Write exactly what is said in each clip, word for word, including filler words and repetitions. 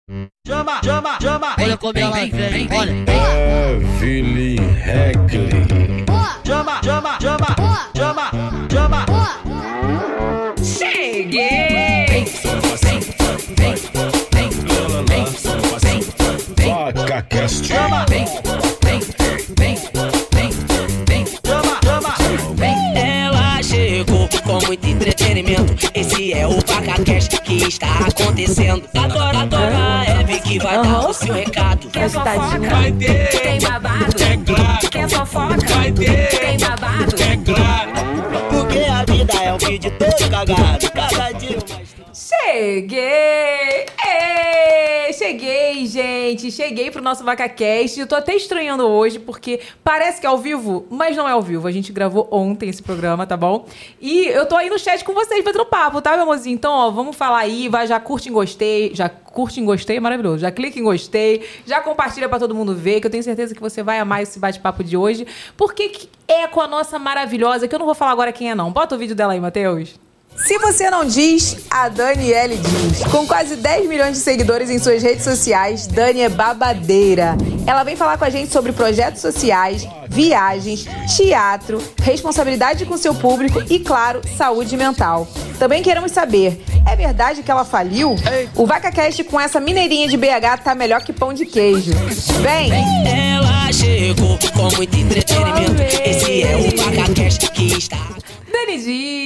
Chama, chama, chama. Olha como ela vem, vem, olha. Evelyn Heckley. Chama, chama, chama. Chama, chama. Cheguei! Vem, vem, vem, vem, vem, vem, VacaCast. Chama, vem, vem, vem, vem, vem, chama, chama. vem. Ela chegou com muito entretenimento. Esse é o VacaCast que está acontecendo. Agora, agora é Eve que vai dar o seu recado. Quer fofoca? Vai ter, Tem babado? é claro. Quer fofoca? Vai ter, Tem babado? é claro. Porque a vida é um vídeo todo cagado, cagadinho, mas... Cheguei! Ei, cheguei, gente! Cheguei pro nosso VacaCast. Eu tô até estranhando hoje, porque parece que é ao vivo, mas não é ao vivo. A gente gravou ontem esse programa, tá bom? E eu tô aí no chat com vocês, batendo papo, tá, meu amorzinho? Então, ó, vamos falar aí, vai, já curte em gostei, já curte em gostei, é maravilhoso. Já clica em gostei, já compartilha pra todo mundo ver, que eu tenho certeza que você vai amar esse bate-papo de hoje. Porque que é com a nossa maravilhosa, que eu não vou falar agora quem é não. Bota o vídeo dela aí, Matheus. Se você não diz, a Daniele diz. Com quase dez milhões de seguidores em suas redes sociais, Dani é babadeira. Ela vem falar com a gente sobre projetos sociais, viagens, teatro, responsabilidade com seu público e, claro, saúde mental. Também queremos saber, é verdade que ela faliu? O VacaCast com essa mineirinha de B H tá melhor que pão de queijo. Vem! Ela chegou com muito entretenimento. Esse é o VacaCast que está... Dani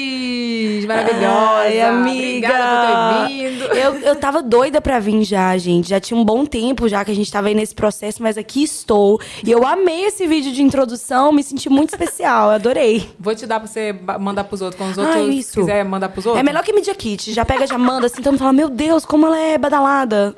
Diz, maravilhosa. Ai, amiga. Obrigada por ter vindo. Eu, eu tava doida pra vir já, gente. Já tinha um bom tempo já que a gente tava aí nesse processo, mas aqui estou. E eu amei esse vídeo de introdução, me senti muito especial, eu adorei. Vou te dar pra você ba- mandar pros outros. Quando os outros Ah, isso. quiser mandar pros outros. É melhor que Media Kit. Já pega, já manda, assim, todo mundo fala, meu Deus, como ela é badalada.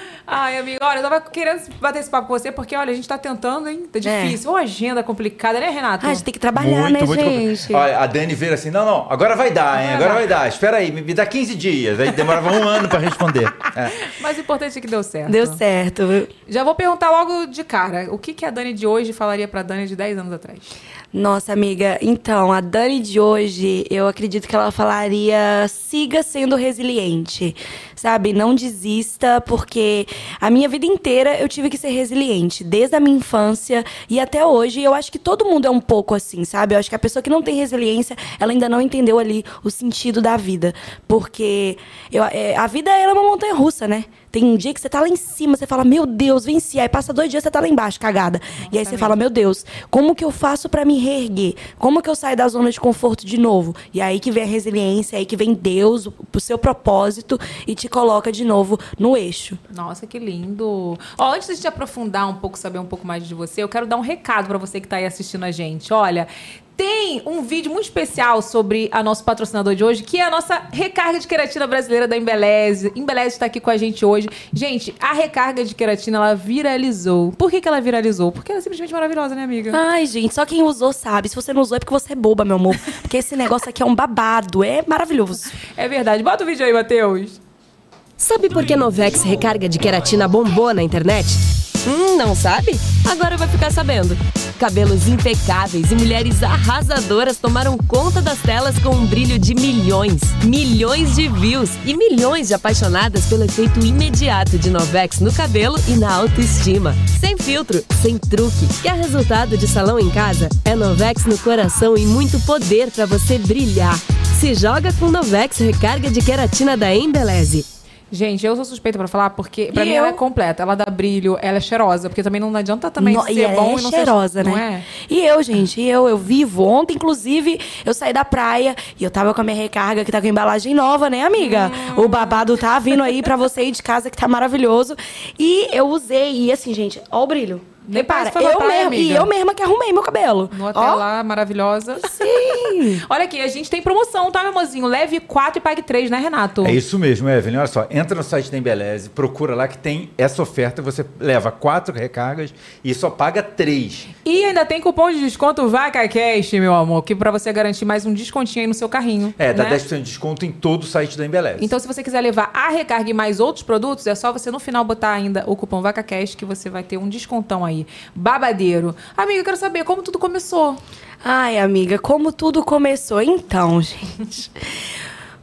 Ai, amiga, olha, eu tava querendo bater esse papo com você, porque, olha, a gente tá tentando, hein? Tá É. difícil. Uma agenda complicada, né, Renato? Ah, a gente tem que trabalhar, né, gente? Olha, a Dani veio assim, não, não, agora vai dar, hein, agora vai dar. Espera aí, me, me dá quinze dias. Aí demorava um ano pra responder. É. Mas o importante é que deu certo. Deu certo. Já vou perguntar logo de cara, o que, que a Dani de hoje falaria pra Dani de dez anos atrás? Nossa, amiga, então, a Dani de hoje, eu acredito que ela falaria, siga sendo resiliente, sabe? Não desista, porque a minha vida inteira eu tive que ser resiliente, desde a minha infância e até hoje. Eu acho que todo mundo é um pouco assim, sabe? Eu acho que a pessoa que não tem resiliência, ela ainda não entendeu ali o sentido da vida, porque eu, é, a vida ela é uma montanha-russa, né? Tem um dia que você tá lá em cima, você fala, meu Deus, venci. Aí passa dois dias, você tá lá embaixo, cagada. Nossa, e aí você mesmo. fala, meu Deus, como que eu faço pra me reerguer? Como que eu saio da zona de conforto de novo? E aí que vem a resiliência, aí que vem Deus, o, o seu propósito, e te coloca de novo no eixo. Nossa, que lindo. Ó, antes de a gente aprofundar um pouco, saber um pouco mais de você, eu quero dar um recado pra você que tá aí assistindo a gente. Olha, tem um vídeo muito especial sobre a nosso patrocinador de hoje, que é a nossa recarga de queratina brasileira da Embeleze. Embeleze está aqui com a gente hoje. Gente, a recarga de queratina, ela viralizou. Por que que ela viralizou? Porque ela é simplesmente maravilhosa, né, amiga? Ai, gente, só quem usou sabe. Se você não usou é porque você é boba, meu amor. Porque esse negócio aqui é um babado, é maravilhoso. É verdade. Bota o vídeo aí, Matheus. Sabe por que Novex recarga de queratina bombou na internet? Hum, não sabe? Agora vai ficar sabendo. Cabelos impecáveis e mulheres arrasadoras tomaram conta das telas com um brilho de milhões, milhões de views e milhões de apaixonadas pelo efeito imediato de Novex no cabelo e na autoestima. Sem filtro, sem truque. Quer resultado de salão em casa? É Novex no coração e muito poder para você brilhar. Se joga com Novex recarga de queratina da Embeleze. Gente, eu sou suspeita pra falar, porque pra E mim eu? ela é completa. Ela dá brilho, ela é cheirosa, porque também não adianta também No- ser e ela bom é e não cheirosa, ser... né? Não é? E eu, gente, e eu, eu vivo. Ontem, inclusive, eu saí da praia e eu tava com a minha recarga, que tá com embalagem nova, né, amiga? Hum. O babado tá vindo aí pra você aí de casa, que tá maravilhoso. E eu usei, e assim, gente, ó o brilho. Nem Repara, parece que foi na eu praia, mesma, e amiga. eu mesma que arrumei meu cabelo. No hotel Ó, lá, maravilhosa. sim. Olha aqui, a gente tem promoção, tá, meu amorzinho? Leve quatro e pague três, né, Renato? É isso mesmo, Evelyn. Olha só, entra no site da Embeleze, procura lá que tem essa oferta, você leva quatro recargas e só paga três. E ainda tem cupom de desconto VacaCast, meu amor, que pra você garantir mais um descontinho aí no seu carrinho. É, dá né? dez por cento de desconto em todo o site da Embeleze. Então, se você quiser levar a recarga e mais outros produtos, é só você no final botar ainda o cupom VacaCast, que você vai ter um descontão aí. Babadeiro. Amiga, eu quero saber como tudo começou. Ai, amiga, como tudo começou? Então, gente...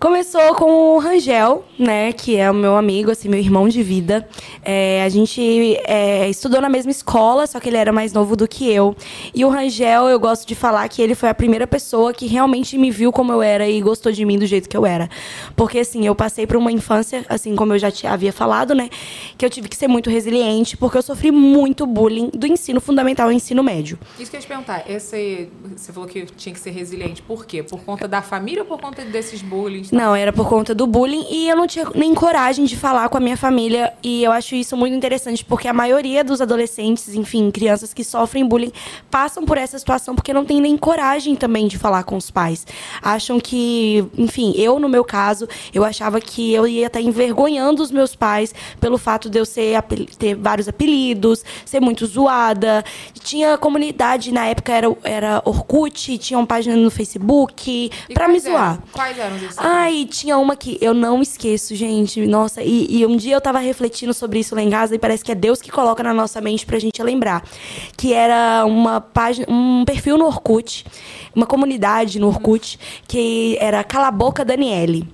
Começou com o Rangel, né? Que é o meu amigo, assim, meu irmão de vida. É, a gente é, estudou na mesma escola, só que ele era mais novo do que eu. E o Rangel, eu gosto de falar que ele foi a primeira pessoa que realmente me viu como eu era e gostou de mim do jeito que eu era. Porque, assim, eu passei por uma infância, assim, como eu já te havia falado, né? Que eu tive que ser muito resiliente, porque eu sofri muito bullying do ensino fundamental ao ensino médio. Isso que eu ia te perguntar. Esse, você falou que tinha que ser resiliente. Por quê? Por conta da família ou por conta desses bullying? Não, era por conta do bullying e eu não tinha nem coragem de falar com a minha família. E eu acho isso muito interessante, porque a maioria dos adolescentes, enfim, crianças que sofrem bullying, passam por essa situação porque não tem nem coragem também de falar com os pais. Acham que, enfim, eu, no meu caso, eu achava que eu ia estar envergonhando os meus pais pelo fato de eu ser, ter vários apelidos, ser muito zoada. Tinha comunidade, na época era, era Orkut, tinha uma página no Facebook E pra me quais zoar. eram? Quais eram esses? Ai, tinha uma que eu não esqueço, gente. Nossa, e, e um dia eu tava refletindo sobre isso lá em casa e parece que é Deus que coloca na nossa mente pra gente lembrar. Que era uma página, um perfil no Orkut, uma comunidade no Orkut, que era Cala a Boca Daniele.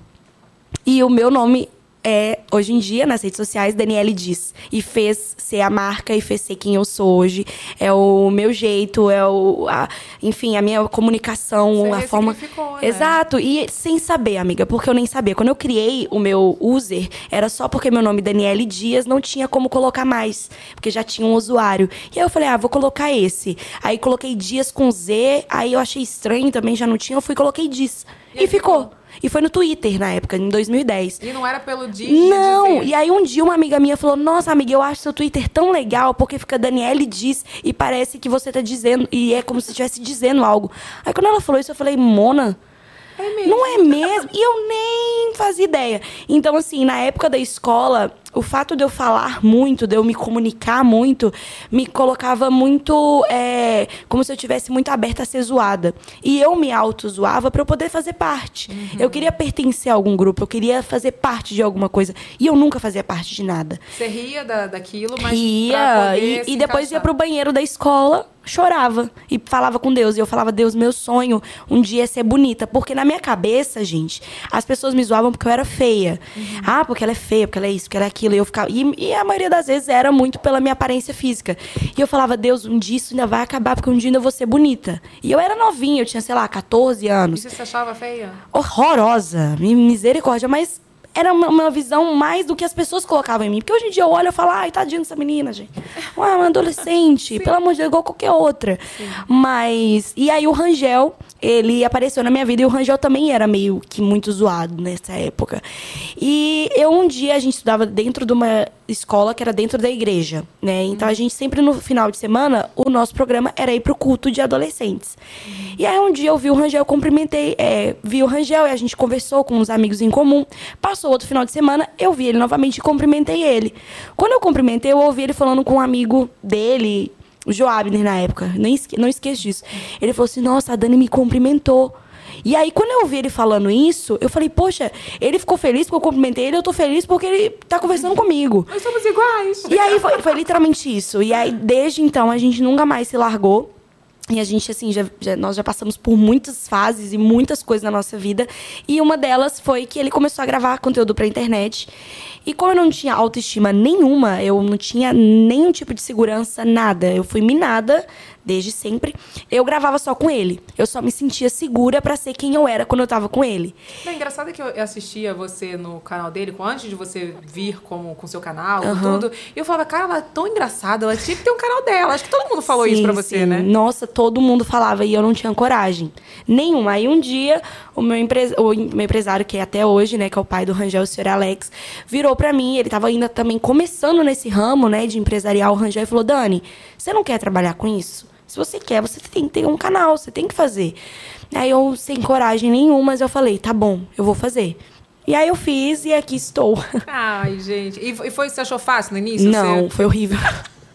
E o meu nome é, hoje em dia, nas redes sociais, Daniele Diz. E fez ser a marca e fez ser quem eu sou hoje. É o meu jeito, é o... A, enfim, a minha comunicação, Você a forma... ressignificou, né? Exato. E sem saber, amiga, porque eu nem sabia. Quando eu criei o meu user, era só porque meu nome Daniele Dias não tinha como colocar mais. Porque já tinha um usuário. E aí eu falei, ah, vou colocar esse. Aí coloquei Dias com Z, aí eu achei estranho, também já não tinha. Eu fui e coloquei Diz. E, E ficou. ficou. E foi no Twitter, na época, em dois mil e dez. E não era pelo dia Não, de e aí um dia uma amiga minha falou, nossa, amiga, eu acho seu Twitter tão legal, porque fica Daniele Diz, e parece que você tá dizendo, e é como se estivesse dizendo algo. Aí quando ela falou isso, eu falei, Mona, É mesmo. não é mesmo? E eu nem fazia ideia. Então, assim, na época da escola, o fato de eu falar muito, de eu me comunicar muito, me colocava muito... É, como se eu tivesse muito aberta a ser zoada. E eu me auto-zoava pra eu poder fazer parte. Uhum. Eu queria pertencer a algum grupo, eu queria fazer parte de alguma coisa. E eu nunca fazia parte de nada. Você ria da, daquilo, mas pra Ria, poder e, se e depois encaixar. ia pro banheiro da escola, chorava e falava com Deus. E eu falava, Deus, meu sonho um dia é ser bonita. Porque na minha cabeça, gente, as pessoas me zoavam porque eu era feia. Uhum. Ah, porque ela é feia, porque ela é isso, porque ela é aquilo. E, eu ficava, e, e a maioria das vezes era muito pela minha aparência física. E eu falava, Deus, um dia isso ainda vai acabar, porque um dia ainda eu vou ser bonita. E eu era novinha, eu tinha, sei lá, catorze anos. E você se achava feia? Horrorosa, misericórdia, mas... Era uma, uma visão mais do que as pessoas colocavam em mim. Porque hoje em dia eu olho e falo, ai, tadinha dessa menina, gente. Ué, uma adolescente, pelo amor de Deus, igual qualquer outra. Sim. Mas... E aí o Rangel, ele apareceu na minha vida. E o Rangel também era meio que muito zoado nessa época. E eu, um dia, a gente estudava dentro de uma escola que era dentro da igreja, né? Então, a gente sempre, no final de semana, o nosso programa era ir pro culto de adolescentes. Uhum. E aí, um dia, eu vi o Rangel, eu cumprimentei, é, vi o Rangel e a gente conversou com uns amigos em comum. Passou outro final de semana, eu vi ele novamente e cumprimentei ele. Quando eu cumprimentei, eu ouvi ele falando com um amigo dele, o Joabner, na época. Nem esque- não esqueço disso. Ele falou assim, nossa, a Dani me cumprimentou. E aí, quando eu vi ele falando isso, eu falei, poxa, ele ficou feliz porque eu cumprimentei ele, eu tô feliz porque ele tá conversando comigo. Nós somos iguais. E aí, foi, foi literalmente isso. E aí, desde então, a gente nunca mais se largou. E a gente, assim, já, já, nós já passamos por muitas fases e muitas coisas na nossa vida. E uma delas foi que ele começou a gravar conteúdo pra internet. E como eu não tinha autoestima nenhuma, eu não tinha nenhum tipo de segurança, nada. Eu fui minada desde sempre. Eu gravava só com ele. Eu só me sentia segura pra ser quem eu era quando eu tava com ele. É engraçado é que eu assistia você no canal dele, antes de você vir como, com seu canal, Uhum. com tudo. E eu falava, cara, ela é tão engraçada, ela tinha que ter um canal dela. Acho que todo mundo falou isso pra você, sim. né? Nossa, todo mundo falava e eu não tinha coragem. Nenhuma. Aí um dia, o meu, empre... o meu empresário, que é até hoje, né, que é o pai do Rangel, o senhor Alex, virou pra mim, ele tava ainda também começando nesse ramo, né, de empresarial, o Rangel, e falou, Dani, você não quer trabalhar com isso? Se você quer, você tem que ter um canal, você tem que fazer. Aí eu, sem coragem nenhuma, mas eu falei, tá bom, eu vou fazer. E aí eu fiz e aqui estou. Ai, gente. E foi, você achou fácil no início? Não, Você... foi horrível.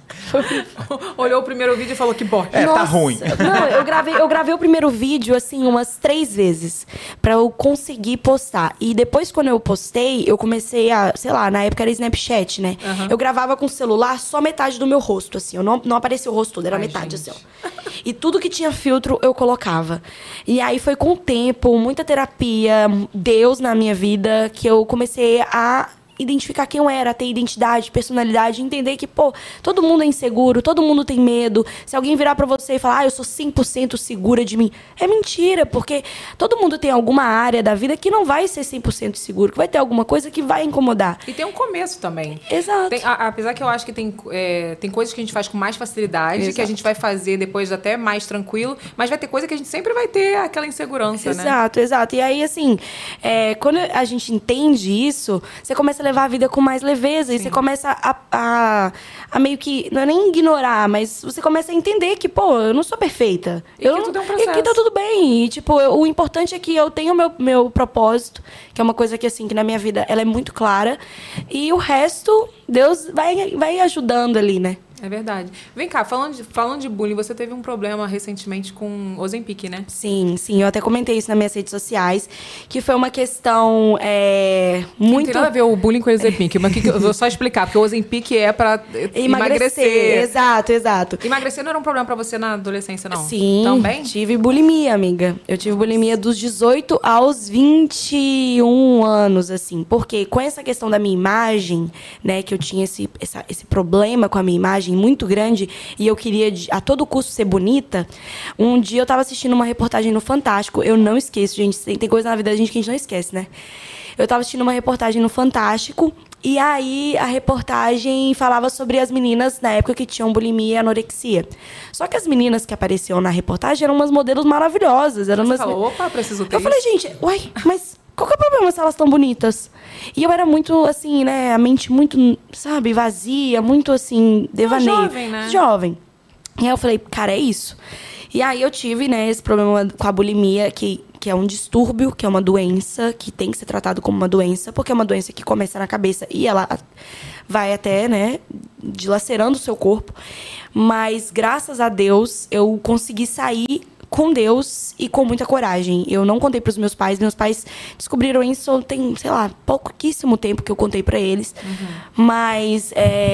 Olhou o primeiro vídeo e falou que bosta. É, tá Nossa, ruim. Não, eu gravei, eu gravei o primeiro vídeo, assim, umas três vezes. Pra eu conseguir postar. E depois, quando eu postei, eu comecei a... Sei lá, na época era Snapchat, né? Uhum. Eu gravava com o celular só metade do meu rosto, assim. Eu não, não aparecia o rosto todo, era Ai, metade, gente. assim, ó. E tudo que tinha filtro, eu colocava. E aí foi com o tempo, muita terapia, Deus na minha vida, que eu comecei a... identificar quem eu era, ter identidade, personalidade, entender que, pô, todo mundo é inseguro, todo mundo tem medo. Se alguém virar pra você e falar, ah, eu sou cem por cento segura de mim, é mentira, porque todo mundo tem alguma área da vida que não vai ser cem por cento seguro, que vai ter alguma coisa que vai incomodar. E tem um começo também. Exato. Tem, a- apesar que eu acho que tem, é, tem coisas que a gente faz com mais facilidade, Exato. que a gente vai fazer depois até mais tranquilo, mas vai ter coisa que a gente sempre vai ter aquela insegurança, né? Exato, exato. E aí, assim, é, quando a gente entende isso, você começa a levar a vida com mais leveza. E você começa a, a, a meio que... Não é nem ignorar, mas você começa a entender que, pô, eu não sou perfeita. E eu que não- tudo é um E processo. que tá tudo bem. E, tipo, eu- o importante é que eu tenho o meu, meu propósito, que é uma coisa que, assim, que na minha vida, ela é muito clara. E o resto, Deus vai, vai ajudando ali, né? É verdade. Vem cá, falando de, falando de bullying, você teve um problema recentemente com Ozempic, né? Sim, sim. Eu até comentei isso nas minhas redes sociais, que foi uma questão é, Não muito... tem nada a ver o bullying com o Ozempic, mas que que eu vou só explicar, porque o Ozempic é pra Emagrecer. emagrecer. Exato, exato. Emagrecer não era um problema pra você na adolescência, não? Sim, Também? tive bulimia, amiga. Eu tive bulimia dos dezoito aos vinte e um anos, assim. Porque com essa questão da minha imagem, né, que eu tinha esse, essa- esse problema com a minha imagem muito grande e eu queria de- a todo custo ser bonita, um dia eu tava assistindo uma reportagem no Fantástico. Eu não esqueço, gente. Tem, tem coisa na vida da gente que a gente não esquece, né? Eu tava assistindo uma reportagem no Fantástico e aí a reportagem falava sobre as meninas na época que tinham bulimia e anorexia. Só que as meninas que apareciam na reportagem eram umas modelos maravilhosas. Eram Você umas... falou, opa, preciso ter Eu falei, isso. gente, uai, mas qual que é o problema se elas estão bonitas? E eu era muito, assim, né, a mente muito, sabe, vazia, muito, assim, devaneio. jovem, né? Jovem. E aí eu falei, cara, é isso. E aí eu tive, né, esse problema com a bulimia, que, que é um distúrbio, que é uma doença, que tem que ser tratado como uma doença, porque é uma doença que começa na cabeça e ela vai até, né, dilacerando o seu corpo. Mas, graças a Deus, eu consegui sair com Deus e com muita coragem. Eu não contei pros meus pais. Meus pais descobriram isso tem, sei lá, pouquíssimo tempo que eu contei pra eles. Mas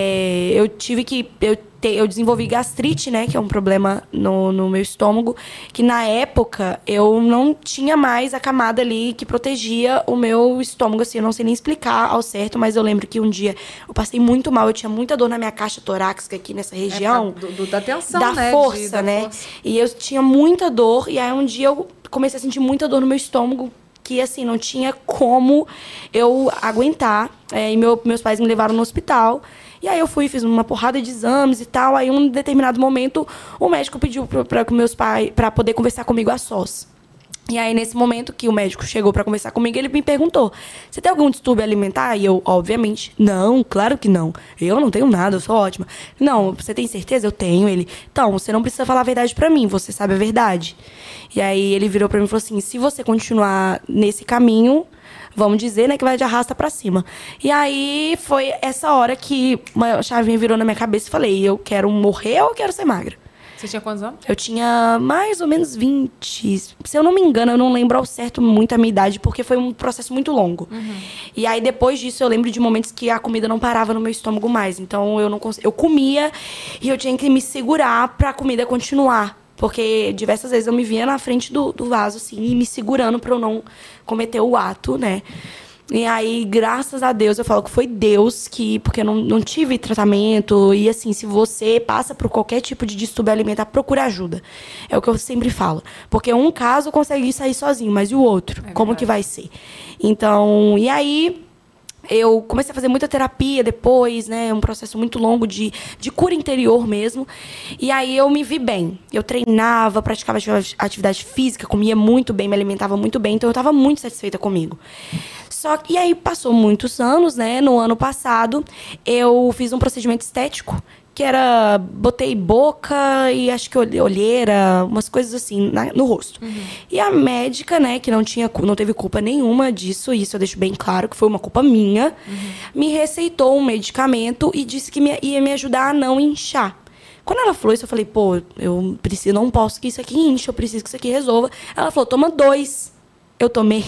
é, eu tive que... Eu, te, eu desenvolvi gastrite, né? Que é um problema no, no meu estômago. Que na época eu não tinha mais a camada ali que protegia o meu estômago. Assim, eu não sei nem explicar ao certo, mas eu lembro que um dia eu passei muito mal. Eu tinha muita dor na minha caixa torácica aqui nessa região. É, do- do- da tensão, da né? de- força, da né? força. E eu tinha muita dor. E aí um dia eu comecei a sentir muita dor no meu estômago. Que, assim, não tinha como eu aguentar. É, e meu- meus pais me levaram no hospital. E aí eu fui, fiz uma porrada de exames e tal. Aí, em um determinado momento, o médico pediu para meus pais para poder conversar comigo a sós. E aí, nesse momento que o médico chegou para conversar comigo, ele me perguntou: você tem algum distúrbio alimentar? E eu, obviamente, não, claro que não. Eu não tenho nada, eu sou ótima. Não, você tem certeza? Eu tenho. Ele, então, você não precisa falar a verdade para mim, você sabe a verdade. E aí ele virou para mim e falou assim: se você continuar nesse caminho, vamos dizer, né, que vai de arrasta pra cima. E aí foi essa hora que uma chavinha virou na minha cabeça e falei: eu quero morrer ou eu quero ser magra? Você tinha quantos anos? Eu tinha mais ou menos vinte. Se eu não me engano, eu não lembro ao certo muito a minha idade, porque foi um processo muito longo. E aí, depois disso, eu lembro de momentos que a comida não parava no meu estômago mais. Então, eu não cons... eu comia e eu tinha que me segurar pra comida continuar. Porque diversas vezes eu me via na frente do, do vaso, assim, e me segurando pra eu não cometer o ato, né? E aí, graças a Deus, eu falo que foi Deus que... Porque eu não, não tive tratamento. E assim, se você passa por qualquer tipo de distúrbio alimentar, procura ajuda. É o que eu sempre falo. Porque um caso consegue sair sozinho, mas e o outro? É Como verdade. que vai ser? Então, e aí... Eu comecei a fazer muita terapia depois, né? Um processo muito longo de, de cura interior mesmo. E aí eu me vi bem. Eu treinava, praticava atividade física, comia muito bem, me alimentava muito bem. Então eu estava muito satisfeita comigo. Só que, e aí passou muitos anos, né? No ano passado, eu fiz um procedimento estético, que era... Botei boca e acho que olheira, umas coisas assim na, no rosto. Uhum. E a médica, né, que não, tinha, não teve culpa nenhuma disso, isso eu deixo bem claro, que foi uma culpa minha, uhum. me receitou um medicamento e disse que me, ia me ajudar a não inchar. Quando ela falou isso, eu falei, pô, eu preciso, não posso que isso aqui inche, eu preciso que isso aqui resolva. Ela falou, toma dois. Eu tomei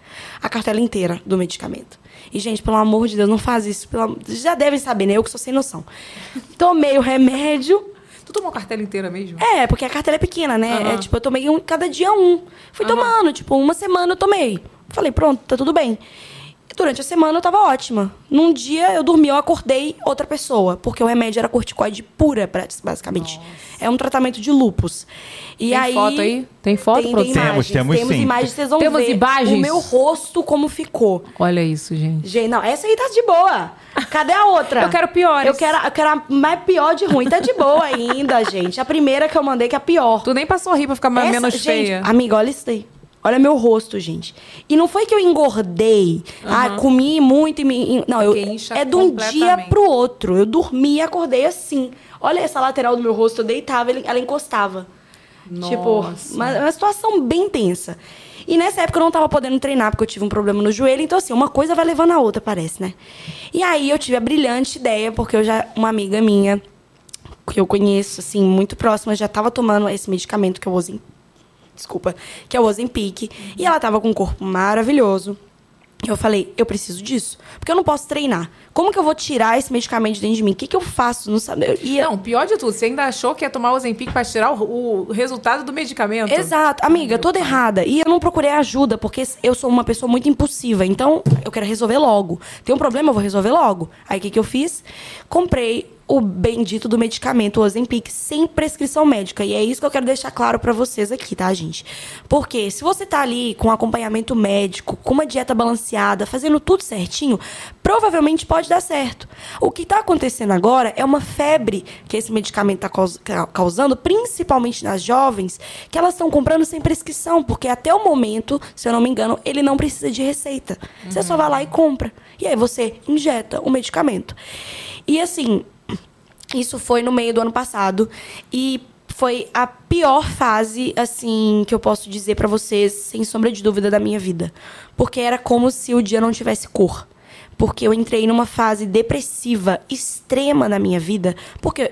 a cartela inteira do medicamento. E, gente, pelo amor de Deus, não faz isso. Pelo... Vocês já devem saber, né? Eu que sou sem noção. Tomei o remédio. Tu tomou a cartela inteira mesmo? É, porque a cartela é pequena, né? Uhum. É, tipo, eu tomei um, cada dia um. Fui uhum. tomando, tipo, uma semana eu tomei. Falei, pronto, tá tudo bem. Durante a semana eu tava ótima. Num dia eu dormi, eu acordei outra pessoa. Porque o remédio era corticoide pura, basicamente. Nossa. É um tratamento de lúpus. E tem aí, foto aí? Tem foto, tem, produção? tem imagens, temos, temos, temos sim. imagens, vocês vão temos ver imagens? o meu rosto como ficou. Olha isso, gente. Gente, não, essa aí tá de boa. Cadê a outra? Eu quero piores. Eu quero, eu quero a mais pior de ruim. Tá de boa ainda, gente. A primeira que eu mandei que é a pior. Tu nem pra sorrir pra ficar mais essa, menos gente, feia. Amiga, olha isso daí. Olha meu rosto, gente. E não foi que eu engordei. Uhum. Ah, comi muito e me... Não, eu, é de um dia pro outro. Eu dormi e acordei assim. Olha essa lateral do meu rosto. Eu deitava, ela encostava. Nossa. Tipo, uma, uma situação bem tensa. E nessa época eu não tava podendo treinar, porque eu tive um problema no joelho. Então, assim, uma coisa vai levando a outra, parece, né? E aí eu tive a brilhante ideia, porque eu já... Uma amiga minha, que eu conheço, assim, muito próxima, já tava tomando esse medicamento que eu uso em... Desculpa, que é o Ozempic. E ela tava com um corpo maravilhoso. Eu falei, eu preciso disso. Porque eu não posso treinar. Como que eu vou tirar esse medicamento de dentro de mim? O que que eu faço? Não sabe? Eu ia... Não, pior de tudo, você ainda achou que ia tomar o Ozempic pra tirar o, o resultado do medicamento? Exato. Amiga, toda errada. E eu não procurei ajuda, porque eu sou uma pessoa muito impulsiva. Então, eu quero resolver logo. Tem um problema, eu vou resolver logo. Aí, o que que eu fiz? Comprei o bendito do medicamento, o Ozempic, sem prescrição médica. E é isso que eu quero deixar claro pra vocês aqui, tá, gente? Porque se você tá ali com acompanhamento médico, com uma dieta balanceada, fazendo tudo certinho, provavelmente pode dar certo. O que tá acontecendo agora é uma febre que esse medicamento tá causando, principalmente nas jovens, que elas estão comprando sem prescrição, porque até o momento, se eu não me engano, ele não precisa de receita. Uhum. Você só vai lá e compra. E aí você injeta o medicamento. E assim... Isso foi no meio do ano passado e foi a pior fase, assim, que eu posso dizer pra vocês, sem sombra de dúvida, da minha vida. Porque era como se o dia não tivesse cor. Porque eu entrei numa fase depressiva extrema na minha vida, porque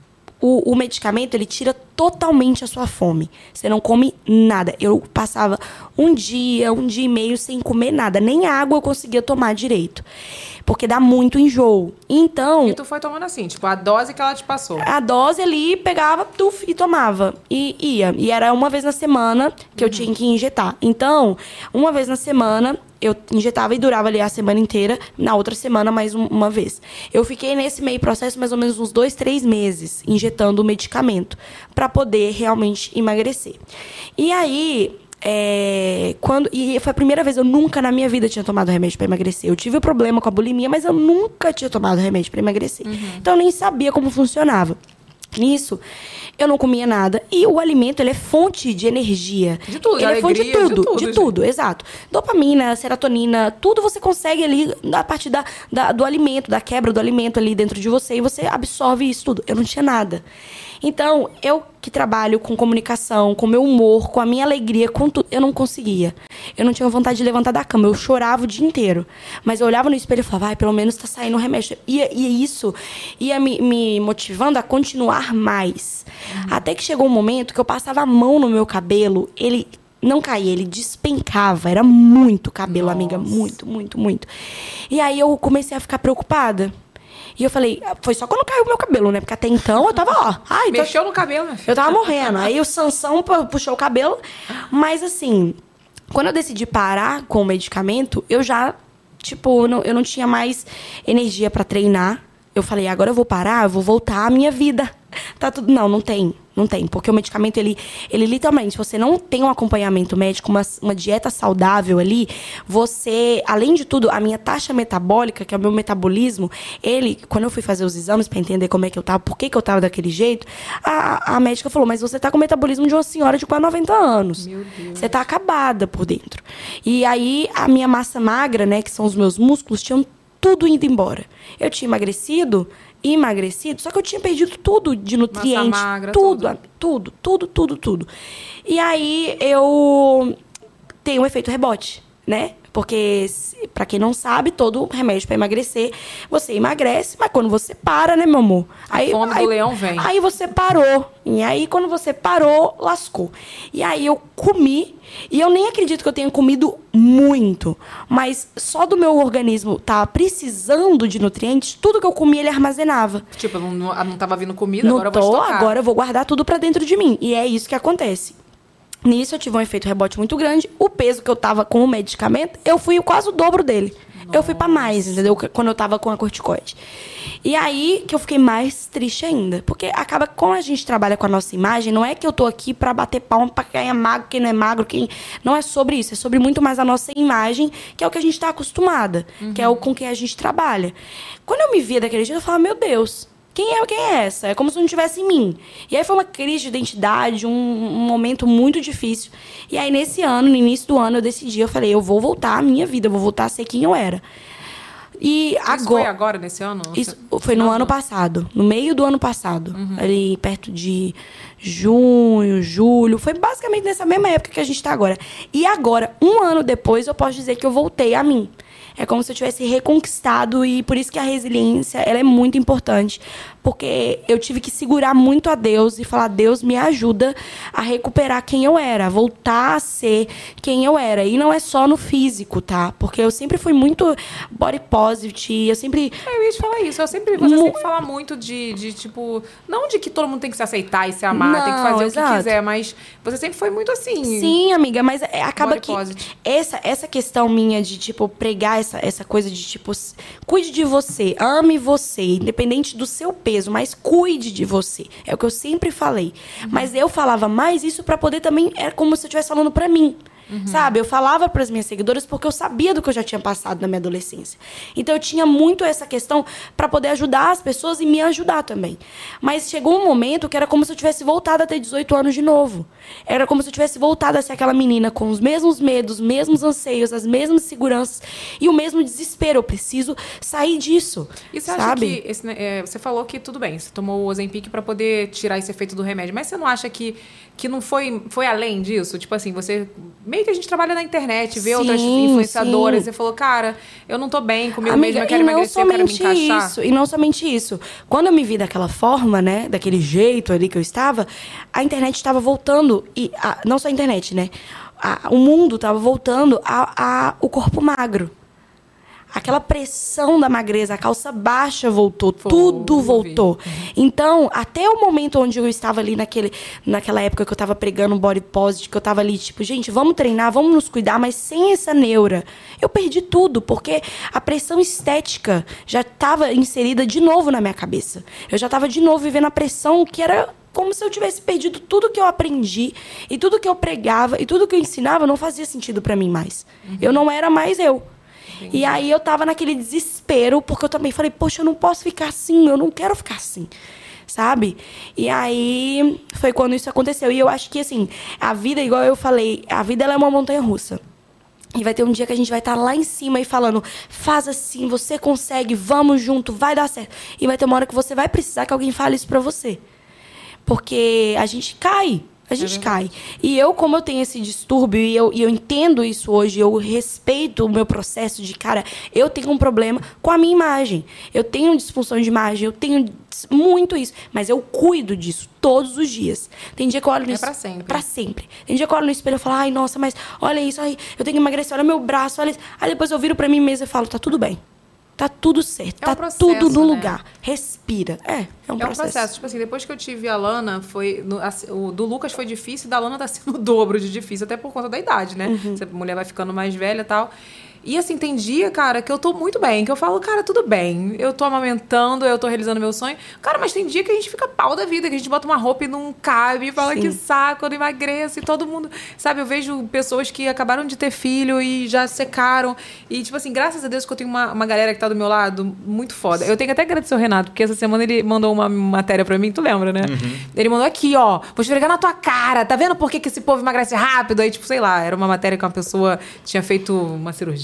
o, o medicamento, ele tira totalmente a sua fome. Você não come nada. Eu passava um dia, um dia e meio sem comer nada. Nem água eu conseguia tomar direito. Porque dá muito enjoo. Então... E tu foi tomando assim, tipo, a dose que ela te passou. A dose ali, pegava, tuf, e tomava. E ia. E era uma vez na semana que uhum. eu tinha que injetar. Então, uma vez na semana, eu injetava e durava ali a semana inteira. Na outra semana, mais um, uma vez. Eu fiquei nesse meio processo mais ou menos uns dois, três meses, injetando o medicamento. Pra poder realmente emagrecer. E aí... É, quando, e foi a primeira vez, eu nunca na minha vida tinha tomado remédio para emagrecer. Eu tive um problema com a bulimia, mas eu nunca tinha tomado remédio para emagrecer. Uhum. Então eu nem sabia como funcionava. Nisso, eu não comia nada. E o alimento, ele é fonte de energia. De tudo, ele de é fonte de alegria, tudo, de tudo, de tudo, exato. Dopamina, serotonina, tudo você consegue ali a partir da, da, do alimento, da quebra do alimento ali dentro de você. E você absorve isso tudo. Eu não tinha nada. Então, eu que trabalho com comunicação, com meu humor, com a minha alegria, com tudo, eu não conseguia. Eu não tinha vontade de levantar da cama, eu chorava o dia inteiro. Mas eu olhava no espelho e falava, vai, pelo menos tá saindo um remédio. E, e isso ia me, me motivando a continuar mais. Uhum. Até que chegou um momento que eu passava a mão no meu cabelo, ele não caía, ele despencava. Era muito cabelo, Nossa. Amiga, muito, muito, muito. E aí eu comecei a ficar preocupada. E eu falei, foi só quando caiu o meu cabelo, né? Porque até então eu tava, ó... Ai, Mexeu tô... no cabelo, né? Eu tava morrendo. Aí o Sansão puxou o cabelo. Mas assim, quando eu decidi parar com o medicamento, eu já, tipo, não, eu não tinha mais energia pra treinar. Eu falei, agora eu vou parar, eu vou voltar à minha vida. Tá tudo... Não, não tem. Não tem. Porque o medicamento, ele, ele literalmente, se você não tem um acompanhamento médico, uma, uma dieta saudável ali, você, além de tudo, a minha taxa metabólica, que é o meu metabolismo, ele, quando eu fui fazer os exames pra entender como é que eu tava, por que que eu tava daquele jeito, a, a médica falou, mas você tá com o metabolismo de uma senhora de quase noventa anos. Meu Deus. Você tá acabada por dentro. E aí, a minha massa magra, né, que são os meus músculos, tinham tudo indo embora. Eu tinha emagrecido, emagrecido, só que eu tinha perdido tudo de nutriente. Massa magra, tudo, tudo. tudo, tudo, tudo, tudo. E aí eu tenho um efeito rebote, né? Porque, pra quem não sabe, todo remédio pra emagrecer, você emagrece, mas quando você para, né, meu amor? A fome do aí, leão vem. Aí você parou. E aí, quando você parou, lascou. E aí eu comi, e eu nem acredito que eu tenha comido muito, mas só do meu organismo tá precisando de nutrientes, tudo que eu comi, ele armazenava. Tipo, não, não, não tava vindo comida, Não agora tô, eu vou estocar. agora eu vou guardar tudo pra dentro de mim. E é isso que acontece. Nisso eu tive um efeito rebote muito grande. O peso que eu tava com o medicamento, eu fui quase o dobro dele. Nossa. Eu fui pra mais, entendeu? Quando eu tava com a corticoide. E aí que eu fiquei mais triste ainda. Porque acaba, como a gente trabalha com a nossa imagem, não é que eu tô aqui pra bater palma pra quem é magro, quem não é magro, quem... Não é sobre isso. É sobre muito mais a nossa imagem, que é o que a gente tá acostumada. Uhum. Que é o com quem a gente trabalha. Quando eu me via daquele jeito, eu falava, meu Deus... Quem é, quem é essa? É como se não tivesse em mim. E aí foi uma crise de identidade, um, um momento muito difícil. E aí, nesse ano, no início do ano, eu decidi, eu falei, eu vou voltar à minha vida, eu vou voltar a ser quem eu era. E Isso agora, foi agora, nesse ano? Isso foi no ano passado, no meio do ano passado. Uhum. Ali perto de junho, julho. Foi basicamente nessa mesma época que a gente tá agora. E agora, um ano depois, eu posso dizer que eu voltei a mim. É como se eu tivesse reconquistado, e por isso que a resiliência, ela é muito importante. Porque eu tive que segurar muito a Deus e falar, Deus, me ajuda a recuperar quem eu era, a voltar a ser quem eu era. E não é só no físico, tá? Porque eu sempre fui muito body positive, eu sempre... Eu ia te falar isso, eu sempre, você sempre fala muito de, de, tipo, não de que todo mundo tem que se aceitar e se amar, não, tem que fazer exato. o que quiser, mas você sempre foi muito assim. Sim, amiga, mas é, acaba body que positive. essa, essa questão minha de, tipo, pregar essa, essa coisa de, tipo, cuide de você, ame você, independente do seu peso, mas cuide de você. É o que eu sempre falei. Uhum. Mas eu falava mais isso pra poder também... Era como se eu estivesse falando pra mim. Uhum. Sabe? Eu falava pras minhas seguidoras porque eu sabia do que eu já tinha passado na minha adolescência. Então eu tinha muito essa questão pra poder ajudar as pessoas e me ajudar também. Mas chegou um momento que era como se eu tivesse voltado a ter dezoito anos de novo. Era como se eu tivesse voltado a ser aquela menina com os mesmos medos, os mesmos anseios, as mesmas seguranças e o mesmo desespero. Eu preciso sair disso. E você sabe? acha que... Esse, é, você falou que tudo bem, você tomou o Ozempic pra poder tirar esse efeito do remédio. Mas você não acha que, que não foi, foi além disso? Tipo assim, você... Meio que a gente trabalha na internet, vê sim, outras influenciadoras sim. E você falou, cara, eu não tô bem comigo mesma, eu quero emagrecer, eu quero me encaixar. Isso, e não somente isso. Quando eu me vi daquela forma, né, daquele jeito ali que eu estava, a internet estava voltando, e a, não só a internet, né, a, o mundo estava voltando a, a o corpo magro. Aquela pressão da magreza, a calça baixa voltou, Foi, tudo voltou. Uhum. Então, até o momento onde eu estava ali naquele, naquela época que eu estava pregando body positive, que eu estava ali, tipo, gente, vamos treinar, vamos nos cuidar, mas sem essa neura. Eu perdi tudo, porque a pressão estética já estava inserida de novo na minha cabeça. Eu já estava de novo vivendo a pressão que era... como se eu tivesse perdido tudo que eu aprendi, e tudo que eu pregava, e tudo que eu ensinava não fazia sentido para mim mais. Uhum. Eu não era mais eu. Entendi. E aí eu tava naquele desespero, porque eu também falei, poxa, eu não posso ficar assim, eu não quero ficar assim, sabe? E aí foi quando isso aconteceu. E eu acho que, assim, a vida, igual eu falei, a vida ela é uma montanha-russa. E vai ter um dia que a gente vai estar lá em cima e falando, faz assim, você consegue, vamos junto, vai dar certo. E vai ter uma hora que você vai precisar que alguém fale isso pra você. Porque a gente cai. A gente é cai. E eu, como eu tenho esse distúrbio, e eu, e eu entendo isso hoje, eu respeito o meu processo de, cara, eu tenho um problema com a minha imagem. Eu tenho disfunção de imagem, eu tenho muito isso. Mas eu cuido disso todos os dias. Tem dia que eu olho no é espelho. pra sempre. Pra sempre. Tem dia que eu olho no espelho e falo, ai, nossa, mas olha isso, ai, eu tenho que emagrecer, olha meu braço, olha isso. Aí depois eu viro pra mim mesma e falo, tá tudo bem. Tá tudo certo, é um tá processo, tudo no né? lugar. Respira. É, é um é processo. É um processo. Tipo assim, depois que eu tive a Lana, foi, no, a, o do Lucas foi difícil, da Lana tá sendo o dobro de difícil, até por conta da idade, né? Uhum. A mulher vai ficando mais velha e tal. E assim, tem dia, cara, que eu tô muito bem, que eu falo, cara, tudo bem, eu tô amamentando, eu tô realizando meu sonho. Cara, mas tem dia que a gente fica pau da vida, que a gente bota uma roupa e não cabe, e fala, sim, que saco, eu não emagreço, e todo mundo... Sabe, eu vejo pessoas que acabaram de ter filho e já secaram. E, tipo assim, graças a Deus que eu tenho uma, uma galera que tá do meu lado muito foda. Eu tenho que até agradecer o Renato, porque essa semana ele mandou uma matéria pra mim, tu lembra, né? Uhum. Ele mandou aqui, ó, vou esfregar na tua cara, tá vendo por que, que esse povo emagrece rápido? Aí, tipo, sei lá, era uma matéria que uma pessoa tinha feito uma cirurgia,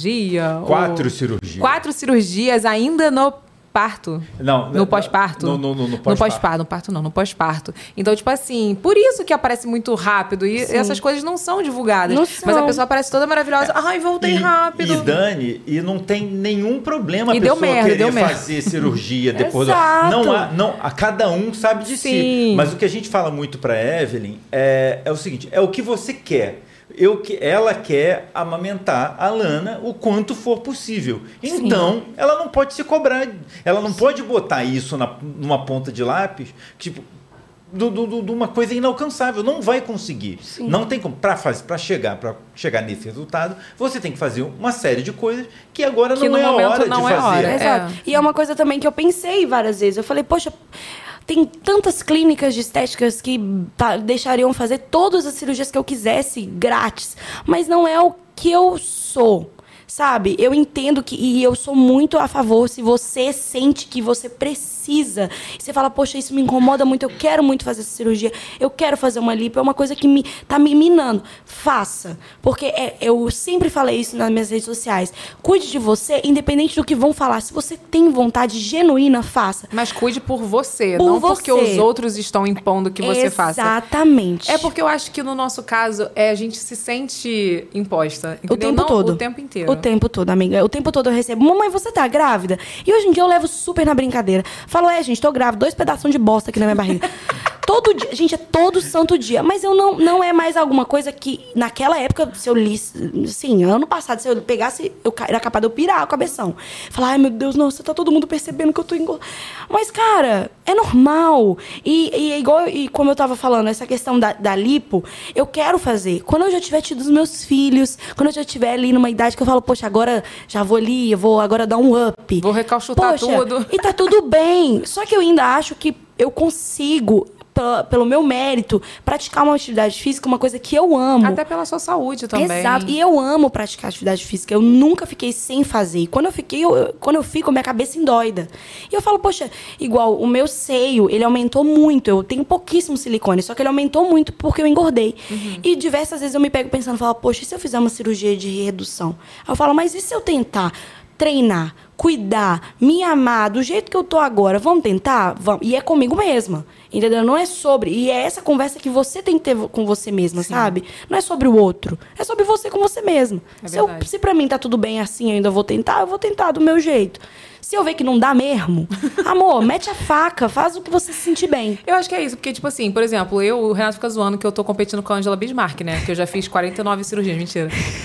cirurgia? Quatro ou... cirurgias. Quatro cirurgias ainda no parto? Não. No pós-parto? No, no, no, no No pós-parto. pós-parto, no parto não, no pós-parto. Então, tipo assim, por isso que aparece muito rápido. E Sim. essas coisas não são divulgadas. Não Mas a são. pessoa aparece toda maravilhosa. Ai, voltei E- rápido. E Dani, e não tem nenhum problema E a deu pessoa merda, querer deu merda. fazer cirurgia depois. do- Exato. Não há, não, a cada um sabe de Sim. si. Mas o que a gente fala muito pra Evelyn é, é o seguinte: é o que você quer. Eu, que- ela quer amamentar a Lana o quanto for possível. Então, ela não pode se cobrar. Ela não pode botar isso na, numa ponta de lápis, tipo, de do, do, do uma coisa inalcançável. Não vai conseguir. Não tem como. Para chegar, pra chegar nesse resultado, você tem que fazer uma série de coisas que agora Que não no é a momento hora não de é a fazer. hora. Exato. É. E é uma coisa também que eu pensei várias vezes. Eu falei, poxa, tem tantas clínicas de estéticas que tá, deixariam fazer todas as cirurgias que eu quisesse grátis. Mas não é o que eu sou. Sabe? Eu entendo que... E eu sou muito a favor se você sente que você precisa. E você fala, poxa, isso me incomoda muito, eu quero muito fazer essa cirurgia, eu quero fazer uma lipo, é uma coisa que me, tá me minando. Faça. Porque é, eu sempre falei isso nas minhas redes sociais. Cuide de você, independente do que vão falar. Se você tem vontade genuína, faça. Mas cuide por você, Por não porque você. os outros estão impondo que você faça. Exatamente. É porque eu acho que no nosso caso, é, a gente se sente imposta. O Entendeu? tempo Não, todo. O tempo inteiro. O tempo todo, amiga. O tempo todo eu recebo. Mamãe, você tá grávida? E hoje em dia eu levo super na brincadeira. Falo, é, gente, tô grávida. Dois pedaços de bosta aqui na minha barriga. Todo dia. Gente, é todo santo dia. Mas eu não, não é mais alguma coisa que... Naquela época, se eu li... Sim, ano passado, se eu pegasse... Eu, era capaz de eu pirar o cabeção. Falar, ai, meu Deus, nossa, tá todo mundo percebendo que eu tô engordando. Mas, cara, é normal. E, e igual... E como eu tava falando, essa questão da, da lipo, eu quero fazer. Quando eu já tiver tido os meus filhos, quando eu já estiver ali numa idade que eu falo, poxa, agora já vou ali, eu vou agora dar um up. Vou recalchutar Poxa, tudo. E tá tudo bem. Só que eu ainda acho que eu consigo, pela- pelo meu mérito, praticar uma atividade física, uma coisa que eu amo. Até pela sua saúde também. Exato. E eu amo praticar atividade física. Eu nunca fiquei sem fazer. E quando eu fiquei, eu, eu- quando eu fico, minha cabeça endoida. E eu falo, poxa, igual o meu seio, ele aumentou muito. Eu tenho pouquíssimo silicone, só que ele aumentou muito porque eu engordei. E diversas vezes eu me pego pensando, falo, poxa, e se eu fizer uma cirurgia de redução? Aí eu falo, mas e se eu tentar treinar, cuidar, me amar do jeito que eu tô agora? Vamos tentar? Vamos. E é comigo mesma. Entendeu? Não é sobre... E é essa conversa que você tem que ter com você mesma, sabe? Não é sobre o outro. É sobre você com você mesma. É se, eu, verdade. se pra mim tá tudo bem assim, eu ainda vou tentar, eu vou tentar do meu jeito. Se eu ver que não dá mesmo, amor, mete a faca, faz o que você se sentir bem. Eu acho que é isso, porque, tipo assim, por exemplo, eu, o Renato fica zoando que eu tô competindo com a Angela Bismarck, né? Que eu já fiz quarenta e nove cirurgias, mentira.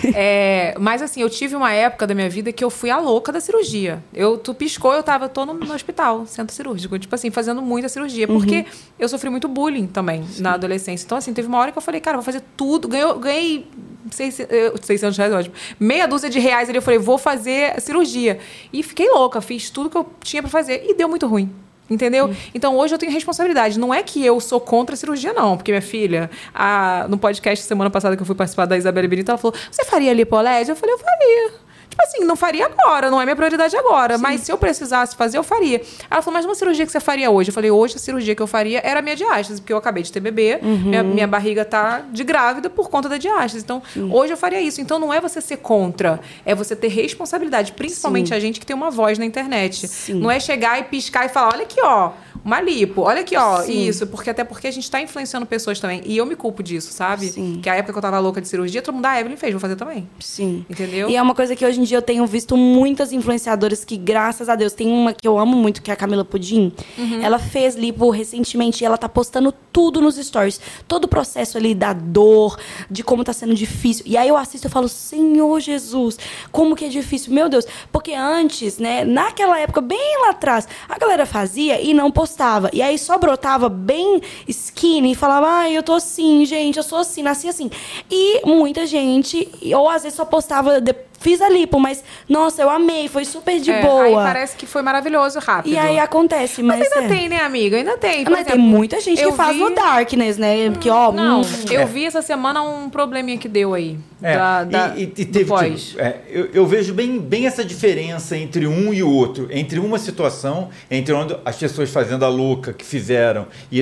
É, mas, assim, eu tive uma época da minha vida que eu fui a louca da cirurgia. Eu, tu piscou, eu tava, tô no, no hospital, centro cirúrgico, tipo assim, fazendo muita cirurgia. Porque eu sofri muito bullying também na adolescência. Então, assim, teve uma hora que eu falei, cara, vou fazer tudo. Ganhei, ganhei seiscentos reais, ótimo. Meia dúzia de reais ali, eu falei, vou fazer cirurgia. E fiquei louca, fiz tudo que eu tinha pra fazer. E deu muito ruim. Entendeu? Então, hoje eu tenho responsabilidade. Não é que eu sou contra a cirurgia, não. Porque minha filha, a, no podcast semana passada que eu fui participar da Isabela Benito, ela falou, você faria lipolésio? Eu falei, eu faria. Tipo assim, não faria agora, não é minha prioridade agora. Sim. Mas se eu precisasse fazer, eu faria. Ela falou, mas uma cirurgia que você faria hoje? Eu falei, hoje a cirurgia que eu faria era a minha diástase, porque eu acabei de ter bebê, uhum. minha, minha barriga tá de grávida por conta da diástase. Então, Sim. hoje eu faria isso. Então, não é você ser contra, é você ter responsabilidade. Principalmente Sim. a gente que tem uma voz na internet. Sim. Não é chegar e piscar e falar, olha aqui, ó, uma lipo, olha aqui, ó, Sim. isso. Porque até porque a gente tá influenciando pessoas também. E eu me culpo disso, sabe? Sim. Que a época que eu tava louca de cirurgia, todo mundo, ah, a Evelyn fez, vou fazer também. Sim. Entendeu? E é uma coisa que hoje em dia eu tenho visto muitas influenciadoras que, graças a Deus, tem uma que eu amo muito, que é a Camila Pudim. Uhum. Ela fez lipo recentemente e ela tá postando tudo nos stories. Todo o processo ali da dor, de como tá sendo difícil. E aí eu assisto e falo, Senhor Jesus, como que é difícil. Meu Deus. Porque antes, né, naquela época, bem lá atrás, a galera fazia e não postava. E aí só brotava bem skinny e falava, ai, eu tô assim, gente, eu sou assim, nasci assim. E muita gente, ou às vezes só postava... De, fiz a lipo, mas, nossa, eu amei, foi super de é, boa. Aí parece que foi maravilhoso, rápido. E aí acontece, mas... Mas ainda é. tem, né, amiga? Ainda tem. Por mas exemplo, tem muita gente que faz vi... no darkness, né? Que, ó, não, hum, eu é. vi essa semana um probleminha que deu aí. É, da, da, e, e teve, pós. tipo, é, eu, eu vejo bem, bem essa diferença entre um e o outro. Entre uma situação, entre onde as pessoas fazendo a louca que fizeram e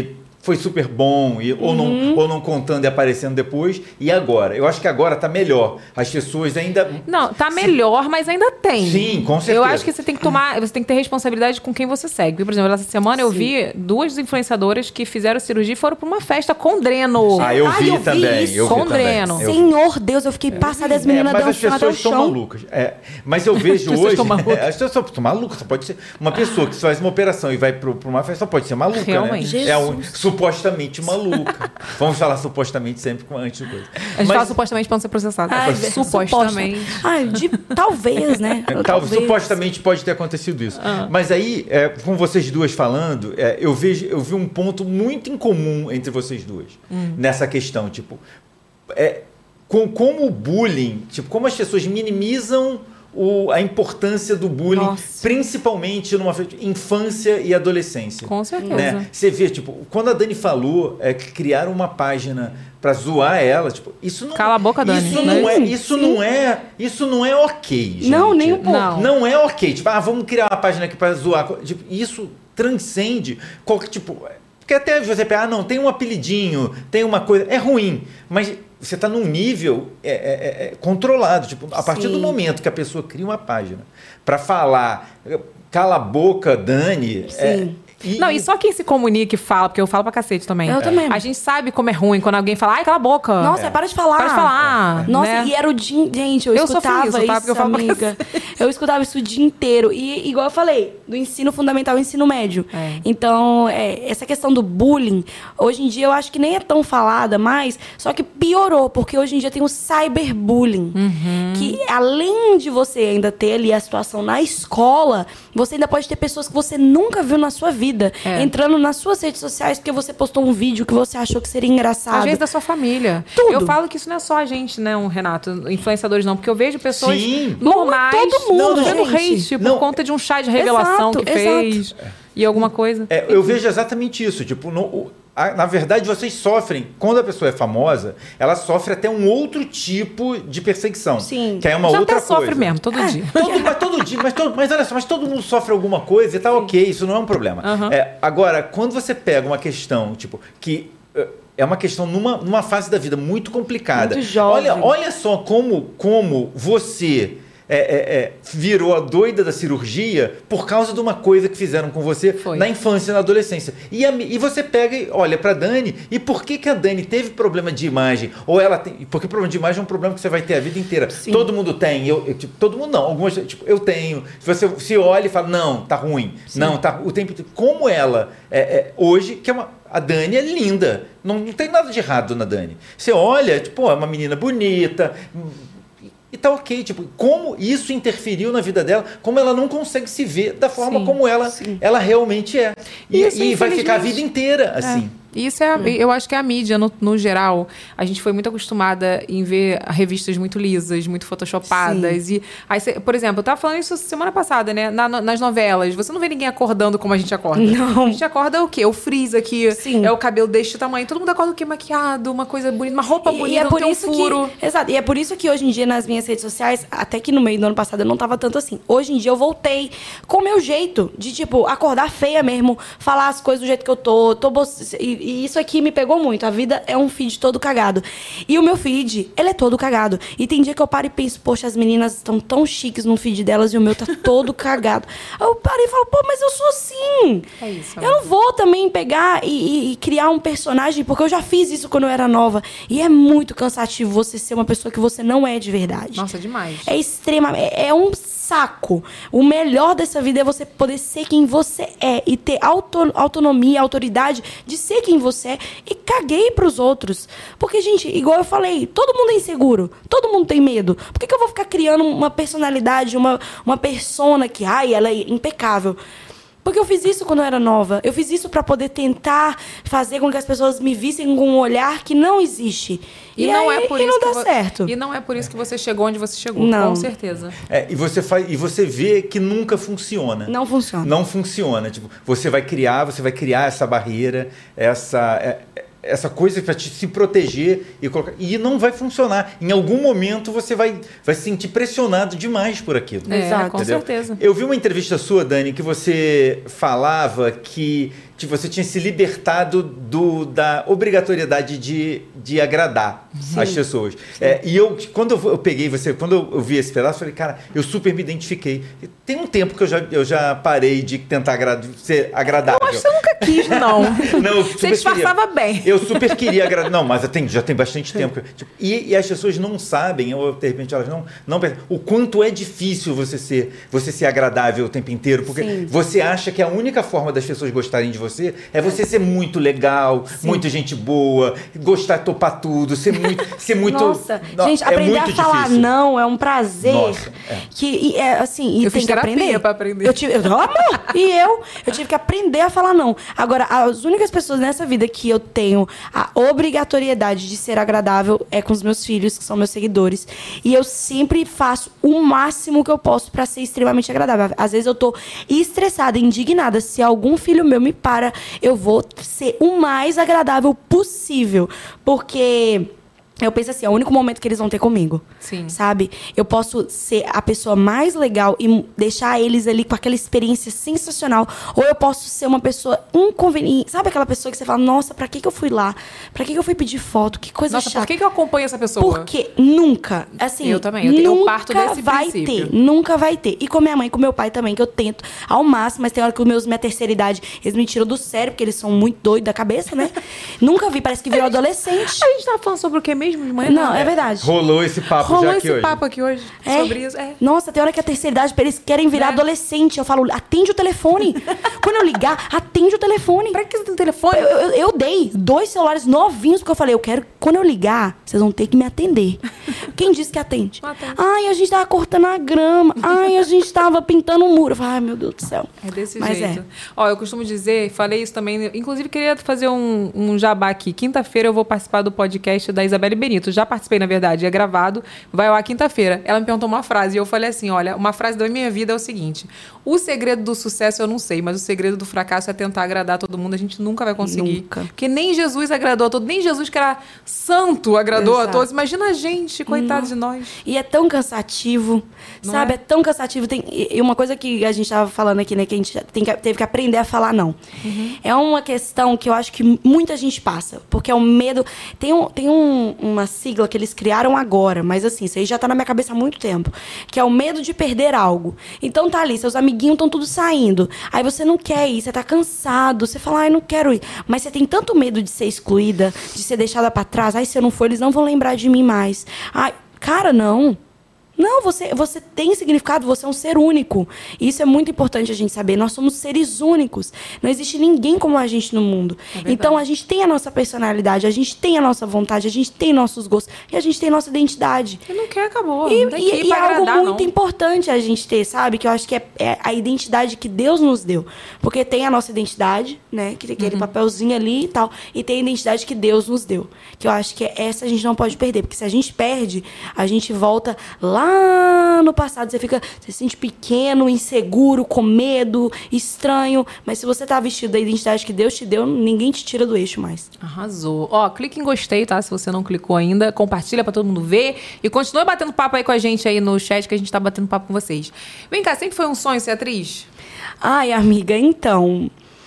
foi super bom, e, ou, não, ou não contando e aparecendo depois, e agora? Eu acho que agora tá melhor. As pessoas ainda... Não, tá melhor, mas ainda tem. Sim, com certeza. Eu acho que você tem que tomar, você tem que ter responsabilidade com quem você segue. Por exemplo, essa semana eu vi duas influenciadoras que fizeram cirurgia e foram pra uma festa com dreno. Ah, eu vi eu vi também. isso. Eu vi Com também. dreno. Eu vi. Senhor Deus, eu fiquei passada as meninas É, mas as dançando até o pessoas estão chão. malucas. É, mas eu vejo As pessoas hoje... estão malucas. É, as pessoas estão malucas. Só pode ser uma pessoa que faz uma operação e vai para uma festa, só pode ser maluca, Realmente. né? É um, supostamente maluca. Vamos falar supostamente sempre com antes de coisa. A gente Mas- fala supostamente pra não ser processado. Ai, supostamente. Ai, de, talvez, né? Tal, supostamente pode ter acontecido isso. Ah. Mas aí, é, com vocês duas falando, é, eu, vejo, eu vi um ponto muito em comum entre vocês duas. Hum. Nessa questão, tipo... É, com, como o bullying... Tipo, como as pessoas minimizam o, a importância do bullying, Nossa. principalmente numa infância e adolescência. Com certeza. Né? Você vê, tipo, quando a Dani falou é, que criaram uma página pra zoar ela, tipo, isso não... Cala a boca, Dani. Isso Né? não é, isso não é, isso não é ok, gente. Não, nem um pouco. Não. Não é ok. Tipo, ah, vamos criar uma página aqui pra zoar. Tipo, isso transcende qualquer tipo... Porque até você pega, ah, não, tem um apelidinho, tem uma coisa... É ruim, mas você está num nível é, é, é, controlado. Tipo, a partir Sim. do momento que a pessoa cria uma página para falar, cala a boca, Dani... Sim. É, e, Não, e só quem se comunica e fala, porque eu falo pra cacete também. Eu também. A gente sabe como é ruim quando alguém fala, ai, cala a boca. Nossa, para de falar. Para de falar. Nossa, né? e era o dia... Gente, eu, Eu sofri escutava isso, isso, tá? Porque eu falo pra amiga. Eu escutava isso o dia inteiro. E, igual eu falei, do ensino fundamental ao ensino médio. É. Então, é, essa questão do bullying, hoje em dia eu acho que nem é tão falada mais, só que piorou, porque hoje em dia tem o cyberbullying. Uhum. Que além de você ainda ter ali a situação na escola, você ainda pode ter pessoas que você nunca viu na sua vida, É. entrando nas suas redes sociais porque você postou um vídeo que você achou que seria engraçado. Às vezes da sua família. Tudo. Eu falo que isso não é só a gente, né, um Renato, influenciadores não, porque eu vejo pessoas Sim. normais Não é todo mundo, sofrendo gente. hate por Não. conta de um chá de revelação Exato, que fez e alguma coisa. É, eu vejo exatamente isso. Tipo, no- o- a- na verdade, vocês sofrem. Quando a pessoa é famosa, ela sofre até um outro tipo de perseguição. Sim. Que é uma Já outra até sofre coisa. mesmo, todo É. dia. Todo, mas todo dia, mas, todo, mas olha só, mas todo mundo sofre alguma coisa e tá ok, isso não é um problema. Aham. É, agora, quando você pega uma questão, tipo, que eh, é uma questão numa, numa fase da vida muito complicada. Muito jovem. Olha, olha só como, como você é, é, é, virou a doida da cirurgia por causa de uma coisa que fizeram com você Foi. na infância e na adolescência. E, a, e você pega e olha pra Dani, e por que, que a Dani teve problema de imagem? Ou ela tem. Porque problema de imagem é um problema que você vai ter a vida inteira. Sim. Todo mundo tem. Eu, eu, tipo, todo mundo não. Algumas, tipo, eu tenho. Se você se olha e fala, não, tá ruim. Não, tá. O tempo. Como ela é, é, hoje, que é uma. A Dani é linda. Não, não tem nada de errado na Dani. Você olha, tipo, é uma menina bonita. E tá ok, tipo, como isso interferiu na vida dela, como ela não consegue se ver da forma Sim, como ela, sim. ela realmente é. E, Isso, e vai ficar a infelizmente. vida inteira assim. Isso é, eu acho que é a mídia, no, no geral. A gente foi muito acostumada em ver revistas muito lisas, muito photoshopadas. E aí, cê- por exemplo, eu tava falando isso semana passada, né? Na- no- nas novelas. Você não vê ninguém acordando como a gente acorda. Não. A gente acorda o quê? O frizz aqui. Sim. É o cabelo deste tamanho. Todo mundo acorda o quê? Maquiado, uma coisa bonita, uma roupa E- bonita, e é não por tem um isso furo. que, exato, e é por isso que hoje em dia nas minhas redes sociais, até que no meio do ano passado eu não tava tanto assim. Hoje em dia eu voltei com o meu jeito de tipo acordar feia mesmo, falar as coisas do jeito que eu tô, tô bo- e, e isso aqui me pegou muito. A vida é um feed todo cagado. E o meu feed, ele é todo cagado. E tem dia que eu paro e penso, poxa, as meninas estão tão chiques no feed delas e o meu tá todo cagado. Aí eu paro e falo, pô, mas eu sou assim. É isso, Eu não vou também pegar e, e- e criar um personagem, porque eu já fiz isso quando eu era nova. E é muito cansativo você ser uma pessoa que você não é de verdade. Nossa, demais. É extrema, é, é um saco. O melhor dessa vida é você poder ser quem você é e ter auto, autonomia, autoridade de ser quem você é e caguei pros outros. Porque, gente, igual eu falei, todo mundo é inseguro, todo mundo tem medo. Por que, que eu vou ficar criando uma personalidade, uma, uma persona que, ai, ela é impecável? Porque eu fiz isso quando eu era nova. Eu fiz isso pra poder tentar fazer com que as pessoas me vissem com um olhar que não existe. E, E, não aí, é por e isso não que dá vo- certo. E não é por isso que você chegou onde você chegou, Não. com certeza. É, e você faz, e você vê que nunca funciona. Não funciona. Não funciona. Tipo, você vai criar, você vai criar essa barreira, essa é, essa coisa para te se proteger e colocar, e não vai funcionar. Em algum momento você vai vai se sentir pressionado demais por aquilo. É, Exato. com Entendeu? certeza. Eu vi uma entrevista sua, Dani, que você falava que tipo, você tinha se libertado do, da obrigatoriedade de, de agradar Sim. as pessoas. É, e eu, quando eu, eu peguei você, quando eu, eu vi esse pedaço, eu falei, cara, eu super me identifiquei. Tem um tempo que eu já, eu já parei de tentar agrad, ser agradável. Eu acho que você nunca quis, não. não eu você disfarçava bem. Eu super queria agradar. Não, mas tem, já tem bastante tempo. Tipo, e, e as pessoas não sabem, ou de repente elas não, não percebem, o quanto é difícil você ser, você ser agradável o tempo inteiro, porque Sim. você acha que a única forma das pessoas gostarem de você é você ser muito legal, Sim. muito gente boa, gostar, topar tudo, ser muito... Ser muito Nossa, não, gente, é aprender muito a falar difícil. não é um prazer. Nossa, é. Que, e, é, assim, e eu tem fiz que aprender. pra aprender. Eu tive, eu, amor, e eu? Eu tive que aprender a falar não. Agora, as únicas pessoas nessa vida que eu tenho a obrigatoriedade de ser agradável é com os meus filhos, que são meus seguidores. E eu sempre faço o máximo que eu posso pra ser extremamente agradável. Às vezes eu tô estressada, indignada. Se algum filho meu me para, eu vou ser o mais agradável possível. Porque... eu penso assim, é o único momento que eles vão ter comigo. Sim. Sabe? Eu posso ser a pessoa mais legal e deixar eles ali com aquela experiência sensacional. Ou eu posso ser uma pessoa inconveniente. Sabe aquela pessoa que você fala, nossa, pra que que eu fui lá? Pra que que eu fui pedir foto? Que coisa nossa, chata. por que que eu acompanho essa pessoa? Porque nunca, assim... eu também, eu, tenho, eu parto desse vai princípio. ter, nunca vai ter. E com minha mãe e com meu pai também, que eu tento ao máximo. Mas tem hora que os meus, minha terceira idade, eles me tiram do sério, porque eles são muito doidos da cabeça, né? Nunca vi, parece que virou adolescente. A gente tava falando sobre o que mesmo de manhã? Não, é verdade. Rolou esse papo Rolou já aqui esse hoje. papo aqui hoje É. sobre isso. É. Nossa, tem hora que a terceira idade, eles querem virar É. adolescente. Eu falo, atende o telefone. Quando eu ligar, atende o telefone. Pra que você tem telefone? Eu, eu, eu dei dois celulares novinhos, porque eu falei, eu quero, quando eu ligar, vocês vão ter que me atender. Quem disse que atende? Não atende. Ai, a gente tava cortando a grama. Ai, a gente tava pintando um muro. Eu falei, ai, meu Deus do céu. É desse Mas jeito. é. Ó, eu costumo dizer, falei isso também, inclusive queria fazer um, um jabá aqui. Quinta-feira eu vou participar do podcast da Isabelle Benito. Já participei, na verdade, é gravado, vai ao ar quinta-feira. Ela me perguntou uma frase e eu falei assim, olha, uma frase da minha vida é o seguinte, o segredo do sucesso eu não sei, mas o segredo do fracasso é tentar agradar todo mundo, a gente nunca vai conseguir. Nunca. Porque nem Jesus agradou a todos, nem Jesus que era santo agradou Exato. a todos. Imagina a gente, coitado de nós. E é tão cansativo, Não sabe? é? É? tão cansativo. Tem, e uma coisa que a gente tava falando aqui, né? Que a gente tem que, teve que aprender a falar não. Uhum. É uma questão que eu acho que muita gente passa. Porque é o medo... Tem, um, tem um, uma sigla que eles criaram agora, mas assim, isso aí já tá na minha cabeça há muito tempo. Que é o medo de perder algo. Então tá ali, seus amiguinhos estão tudo saindo. Aí você não quer ir, você tá cansado. Você fala, ai, não quero ir. Mas você tem tanto medo de ser excluída, de ser deixada pra trás. Ai, se eu não for, eles não vão lembrar de mim mais. Ai, cara, não. Não, você, você tem significado, você é um ser único. E isso é muito importante a gente saber. Nós somos seres únicos. Não existe ninguém como a gente no mundo. É então, a gente tem a nossa personalidade, a gente tem a nossa vontade, a gente tem nossos gostos e a gente tem nossa identidade. Você não quer, acabou. E, não tem e- que ir e pra é algo agradar, muito não. importante a gente ter, sabe? Que eu acho que é, é a identidade que Deus nos deu. Porque tem a nossa identidade, né? Que tem aquele Uhum. papelzinho ali e tal. E tem a identidade que Deus nos deu. Que eu acho que essa a gente não pode perder. Porque se a gente perde, a gente volta lá no passado. Você fica, você se sente pequeno, inseguro, com medo, estranho. Mas se você tá vestido da identidade que Deus te deu, ninguém te tira do eixo mais. Arrasou. Ó, clique em gostei, tá? Se você não clicou ainda, compartilha pra todo mundo ver e continue batendo papo aí com a gente aí no chat, que a gente tá batendo papo com vocês. Vem cá, sempre foi um sonho ser atriz? Ai, amiga, então...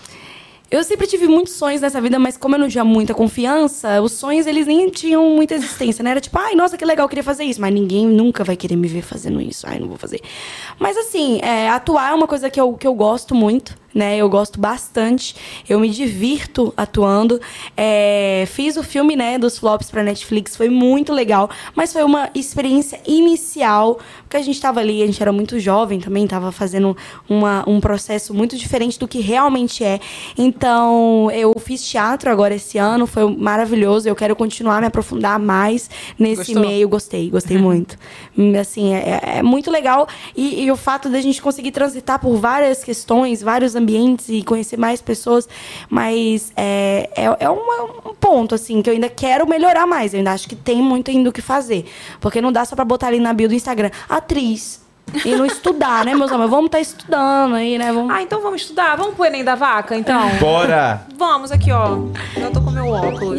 Eu sempre tive muitos sonhos nessa vida, mas como eu não tinha muita confiança, os sonhos, eles nem tinham muita existência, né? Era tipo, ai, nossa, que legal, eu queria fazer isso. Mas ninguém nunca vai querer me ver fazendo isso. Ai, não vou fazer. Mas assim, é, atuar é uma coisa que eu, que eu gosto muito, né? Eu gosto bastante. Eu me divirto atuando. É, fiz o filme, né, dos flops pra Netflix. Foi muito legal. Mas foi uma experiência inicial, porque a gente tava ali, a gente era muito jovem também, tava fazendo uma, um processo muito diferente do que realmente é. Então, eu fiz teatro agora esse ano, foi maravilhoso. Eu quero continuar me aprofundar mais nesse Gostou? meio. Gostei, gostei muito. Hum, Assim, é, é muito legal. E, e o fato da gente conseguir transitar por várias questões, vários ambientes e conhecer mais pessoas, mas é, é, é uma- um ponto, assim, que eu ainda quero melhorar mais. Eu ainda acho que tem muito ainda o que fazer. Porque não dá só pra botar ali na bio do Instagram, atriz. E não estudar, né, meus amores? Vamos estar estudando aí, né? Vamos... Ah, então vamos estudar. Vamos pro Enem da Vaca, então? Bora! Vamos aqui, ó. Eu tô com meu óculos.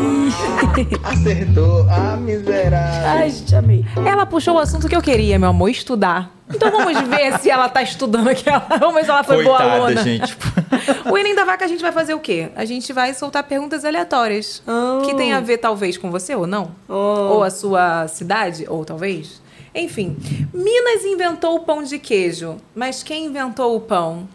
Acertou a miserável. Ai, gente, amei. Ela puxou o assunto que eu queria, meu amor, estudar. Então vamos ver se ela tá estudando aqui. Vamos ver se ela foi boa Coitada, aluna. gente. O Enem da Vaca a gente vai fazer o quê? A gente vai soltar perguntas aleatórias. Oh. Que tem a ver, talvez, com você ou não. Oh. Ou a sua cidade, ou talvez. Enfim, Minas inventou o pão de queijo. Mas quem inventou o pão?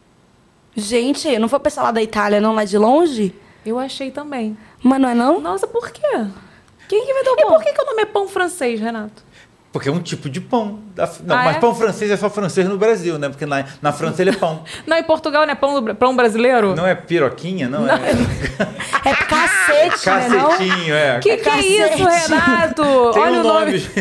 Gente, não foi o pessoal lá da Itália, não? Lá de longe? Eu achei também. Mas não é não? Nossa, por quê? Quem que inventou o E pão? por que, que o nome é pão francês, Renato? Porque é um tipo de pão. Da- Não, Ah, mas é? pão francês é só francês no Brasil, né? Porque na, na França ele é pão. Não, em Portugal não é pão, do- pão brasileiro? Não é piroquinha, não, é É cacete, né, não? cacetinho, é. Que que é isso, Cacete. Renato? Tem Olha um o nome. nome.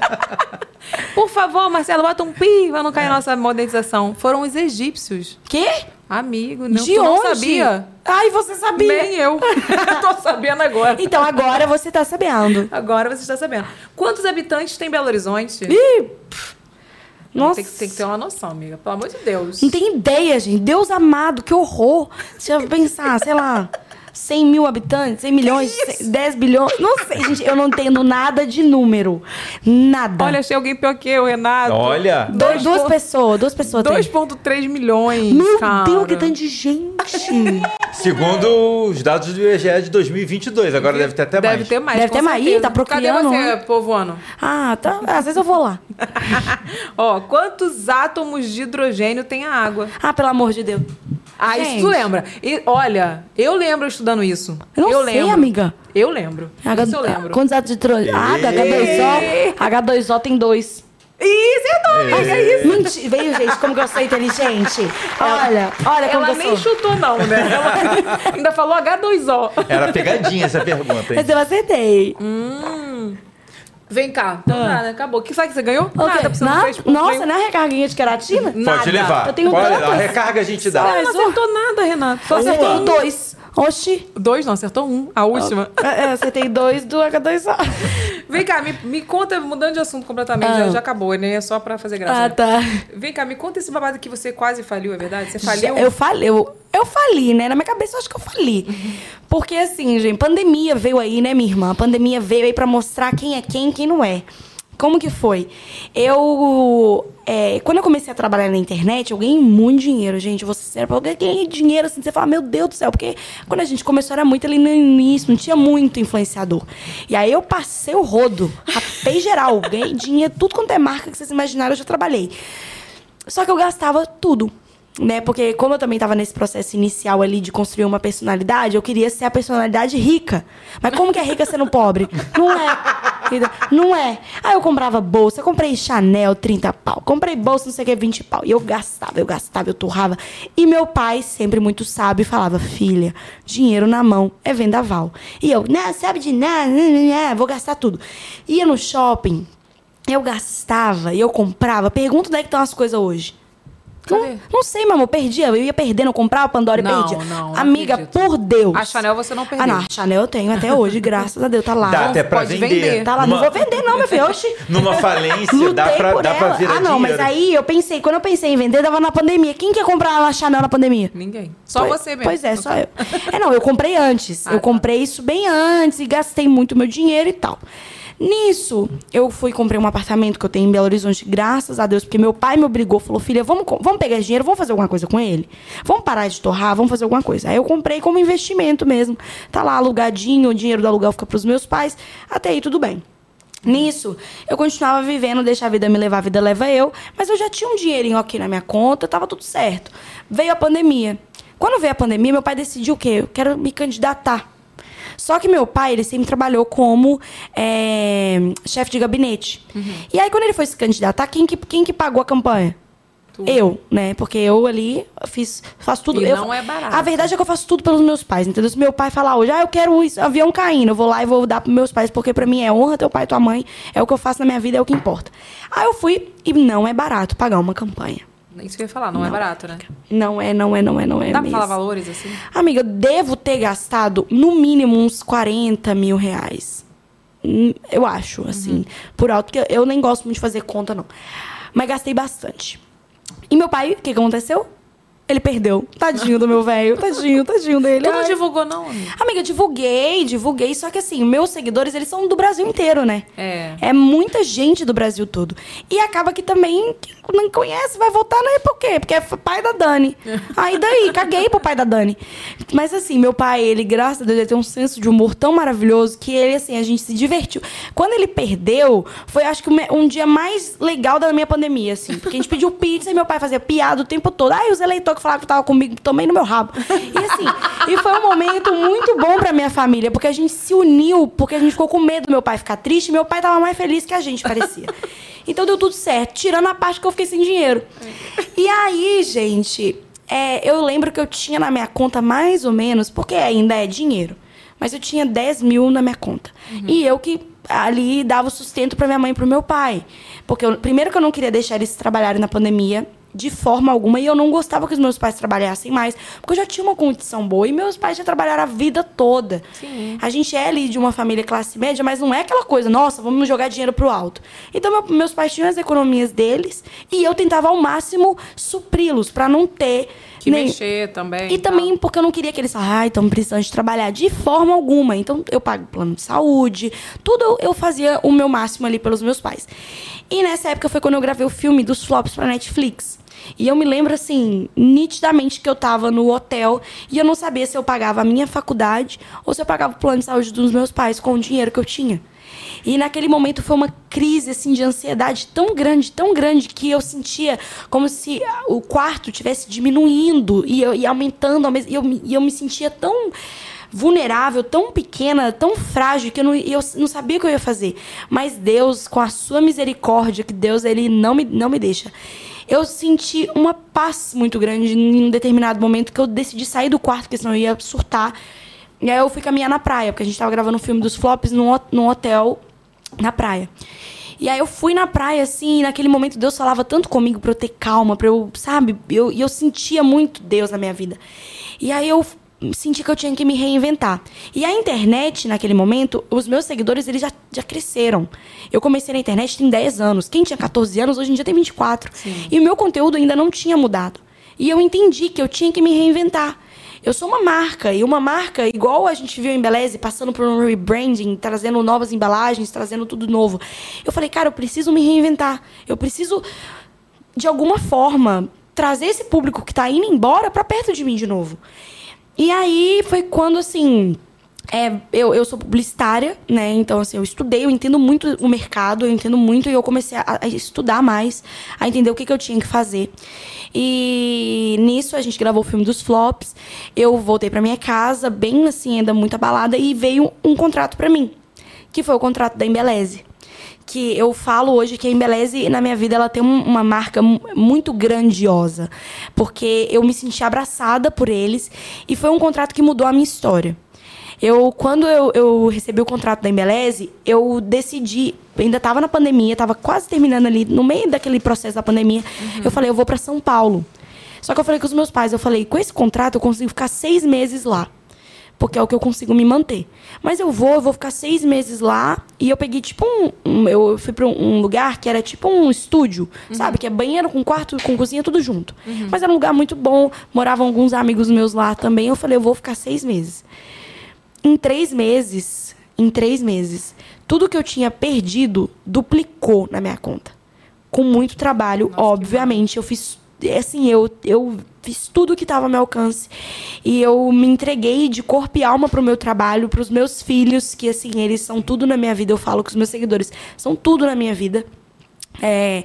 Por favor, Marcelo, bota um pi pra não cair a nossa monetização. Foram os egípcios. Quê? Amigo, não, De tu não onde? sabia? Ai, você sabia. Nem eu. Tô sabendo agora. Então agora você tá sabendo. Agora você está sabendo. Quantos habitantes tem Belo Horizonte? Ih, pff. Nossa. Tem, que- tem que ter uma noção, amiga. Pelo amor de Deus. Não tem ideia, gente. Deus amado, que horror. Deixa eu pensar, sei lá, cem mil habitantes, cem milhões, dez bilhões. Não sei, gente. Eu não entendo nada de número. Nada. Olha, achei alguém pior que eu, Renato. Olha. Do- dois duas ponto- pessoas, duas pessoas tem. dois vírgula três milhões, Meu cara. Deus, que tanto de gente. Segundo os dados do I B G E de dois mil e vinte e dois. Agora deve ter até Deve mais. ter mais, Deve com ter mais. certeza. Ih, tá procriando, Cadê você, né? povoano? Ah, tá. Às vezes eu vou lá. Ó, quantos átomos de hidrogênio tem a água? Ah, pelo amor de Deus. Ah, isso Gente. tu lembra. E, olha, eu lembro estudando isso. Eu não sei, lembro. amiga. Eu lembro. H... Isso eu lembro. Quantos átomos de hidrogênio? Ah, H dois O. H dois O tem dois. Ih, acertou, amiga, é isso. Mentira. Veio, gente, como que eu sou inteligente. Olha, olha como Ela que eu nem sou. chutou, não, né? Ela ainda falou H dois O. Era pegadinha essa pergunta, hein? Mas eu acertei. Hum. Vem cá. Então nada, acabou. O que sabe que você ganhou? Ah. Ok. Nada, você não Na- fez ponto Nossa, nenhum. não é recarguinha de queratina? Nada. Pode levar. Eu tenho Pode, tantas. a recarga a gente dá. Você não acertou nada, Renato. Só Eu acertou acertei um. dois. Oxi. Dois, não, acertou um. A última. É, eu acertei dois do H dois O. Vem cá, me, me conta, mudando de assunto completamente, Ah. já, já acabou, né? É só pra fazer graça. Ah, tá. Vem cá, me conta esse babado que você quase faliu, é verdade? Você faliu? Eu falei, eu, eu fali, né? Na minha cabeça eu acho que eu fali. Porque assim, gente, pandemia veio aí, né, minha irmã? A pandemia veio aí pra mostrar quem é quem e quem não é. Como que foi? Eu... é, quando eu comecei a trabalhar na internet, eu ganhei muito dinheiro, gente. Você eu ganhei dinheiro, assim, você fala, meu Deus do céu. Porque quando a gente começou era muito ali no início, não tinha muito influenciador. E aí eu passei o rodo, rapei geral. Ganhei dinheiro, tudo quanto é marca que vocês imaginaram, eu já trabalhei. Só que eu gastava tudo. Né? Porque como eu também estava nesse processo inicial ali de construir uma personalidade, eu queria ser a personalidade rica. Mas como que é rica sendo pobre? Não é. Não é. Aí eu comprava bolsa, eu comprei Chanel, trinta pau. Comprei bolsa, não sei o que, vinte pau. E eu gastava, eu gastava, eu torrava. E meu pai, sempre muito sábio, falava, filha, dinheiro na mão é vendaval. E eu, não, sabe de nada, vou gastar tudo. Ia no shopping, eu gastava e eu comprava. Pergunta onde é que estão as coisas hoje. Cadê? Não, não sei, meu amor, perdia. Eu ia perdendo, eu comprava Pandora e Não, perdia. não, não Amiga, acredito. por Deus. A Chanel você não perdeu. Ah, não, a Chanel eu tenho até hoje, graças a Deus, tá lá. Dá até pra pode vender. vender. Tá lá, Numa- não vou vender não, meu filho. Oxi. Numa falência, Lutei dá pra, por dá pra ela. virar Ah, não, mas dinheiro. aí eu pensei, quando eu pensei em vender, dava na pandemia. Quem quer comprar uma Chanel na pandemia? Ninguém. Só Pois- você mesmo. Pois é, só eu. É, não, eu comprei antes. Ah, eu tá. comprei isso bem antes e gastei muito meu dinheiro e tal. Nisso, eu fui e comprei um apartamento que eu tenho em Belo Horizonte, graças a Deus, porque meu pai me obrigou, falou, filha, vamos, co- vamos pegar esse dinheiro, vamos fazer alguma coisa com ele? Vamos parar de torrar, vamos fazer alguma coisa. Aí eu comprei como investimento mesmo. Tá lá alugadinho, o dinheiro do aluguel fica pros meus pais, até aí tudo bem. Nisso, eu continuava vivendo, deixa a vida me levar, a vida leva eu, mas eu já tinha um dinheirinho aqui na minha conta, tava tudo certo. Veio a pandemia. Quando veio a pandemia, meu pai decidiu o quê? Eu quero me candidatar. Só que meu pai, ele sempre trabalhou como é, chefe de gabinete. Uhum. E aí, quando ele foi se candidatar, quem que, quem que pagou a campanha? Tu. Eu, né? Porque eu ali fiz, faço tudo. E eu, não é barato. A verdade é que eu faço tudo pelos meus pais, entendeu? Se meu pai falar hoje, ah, eu quero isso, avião caindo, eu vou lá e vou dar pros meus pais, porque pra mim é honra teu pai e tua mãe, é o que eu faço na minha vida, é o que importa. Aí eu fui, e não é barato pagar uma campanha. Isso que eu ia falar, não, é barato, né? Não é, não é, não é, não é Dá pra mesmo. falar valores assim? Amiga, eu devo ter gastado no mínimo uns quarenta mil reais. Hum, Eu acho, assim, por alto, porque eu nem gosto muito de fazer conta, não. mas gastei bastante. E meu pai, o que aconteceu? Ele perdeu. Tadinho do meu velho. Tadinho, tadinho dele. Tu não Ai. divulgou, não, amiga? Amiga, divulguei, divulguei. Só que assim, meus seguidores, eles são do Brasil inteiro, né? É. É muita gente do Brasil todo. E acaba que também, quem não conhece, vai votar né? Por quê? Porque é pai da Dani. Aí daí, caguei pro pai da Dani. Mas assim, meu pai, ele, graças a Deus, ele tem um senso de humor tão maravilhoso que ele, assim, a gente se divertiu. Quando ele perdeu, foi acho que um dia mais legal da minha pandemia, assim. Porque a gente pediu pizza e meu pai fazia piada o tempo todo. Ai, os eleitores que falavam que tava comigo, tomei no meu rabo. E assim, e foi um momento muito bom pra minha família, porque a gente se uniu, porque a gente ficou com medo do meu pai ficar triste, e meu pai tava mais feliz que a gente, parecia. Então deu tudo certo, tirando a parte que eu fiquei sem dinheiro. E aí, gente, é, eu lembro que eu tinha na minha conta mais ou menos, porque ainda é dinheiro, mas eu tinha dez mil na minha conta. Uhum. E eu que ali dava o sustento pra minha mãe e pro meu pai. Porque eu, primeiro que eu não queria deixar eles trabalharem na pandemia, de forma alguma, e eu não gostava que os meus pais trabalhassem mais, porque eu já tinha uma condição boa, e meus pais já trabalharam a vida toda. Sim. A gente é ali de uma família classe média, mas não é aquela coisa, nossa, vamos jogar dinheiro pro alto. Então, meu, meus pais tinham as economias deles, e eu tentava ao máximo supri-los, pra não ter... Que nem... mexer também. E também porque eu não queria que eles falassem, ai, estamos precisando de trabalhar, de forma alguma. Então, eu pago plano de saúde, tudo eu, eu fazia o meu máximo ali pelos meus pais. E nessa época foi quando eu gravei o filme dos flops pra Netflix. E eu me lembro, assim, nitidamente que eu tava no hotel e eu não sabia se eu pagava a minha faculdade ou se eu pagava o plano de saúde dos meus pais com o dinheiro que eu tinha. E naquele momento foi uma crise, assim, de ansiedade tão grande, tão grande, que eu sentia como se o quarto estivesse diminuindo e, eu, e aumentando. E eu, e eu me sentia tão vulnerável, tão pequena, tão frágil, que eu não, eu não sabia o que eu ia fazer. Mas Deus, com a sua misericórdia, que Deus, ele não me, não me deixa... Eu senti uma paz muito grande em um determinado momento que eu decidi sair do quarto, porque senão eu ia surtar. E aí eu fui caminhar na praia, porque a gente tava gravando um filme dos flops num, num hotel na praia. E aí eu fui na praia, assim, e naquele momento Deus falava tanto comigo pra eu ter calma, pra eu, sabe? E eu, eu sentia muito Deus na minha vida. E aí eu senti que eu tinha que me reinventar. E a internet, naquele momento, os meus seguidores, eles já, já cresceram. Eu comecei na internet tem dez anos. Quem tinha catorze anos, hoje em dia tem vinte e quatro. Sim. E o meu conteúdo ainda não tinha mudado. E eu entendi que eu tinha que me reinventar. Eu sou uma marca, e uma marca, igual a gente viu em Embeleze, passando por um rebranding, trazendo novas embalagens, trazendo tudo novo. Eu falei, cara, eu preciso me reinventar. Eu preciso, de alguma forma, trazer esse público que tá indo embora pra perto de mim de novo. E aí foi quando, assim, é, eu, eu sou publicitária, né? Então, assim, eu estudei, eu entendo muito o mercado, eu entendo muito, e eu comecei a, a estudar mais, a entender o que, que eu tinha que fazer. E nisso a gente gravou o filme dos flops, eu voltei pra minha casa, bem assim, ainda muito abalada, e veio um contrato pra mim, que foi o contrato da Embeleze. Que eu falo hoje que a Embeleze, na minha vida, ela tem uma marca muito grandiosa. Porque eu me senti abraçada por eles e foi um contrato que mudou a minha história. Eu, quando eu, eu recebi o contrato da Embeleze, eu decidi, ainda estava na pandemia, estava quase terminando ali, no meio daquele processo da pandemia, uhum. Eu falei, eu vou para São Paulo. Só que eu falei com os meus pais, eu falei, com esse contrato eu consigo ficar seis meses lá. Porque é o que eu consigo me manter. Mas eu vou, eu vou ficar seis meses lá. E eu peguei, tipo, um... um eu fui pra um lugar que era tipo um estúdio, uhum. Sabe? Que é banheiro com quarto, com cozinha, tudo junto. Uhum. Mas era um lugar muito bom. Moravam alguns amigos meus lá também. Eu falei, eu vou ficar seis meses. Em três meses, em três meses, tudo que eu tinha perdido duplicou na minha conta. Com muito trabalho, nossa, obviamente. Eu fiz... Assim, eu... eu fiz tudo que estava ao meu alcance. E eu me entreguei de corpo e alma pro meu trabalho, pros meus filhos, que, assim, eles são tudo na minha vida. Eu falo com os meus seguidores, são tudo na minha vida. É,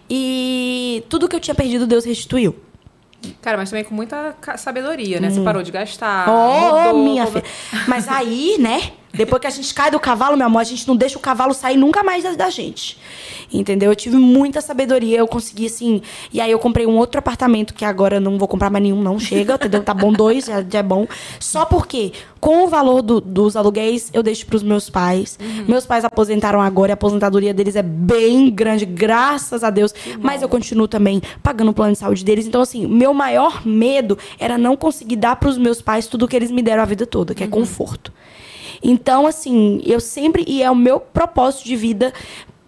e tudo que eu tinha perdido, Deus restituiu. Cara, mas também com muita sabedoria, né? Hum. Você parou de gastar, oh, mudou. Minha filha. Mas aí, né? Depois que a gente cai do cavalo, meu amor, a gente não deixa o cavalo sair nunca mais da, da gente. Entendeu? Eu tive muita sabedoria, eu consegui, assim... E aí eu comprei um outro apartamento, que agora não vou comprar mais nenhum, não. Chega, entendeu? Tá bom dois, já, já é bom. Só porque, com o valor do, dos aluguéis, eu deixo pros meus pais. Uhum. Meus pais aposentaram agora, e a aposentadoria deles é bem grande, graças a Deus. Mas eu continuo também pagando o plano de saúde deles. Então, assim, meu maior medo era não conseguir dar pros meus pais tudo que eles me deram a vida toda, que é conforto. Então, assim, eu sempre... E é o meu propósito de vida...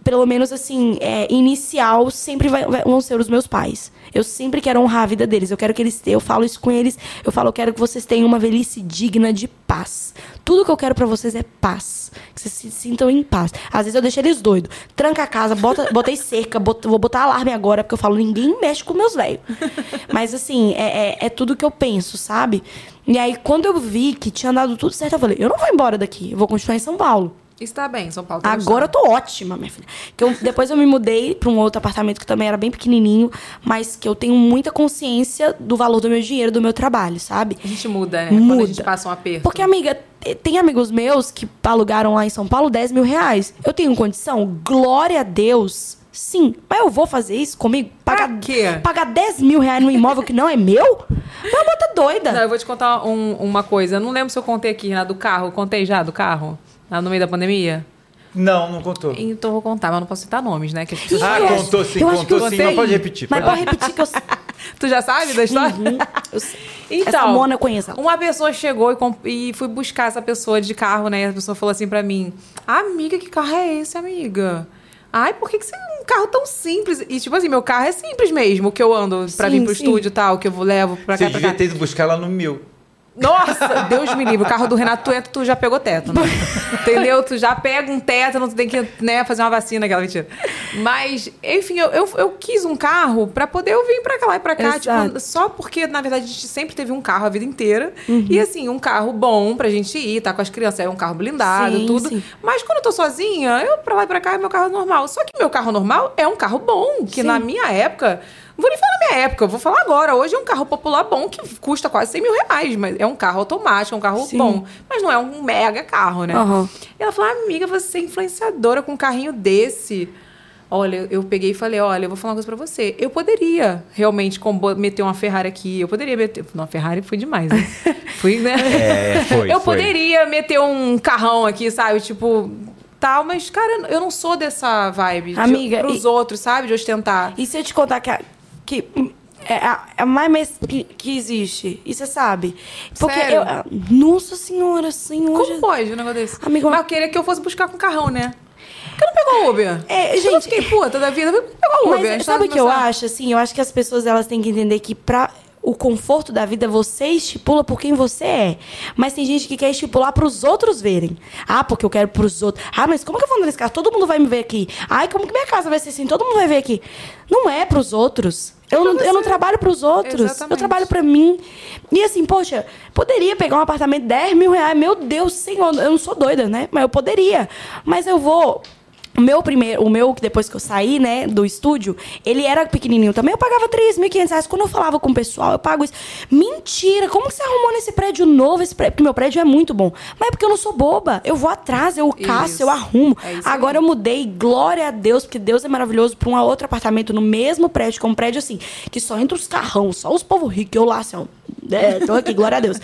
pelo menos assim, é, inicial, sempre vai, vai, vão ser os meus pais. Eu sempre quero honrar a vida deles. Eu quero que eles tenham, eu falo isso com eles. Eu falo, eu quero que vocês tenham uma velhice digna de paz. Tudo que eu quero pra vocês é paz. Que vocês se sintam em paz. Às vezes eu deixo eles doidos. Tranca a casa, bota, botei cerca, bot, vou botar alarme agora, porque eu falo, ninguém mexe com meus velhos. Mas assim, é, é, é tudo que eu penso, sabe? E aí, quando eu vi que tinha dado tudo certo, eu falei, eu não vou embora daqui. Eu vou continuar em São Paulo. Está bem, São Paulo. Tá Agora eu tô ótima, minha filha. Que eu, depois eu me mudei pra um outro apartamento que também era bem pequenininho, mas que eu tenho muita consciência do valor do meu dinheiro, do meu trabalho, sabe? A gente muda, né? Muda. Quando a gente passa um aperto. Porque, amiga, tem amigos meus que alugaram lá em São Paulo dez mil reais. Eu tenho condição? Glória a Deus. Sim, mas eu vou fazer isso comigo? Pagar, pra quê? Pagar dez mil reais num imóvel que não é meu? Meu amor, tá doida. Não, eu vou te contar um, uma coisa. Eu não lembro se eu contei aqui, né, do carro. Eu contei já do carro? Lá no meio da pandemia? Não, não contou. Então eu vou contar, mas não posso citar nomes, né? Que as pessoas... Ah, eu contou acho- sim, eu acho que contou eu sim, sei. mas pode repetir. Mas pode pode repetir que eu... Tu já sabe da história? Uhum, eu sei. Então, Essa Mona eu conheço ela. uma pessoa chegou e, comp- e fui buscar essa pessoa de carro, né? E a pessoa falou assim pra mim, amiga, que carro é esse, amiga? Ai, por que, que você é um carro tão simples? E tipo assim, meu carro é simples mesmo, o que eu ando pra Sim, vir pro sim. estúdio e tal, que eu vou- levo pra Você cá, pra devia cá. ter ido buscar lá no meu. Nossa, Deus me livre. O carro do Renato, tu entra, tu já pegou tétano. Entendeu? Tu já pega um tétano, tu tem que, né, fazer uma vacina, aquela mentira. Mas, enfim, eu, eu, eu quis um carro pra poder eu vir pra lá e pra cá. Exato. Tipo, só porque, na verdade, a gente sempre teve um carro a vida inteira. E, assim, um carro bom pra gente ir, tá com as crianças. É um carro blindado, Sim, tudo. sim. Mas quando eu tô sozinha, eu pra lá e pra cá é meu carro normal. Só que meu carro normal é um carro bom. Que Sim. na minha época... Não vou nem falar na minha época, eu vou falar agora. Hoje é um carro popular bom que custa quase cem mil reais. Mas é um carro automático, é um carro Sim. bom. Mas não é um mega carro, né? Aham. E ela falou, amiga, você é influenciadora com um carrinho desse. Olha, eu peguei e falei, olha, eu vou falar uma coisa pra você. Eu poderia realmente combo- meter uma Ferrari aqui. Eu poderia meter... Não, a Ferrari foi demais, né? Fui, né? É, foi, Eu foi. poderia meter um carrão aqui, sabe? Tipo... Tal, mas, cara, eu não sou dessa vibe. Amiga, de, pros e- outros, sabe? De ostentar. E se eu te contar que, a, que é a, é a mais mes- que, que existe? E você sabe? Porque Sério? eu. ah, Nossa senhora, senhor. Como Jesus. pode um negócio desse? Amigo, Mas eu queria que eu fosse buscar com carrão, né? Por que não pegou o Uber? É, Eu gente- fiquei puta da vida. Por que pegou o Uber? A Mas gente sabe o tava que eu conversando. acho? Assim, eu acho que as pessoas elas têm que entender que pra o conforto da vida você estipula por quem você é. Mas tem gente que quer estipular pros outros verem. Ah, porque eu quero pros outros. Ah, mas como que eu vou andar nesse carro? Todo mundo vai me ver aqui. Ai, como que minha casa vai ser assim? Todo mundo vai ver aqui. Não é pros outros. Eu não, eu não trabalho pros outros. Exatamente. Eu trabalho pra mim. E assim, poxa, poderia pegar um apartamento de dez mil reais. Meu Deus, senhor, eu não sou doida, né? Mas eu poderia. Mas eu vou... O meu primeiro, o meu, que depois que eu saí, né, do estúdio, ele era pequenininho também. Eu pagava três mil e quinhentos reais. Quando eu falava com o pessoal, eu pago isso. Mentira! Como que você arrumou nesse prédio novo? Esse prédio? Porque meu prédio é muito bom. Mas é porque eu não sou boba. Eu vou atrás, eu caço, Isso. eu arrumo. É isso aí. Agora eu mudei, glória a Deus, porque Deus é maravilhoso, pra um outro apartamento no mesmo prédio, que é um prédio assim, que só entra os carrão, só os povos ricos. Eu lá, assim, ó. É, tô aqui, glória a Deus.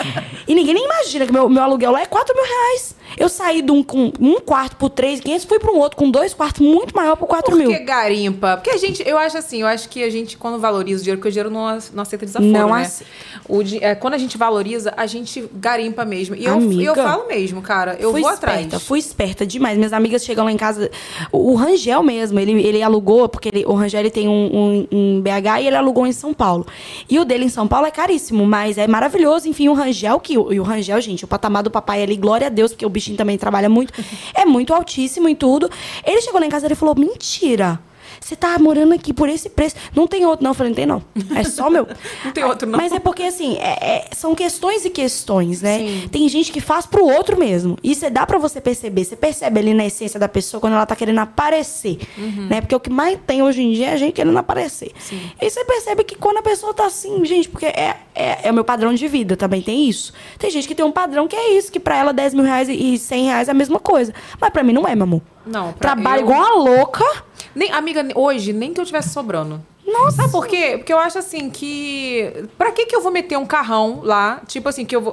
E ninguém nem imagina que meu, meu aluguel lá é quatro mil reais. Eu saí de um, com um quarto por três mil e quinhentos, fui para um outro com dois quartos muito maior por quatro Por mil. que garimpa? Porque a gente, eu acho assim, eu acho que a gente, quando valoriza o dinheiro, porque o dinheiro não, não aceita desaforo, Não né? ace- O, di- é, quando a gente valoriza, a gente garimpa mesmo. E eu, Amiga, e eu falo mesmo, cara, eu fui vou esperta, atrás. Fui esperta demais. Minhas amigas chegam lá em casa. O, o Rangel mesmo, ele, ele alugou, porque ele- o Rangel ele tem um, um, um B H e ele alugou em São Paulo. E o dele em São Paulo é caríssimo, mas é maravilhoso. Enfim, o Rangel, que o, e o Rangel, gente, o patamar do papai ali, glória a Deus, porque o bichinho também trabalha muito, é muito altíssimo em tudo. Ele chegou lá em casa e ele falou: mentira. Você tá morando aqui por esse preço. Não tem outro, não. Eu falei, não tem, não. É só meu. Não tem outro, não. Mas é porque, assim, é- é- são questões e questões, né? Sim. Tem gente que faz pro outro mesmo. E você dá pra você perceber. Você percebe ali na essência da pessoa quando ela tá querendo aparecer. Uhum. Né? Porque o que mais tem hoje em dia é a gente querendo aparecer. Sim. E você percebe que quando a pessoa tá assim, gente, porque é, é, é o meu padrão de vida, também tem isso. Tem gente que tem um padrão que é isso, que pra ela dez mil reais e cem reais é a mesma coisa. Mas pra mim não é, meu amor. Não, pra Trabalho eu- igual uma louca. Nem, amiga, hoje, nem que eu tivesse sobrando. Nossa! Sabe por quê? Porque eu acho assim que... Pra que que eu vou meter um carrão lá? Tipo assim, que eu vou...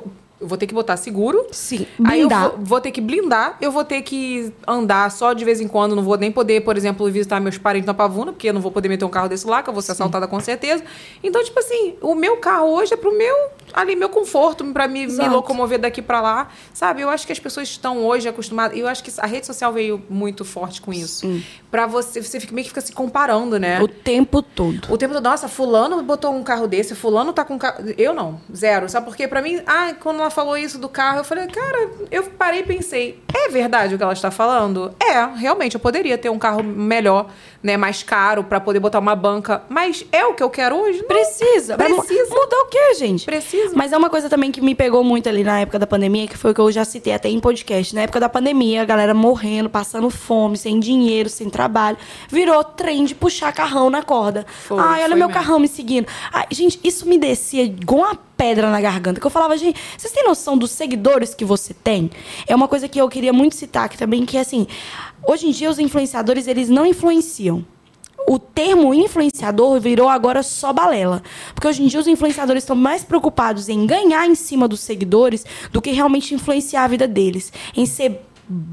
eu vou ter que botar seguro. Sim, Aí eu blindar. vou, vou ter que blindar, eu vou ter que andar só de vez em quando, não vou nem poder, por exemplo, visitar meus parentes na Pavuna, porque eu não vou poder meter um carro desse lá, que eu vou ser assaltada com certeza. Então, tipo assim, o meu carro hoje é pro meu, ali, meu conforto, pra me, me Exato. locomover daqui pra lá, sabe? Eu acho que as pessoas estão hoje acostumadas, eu acho que a rede social veio muito forte com isso. Sim. Pra você, você fica, meio que fica se comparando, né? O tempo todo. O tempo todo, nossa, fulano botou um carro desse, fulano tá com um carro... Eu não, zero. Sabe por quê? Pra mim, ah, quando ela falou isso do carro, eu falei, cara, eu parei e pensei, é verdade o que ela está falando? É, realmente, eu poderia ter um carro melhor, né, mais caro, pra poder botar uma banca, mas é o que eu quero hoje? Não. Precisa. Vai mu- Precisa. Mudar o quê, gente? Precisa. Mas é uma coisa também que me pegou muito ali na época da pandemia, que foi o que eu já citei até em podcast. Na época da pandemia, a galera morrendo, passando fome, sem dinheiro, sem trabalho. Virou trem de puxar carrão na corda. Foi, Ai, olha foi meu mesmo. carrão me seguindo. Ai, gente, isso me descia igual uma pedra na garganta. Que eu falava, gente, vocês têm noção dos seguidores que você tem? É uma coisa que eu queria muito citar aqui também, que é assim, hoje em dia os influenciadores, eles não influenciam. O termo influenciador virou agora só balela. Porque hoje em dia os influenciadores estão mais preocupados em ganhar em cima dos seguidores do que realmente influenciar a vida deles. Em ser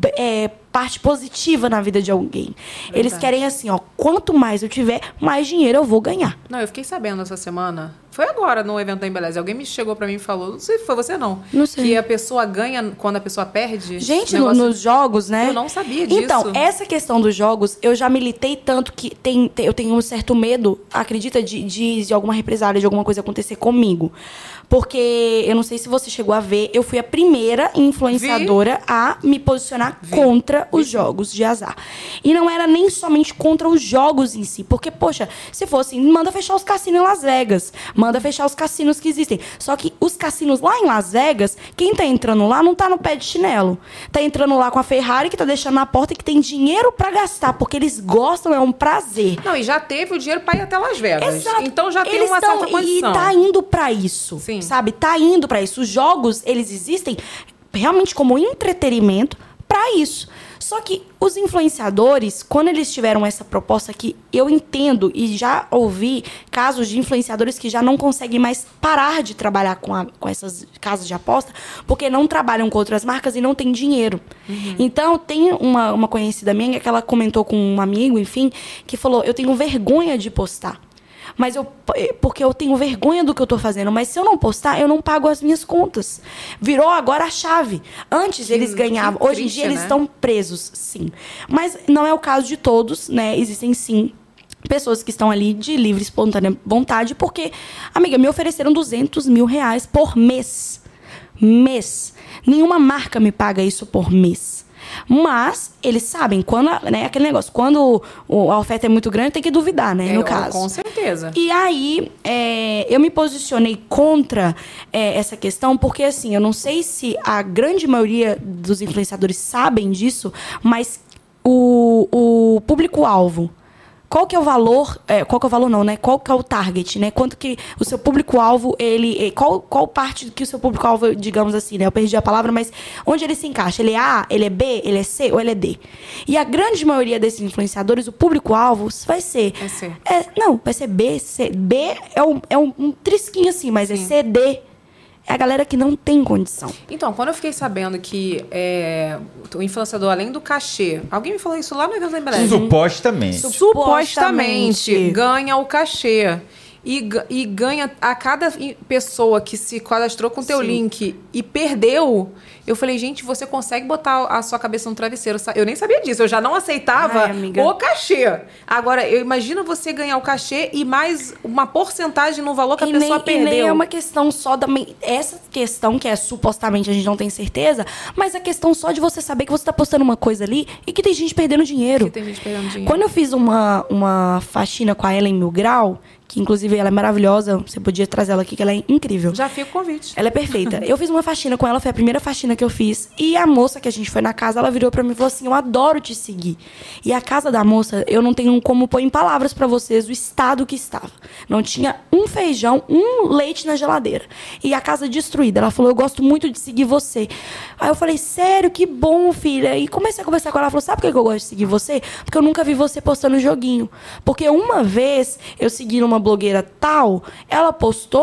é, parte positiva na vida de alguém. Verdade. Eles querem assim, ó, quanto mais eu tiver, mais dinheiro eu vou ganhar. Não, eu fiquei sabendo essa semana. Foi agora no evento da Embeleze. Alguém me chegou pra mim e falou, não sei se foi você não. Não sei. Que a pessoa ganha quando a pessoa perde. Gente, Negócio- no- nos jogos, né? Eu não sabia disso. Então, essa questão dos jogos, eu já militei tanto que tem, tem- eu tenho um certo medo, acredita, de, de, de alguma represália, de alguma coisa acontecer comigo. Porque, eu não sei se você chegou a ver, eu fui a primeira influenciadora a me posicionar contra os jogos de azar. E não era nem somente contra os jogos em si. Porque, poxa, se fosse, manda fechar os cassinos em Las Vegas. Manda fechar os cassinos que existem. Só que os cassinos lá em Las Vegas, quem tá entrando lá não tá no pé de chinelo. Tá entrando lá com a Ferrari, que tá deixando na porta e que tem dinheiro pra gastar. Porque eles gostam, é um prazer. Não, e já teve o dinheiro pra ir até Las Vegas. Exato. Então já tem Eles uma tão- certa condição. E tá indo pra isso, Sim. sabe? Tá indo pra isso. Os jogos, eles existem realmente como entretenimento pra isso. Só que os influenciadores, quando eles tiveram essa proposta que eu entendo e já ouvi casos de influenciadores que já não conseguem mais parar de trabalhar com, a, com essas casas de aposta porque não trabalham com outras marcas e não têm dinheiro. Uhum. Então, tem uma, uma conhecida minha que ela comentou com um amigo, enfim, que falou, eu tenho vergonha de postar. Mas eu, porque eu tenho vergonha do que eu tô fazendo. Mas se eu não postar, eu não pago as minhas contas. Virou agora a chave. Antes Que- eles ganhavam. que Hoje em triste, dia eles né? estão presos, sim. Mas não é o caso de todos, né? Existem sim pessoas que estão ali de livre, espontânea vontade. Porque, amiga, me ofereceram duzentos mil reais por mês. Mês. Nenhuma marca me paga isso por mês. Mas eles sabem, quando, né, aquele negócio, quando o- a oferta é muito grande, tem que duvidar, né, É, no ó, caso. Com certeza. E aí, é, eu me posicionei contra é, essa questão, porque assim, eu não sei se a grande maioria dos influenciadores sabem disso, mas o, o público-alvo, qual que é o valor, é, qual que é o valor não, né? Qual que é o target, né? Quanto que o seu público-alvo, ele, é, qual, qual parte que o seu público-alvo, digamos assim, né? Eu perdi a palavra, mas onde ele se encaixa? Ele é A, ele é B, ele é C ou ele é D? E a grande maioria desses influenciadores, o público-alvo vai ser... É C. É, não, vai ser B, C. B é um, é um, um trisquinho assim, mas é C, D. É a galera que não tem condição. Então, quando eu fiquei sabendo que é, o influenciador, além do cachê... Alguém me falou isso lá no evento da Embeleze. Supostamente. Supostamente ganha o cachê. E, ga- e ganha a cada i- pessoa que se cadastrou com o teu Sim. link e perdeu. Eu falei, gente, você consegue botar a sua cabeça no travesseiro. Sa- Eu nem sabia disso, eu já não aceitava Ai, amiga. o cachê. Agora, eu imagino você ganhar o cachê e mais uma porcentagem no valor que a E pessoa nem, perdeu. e nem é uma questão só da... men- Essa questão que é supostamente a gente não tem certeza, mas a questão só de você saber que você tá postando uma coisa ali e que tem gente perdendo dinheiro. Que tem gente perdendo dinheiro. Quando eu fiz uma, uma faxina com a Ellen Mil Grau, que inclusive ela é maravilhosa, você podia trazer ela aqui, que ela é incrível. Já fica o convite. Ela é perfeita. Eu fiz uma faxina com ela, foi a primeira faxina que eu fiz. E a moça que a gente foi na casa, ela virou pra mim e falou assim, eu adoro te seguir. E a casa da moça, eu não tenho como pôr em palavras pra vocês o estado que estava. Não tinha um feijão, um leite na geladeira. E a casa destruída. Ela falou, eu gosto muito de seguir você. Aí eu falei, sério, que bom, filha. E comecei a conversar com ela. Ela falou, sabe por que eu gosto de seguir você? Porque eu nunca vi você postando joguinho. Porque uma vez eu segui numa blogueira tal, ela postou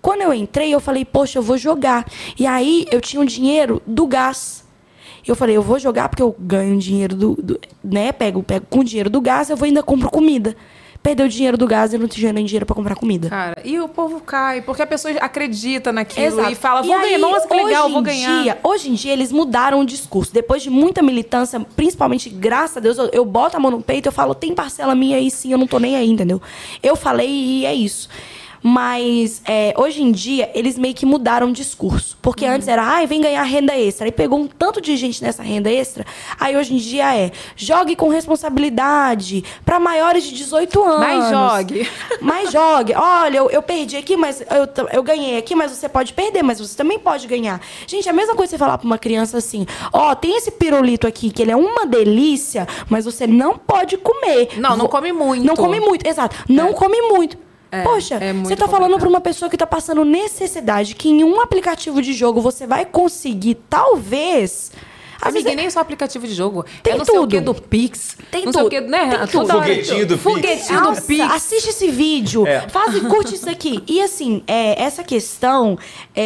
Quando eu entrei, eu falei, poxa, eu vou jogar. E aí, eu tinha o dinheiro do gás. Eu falei, eu vou jogar porque eu ganho dinheiro do... do né? Pego, pego com o dinheiro do gás, eu vou ainda compro comida. Perdeu o dinheiro do gás e não tinha nem dinheiro pra comprar comida. Cara, e o povo cai, porque a pessoa acredita naquilo. Exato. E fala, vou e ganhar, aí, nossa, que legal, hoje vou em ganhar. Dia, hoje em dia, eles mudaram o discurso. Depois de muita militância, principalmente, graças a Deus, eu, eu boto a mão no peito, eu falo, tem parcela minha aí sim, eu não tô nem aí, entendeu? Eu falei e é isso. Mas, é, hoje em dia, eles meio que mudaram o discurso. Porque Uhum. antes era, ai, vem ganhar renda extra. Aí pegou um tanto de gente nessa renda extra. Aí, hoje em dia, é, jogue com responsabilidade para maiores de dezoito anos. Mais jogue. Mais jogue. Olha, eu, eu perdi aqui, mas eu, eu ganhei aqui, mas você pode perder, mas você também pode ganhar. Gente, é a mesma coisa você falar para uma criança assim, ó, oh, tem esse pirulito aqui, que ele é uma delícia, mas você não pode comer. Não, não come muito. Não come muito, exato. Não É. come muito. É, Poxa, é muito você tá falando complicado. pra uma pessoa que tá passando necessidade, que em um aplicativo de jogo você vai conseguir, talvez... às Amiga, vezes, e nem só aplicativo de jogo. Tem é não sei o tudo. que do Pix. Tem não tudo. sei o que, né? Tem Toda tudo. hora- Foguetinho do Pix. Foguetinho Nossa, do Pix. assiste esse vídeo, É. faz e curte isso aqui. E assim, é, essa questão,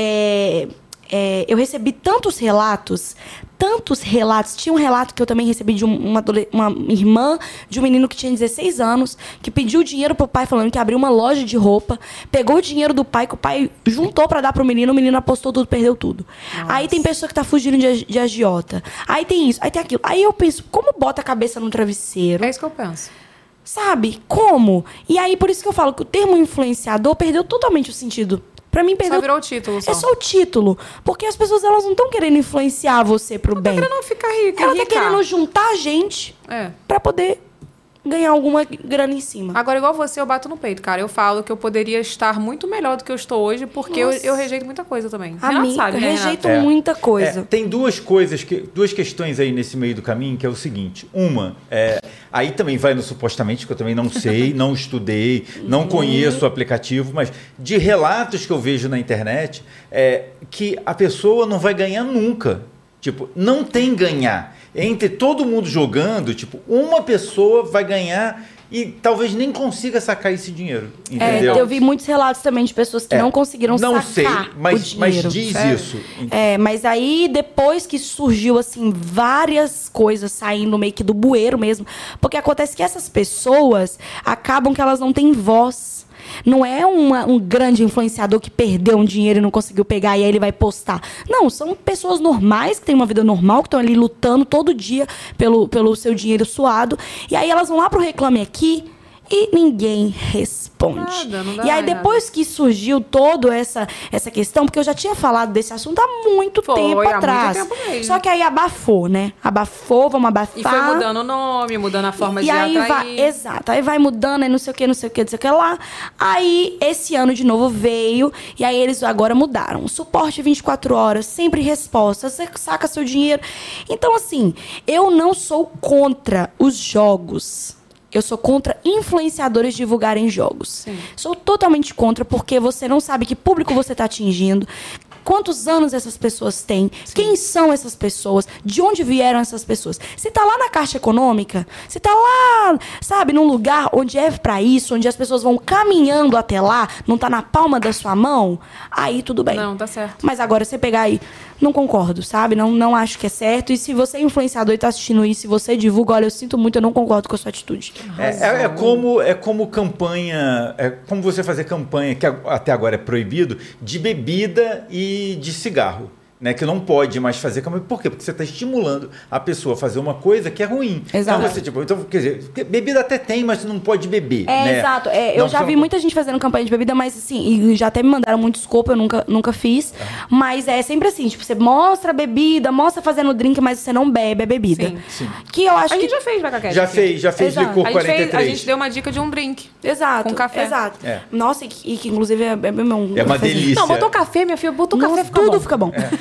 é, é, eu recebi tantos relatos, tantos relatos. Tinha um relato que eu também recebi de um- uma, adole- uma irmã de um menino que tinha dezesseis anos, que pediu dinheiro pro pai, falando que abriu uma loja de roupa, pegou o dinheiro do pai, que o pai juntou pra dar pro menino, o menino apostou tudo, perdeu tudo. Aí tem pessoa que tá fugindo de, agi- de agiota. Aí tem isso, aí tem aquilo. Aí eu penso, como bota a cabeça no travesseiro? É isso que eu penso. Sabe? Como? E aí, por isso que eu falo que o termo influenciador perdeu totalmente o sentido. Pra mim, perdeu... Só virou o título, só. É só o título. Porque as pessoas, elas não estão querendo influenciar você pro bem. Pra não ficar rica, Ela tá rica. querendo juntar gente É. pra poder ganhar alguma grana em cima. Agora, igual você, eu bato no peito, cara. Eu falo que eu poderia estar muito melhor do que eu estou hoje, porque eu, Nossa. eu rejeito muita coisa também. Renato Amiga, sabe, né, rejeito Renato? É. muita É, coisa. tem duas coisas, que, duas questões aí nesse meio do caminho, que é o seguinte. Uma, é, aí também vai no supostamente, que eu também não sei, não estudei, não conheço o aplicativo, mas de relatos que eu vejo na internet, é que a pessoa não vai ganhar nunca. Tipo, não tem ganhar. Entre todo mundo jogando, tipo, uma pessoa vai ganhar e talvez nem consiga sacar esse dinheiro. Entendeu? É, eu vi muitos relatos também de pessoas que É, não conseguiram não sacar sei, mas, o mas dinheiro. diz Sério? isso. É, mas aí depois que surgiu, assim, várias coisas saindo meio que do bueiro mesmo, porque acontece que essas pessoas acabam que elas não têm voz. Não é uma, um grande influenciador que perdeu um dinheiro e não conseguiu pegar e aí ele vai postar. Não, são pessoas normais, que têm uma vida normal, que estão ali lutando todo dia pelo, pelo seu dinheiro suado. E aí elas vão lá pro Reclame Aqui e ninguém responde. Nada, não dá e aí nada. depois que surgiu toda essa, essa questão, porque eu já tinha falado desse assunto há muito Foi, tempo há muito atrás. tempo mesmo. Só que aí abafou, né? Abafou, vamos abafar. E foi mudando o nome, mudando a forma E de aí atrair. vai, exato, aí vai mudando, aí não sei o que, não sei o que, não sei o que lá. Aí, esse ano de novo veio, e aí eles agora mudaram. Suporte vinte e quatro horas, sempre resposta, você saca seu dinheiro. Então, assim, eu não sou contra os jogos. Eu sou contra influenciadores divulgarem jogos. Sim. Sou totalmente contra, porque você não sabe que público você está atingindo, quantos anos essas pessoas têm, quem são essas pessoas, de onde vieram essas pessoas. Se tá lá na Caixa Econômica, se tá lá, sabe, num lugar onde é pra isso, onde as pessoas vão caminhando até lá, não tá na palma da sua mão, aí tudo bem. Não, tá certo. Mas agora você pegar aí, não concordo, sabe? Não, não acho que é certo. E se você é influenciador e tá assistindo isso, se você divulga, olha, eu sinto muito, eu não concordo com a sua atitude. É, é, é como, é como campanha, é como você fazer campanha, que a- até agora é proibido, de bebida e de cigarro. Né, que não pode mais fazer campanha. Por quê? Porque você está estimulando a pessoa a fazer uma coisa que é ruim. Exato. Então, você, tipo, então, quer dizer, porque bebida até tem, mas você não pode beber. É, né? exato. É, eu Não, já só- vi muita gente fazendo campanha de bebida, mas assim, e já até me mandaram muito escopo, eu nunca, nunca fiz. Mas é sempre assim, tipo, você mostra a bebida, mostra fazendo drink, mas você não bebe a bebida. Sim. Sim. Que eu acho A que... gente já fez Bacacast. Já aqui. fez, já fez Exato. licor A gente, quarenta e fez, a três. gente deu uma dica de um drink. Exato. Com café. Exato. É. Nossa, e que, e que inclusive é, é, um É uma delícia. Não, botou café, minha filha, botou Nossa, café, fica tudo bom. fica bom.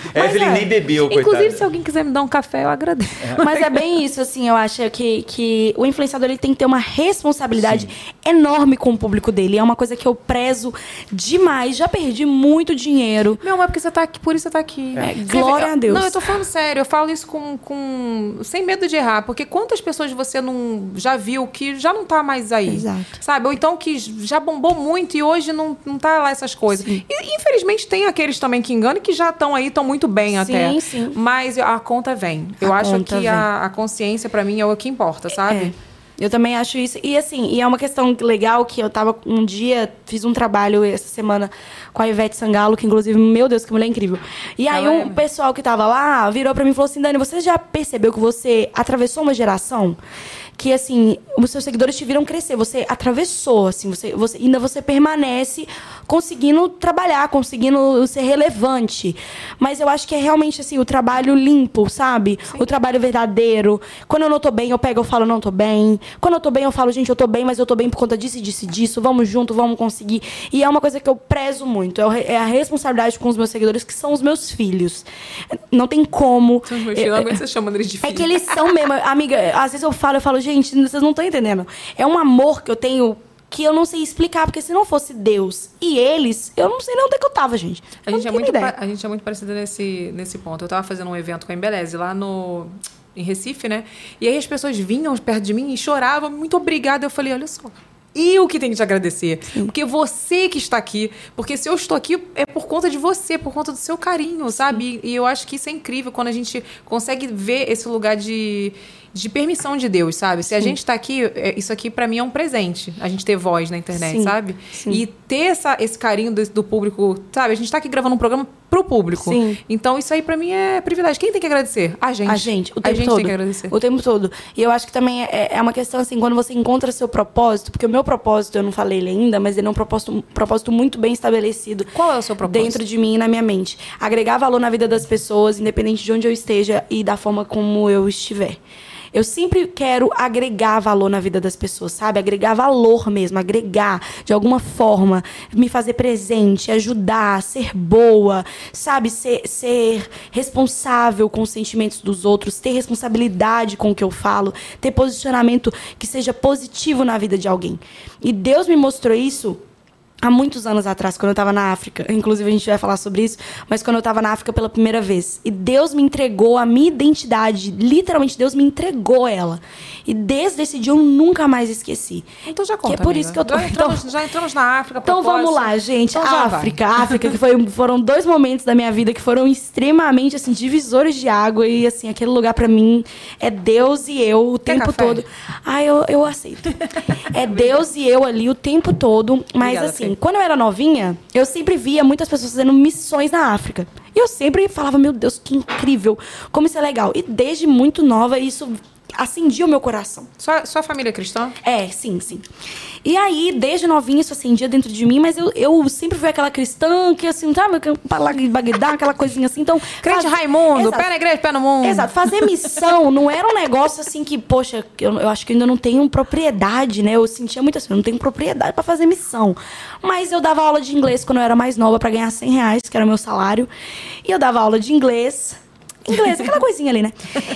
Evelyn é. nem bebeu, coitada. Inclusive, se alguém quiser me dar um café, eu agradeço. Mas é bem isso, assim, eu acho que, que o influenciador ele tem que ter uma responsabilidade Sim. enorme com o público dele. É uma coisa que eu prezo demais. Já perdi muito dinheiro. Meu, é porque você tá aqui, por isso você tá aqui. É, glória vê, a Deus. Não, eu tô falando sério, eu falo isso com, com sem medo de errar, porque quantas pessoas você não já viu que já não tá mais aí? Exato. Sabe? Ou então que já bombou muito e hoje não, não tá lá essas coisas. Sim. E infelizmente tem aqueles também que enganam que já estão aí, estão muito bem sim, até. Sim, sim. Mas a conta vem. Eu a acho que a, a consciência, pra mim, é o que importa, sabe? É. Eu também acho isso. E assim, e é uma questão legal que eu tava um dia, fiz um trabalho essa semana com a Ivete Sangalo, que inclusive, meu Deus, que mulher incrível. E aí um pessoal que tava lá virou pra mim e falou assim: Dani, você já percebeu que você atravessou uma geração? Que, assim, os seus seguidores te viram crescer. Você atravessou, assim, você, você, ainda você permanece conseguindo trabalhar, conseguindo ser relevante. Mas eu acho que é realmente, assim, o trabalho limpo, sabe? Sim. O trabalho verdadeiro. Quando eu não tô bem, eu pego e falo, não tô bem. Quando eu tô bem, eu falo, gente, eu tô bem, mas eu tô bem por conta disso e disso e disso. Vamos junto, vamos conseguir. E é uma coisa que eu prezo muito. É a responsabilidade com os meus seguidores, que são os meus filhos. Não tem como... São os meus filhos, agora você chama eles de filhos. É que eles são mesmo. Amiga, às vezes eu falo, eu falo, gente, vocês não estão entendendo. É um amor que eu tenho que eu não sei explicar, porque se não fosse Deus e eles, eu não sei nem onde é que eu tava, gente. A gente, é muito, a gente é muito parecida nesse, nesse ponto. Eu tava fazendo um evento com a Embeleze lá no, em Recife, né? E aí as pessoas vinham perto de mim e choravam, muito obrigada. Eu falei, olha só, eu que tenho que te agradecer. Sim. Porque você que está aqui. Porque se eu estou aqui, é por conta de você, por conta do seu carinho, sabe? E, e eu acho que isso é incrível quando a gente consegue ver esse lugar de... de permissão de Deus, sabe? Se Sim. a gente tá aqui, isso aqui pra mim é um presente. A gente ter voz na internet, Sim. sabe? Sim. E ter essa, esse carinho do, do público, sabe? A gente tá aqui gravando um programa pro público. Sim. Então isso aí pra mim é privilégio. Quem tem que agradecer? A gente. A gente, o tempo a gente todo. tem que agradecer. O tempo todo. E eu acho que também é, é uma questão assim, quando você encontra seu propósito, porque o meu propósito, eu não falei ele ainda, mas ele é um propósito, um propósito muito bem estabelecido. Qual é o seu propósito? Dentro de mim e na minha mente. Agregar valor na vida das pessoas, independente de onde eu esteja e da forma como eu estiver. Eu sempre quero agregar valor na vida das pessoas, sabe? Agregar valor mesmo, agregar de alguma forma, me fazer presente, ajudar, ser boa, sabe? Ser, ser responsável com os sentimentos dos outros, ter responsabilidade com o que eu falo, ter posicionamento que seja positivo na vida de alguém. E Deus me mostrou isso há muitos anos atrás, quando eu estava na África. Inclusive, a gente vai falar sobre isso. Mas quando eu estava na África pela primeira vez. E Deus me entregou a minha identidade. Literalmente, Deus me entregou ela. E desde esse dia, eu nunca mais esqueci. Então já conta, que é por amiga. isso que eu tô... Já entramos, então, já entramos na África. Então vamos lá, gente. Então África. África, que foi, foram dois momentos da minha vida que foram extremamente, assim, divisores de água. E, assim, aquele lugar pra mim é Deus e eu o tempo café? todo. Ah, eu, eu aceito. É Deus e eu ali o tempo todo. Mas, Obrigada, assim, Fê. Quando eu era novinha, eu sempre via muitas pessoas fazendo missões na África. E eu sempre falava, meu Deus, que incrível. Como isso é legal. E desde muito nova, isso acendia o meu coração. Sua, sua família é cristã? É, sim, sim. E aí, desde novinha, isso acendia dentro de mim, mas eu, eu sempre fui aquela cristã que, assim, sabe, Bagdá, aquela coisinha assim. Então, crente faz... Raimundo, Exato. Pé na igreja, pé no mundo. Exato. Fazer missão não era um negócio assim que, poxa, eu, eu acho que eu ainda não tenho propriedade, né? Eu sentia muito assim, eu não tenho propriedade pra fazer missão. Mas eu dava aula de inglês quando eu era mais nova pra ganhar cem reais, que era o meu salário. E eu dava aula de inglês... Inglês, aquela coisinha ali, né?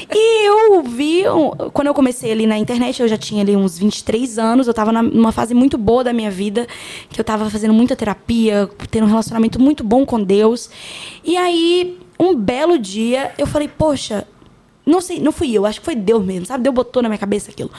E eu vi, quando eu comecei ali na internet, eu já tinha ali uns vinte e três anos, eu tava numa fase muito boa da minha vida, que eu tava fazendo muita terapia, tendo um relacionamento muito bom com Deus. E aí, um belo dia, eu falei, poxa, não sei, não fui eu, acho que foi Deus mesmo, sabe? Deus botou na minha cabeça aquilo.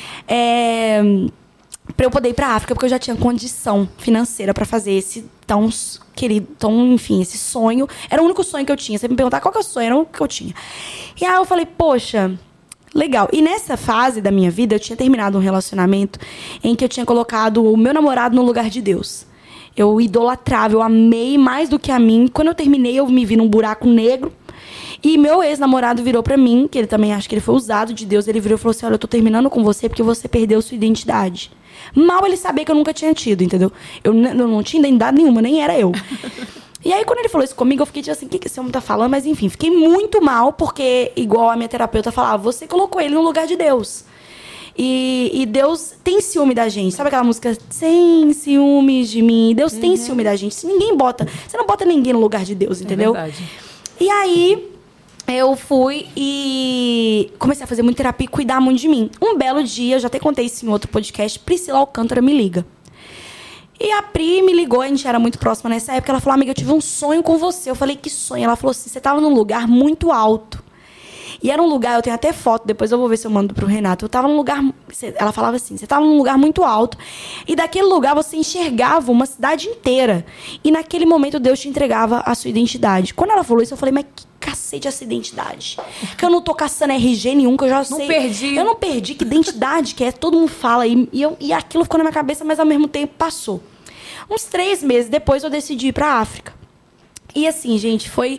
É... Pra eu poder ir pra África, porque eu já tinha condição financeira pra fazer esse tão querido, tão, enfim, esse sonho. Era o único sonho que eu tinha. Você me perguntar qual que é o sonho, era o único que eu tinha. E aí eu falei, poxa, legal. E nessa fase da minha vida, eu tinha terminado um relacionamento em que eu tinha colocado o meu namorado no lugar de Deus. Eu idolatrava, eu amei mais do que a mim. Quando eu terminei, eu me vi num buraco negro. E meu ex-namorado virou pra mim, que ele também acho que ele foi usado de Deus, ele virou e falou assim, olha, eu tô terminando com você porque você perdeu sua identidade. Mal ele sabia que eu nunca tinha tido, entendeu? Eu, eu não tinha identidade nenhuma, nem era eu. E aí, quando ele falou isso comigo, eu fiquei tipo assim, o que, que esse homem tá falando? Mas enfim, fiquei muito mal, porque, igual a minha terapeuta falava, você colocou ele no lugar de Deus. E, e Deus tem ciúme da gente. Sabe aquela música, sem ciúmes de mim? Deus uhum. tem ciúme da gente. Se ninguém bota, você não bota ninguém no lugar de Deus, entendeu? É verdade. E aí, eu fui e comecei a fazer muita terapia e cuidar muito de mim. Um belo dia, eu já até contei isso em outro podcast, Priscila Alcântara me liga. E a Pri me ligou, a gente era muito próxima nessa época. Ela falou, amiga, eu tive um sonho com você. Eu falei, que sonho? Ela falou assim, você tava num lugar muito alto. E era um lugar, eu tenho até foto, depois eu vou ver se eu mando pro Renato. Eu tava num lugar, ela falava assim, você tava num lugar muito alto. E daquele lugar você enxergava uma cidade inteira. E naquele momento Deus te entregava a sua identidade. Quando ela falou isso, eu falei, mas que cacete essa identidade? Que eu não tô caçando R G nenhum, que eu já sei. Não perdi. Eu não perdi, que identidade que é, todo mundo fala. E, e, eu, e aquilo ficou na minha cabeça, mas ao mesmo tempo passou. Uns três meses depois eu decidi ir pra África. E assim, gente, foi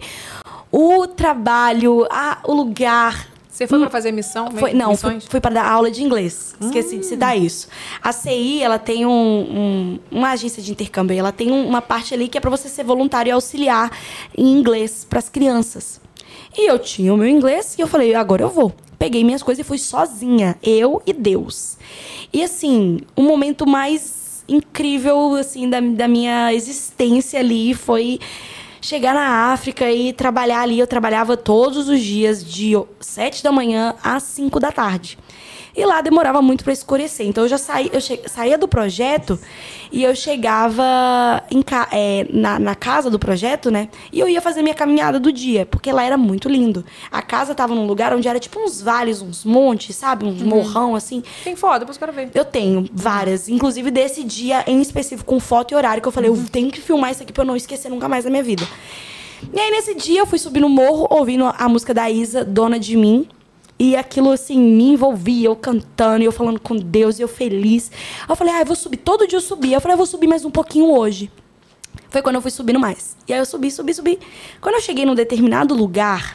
o trabalho, a, o lugar. Você foi pra fazer missão? Foi, não, fui, fui para dar aula de inglês. Esqueci hum. de citar isso. A C I, ela tem um, um, uma agência de intercâmbio. Ela tem um, uma parte ali que é para você ser voluntário e auxiliar em inglês para as crianças. E eu tinha o meu inglês e eu falei, agora eu vou. Peguei minhas coisas e fui sozinha. Eu e Deus. E assim, o momento mais incrível assim, da, da minha existência ali foi chegar na África e trabalhar ali. Eu trabalhava todos os dias, de sete da manhã às cinco da tarde. E lá demorava muito para escurecer. Então, eu já saí, eu che, saía do projeto e eu chegava em, é, na, na casa do projeto, né? E eu ia fazer minha caminhada do dia, porque lá era muito lindo. A casa tava num lugar onde era tipo uns vales, uns montes, sabe? Uns uhum. morrão, assim. Tem foto, depois eu quero ver. Eu tenho várias. Inclusive desse dia em específico, com foto e horário, que eu falei, uhum. eu tenho que filmar isso aqui pra eu não esquecer nunca mais da minha vida. E aí, nesse dia, eu fui subir no morro, ouvindo a música da Isa, Dona de Mim. E aquilo, assim, me envolvia, eu cantando, eu falando com Deus, e eu feliz. Aí eu falei, ah, eu vou subir. Todo dia eu subia. Eu falei, eu vou subir mais um pouquinho hoje. Foi quando eu fui subindo mais. E aí eu subi, subi, subi. Quando eu cheguei num determinado lugar,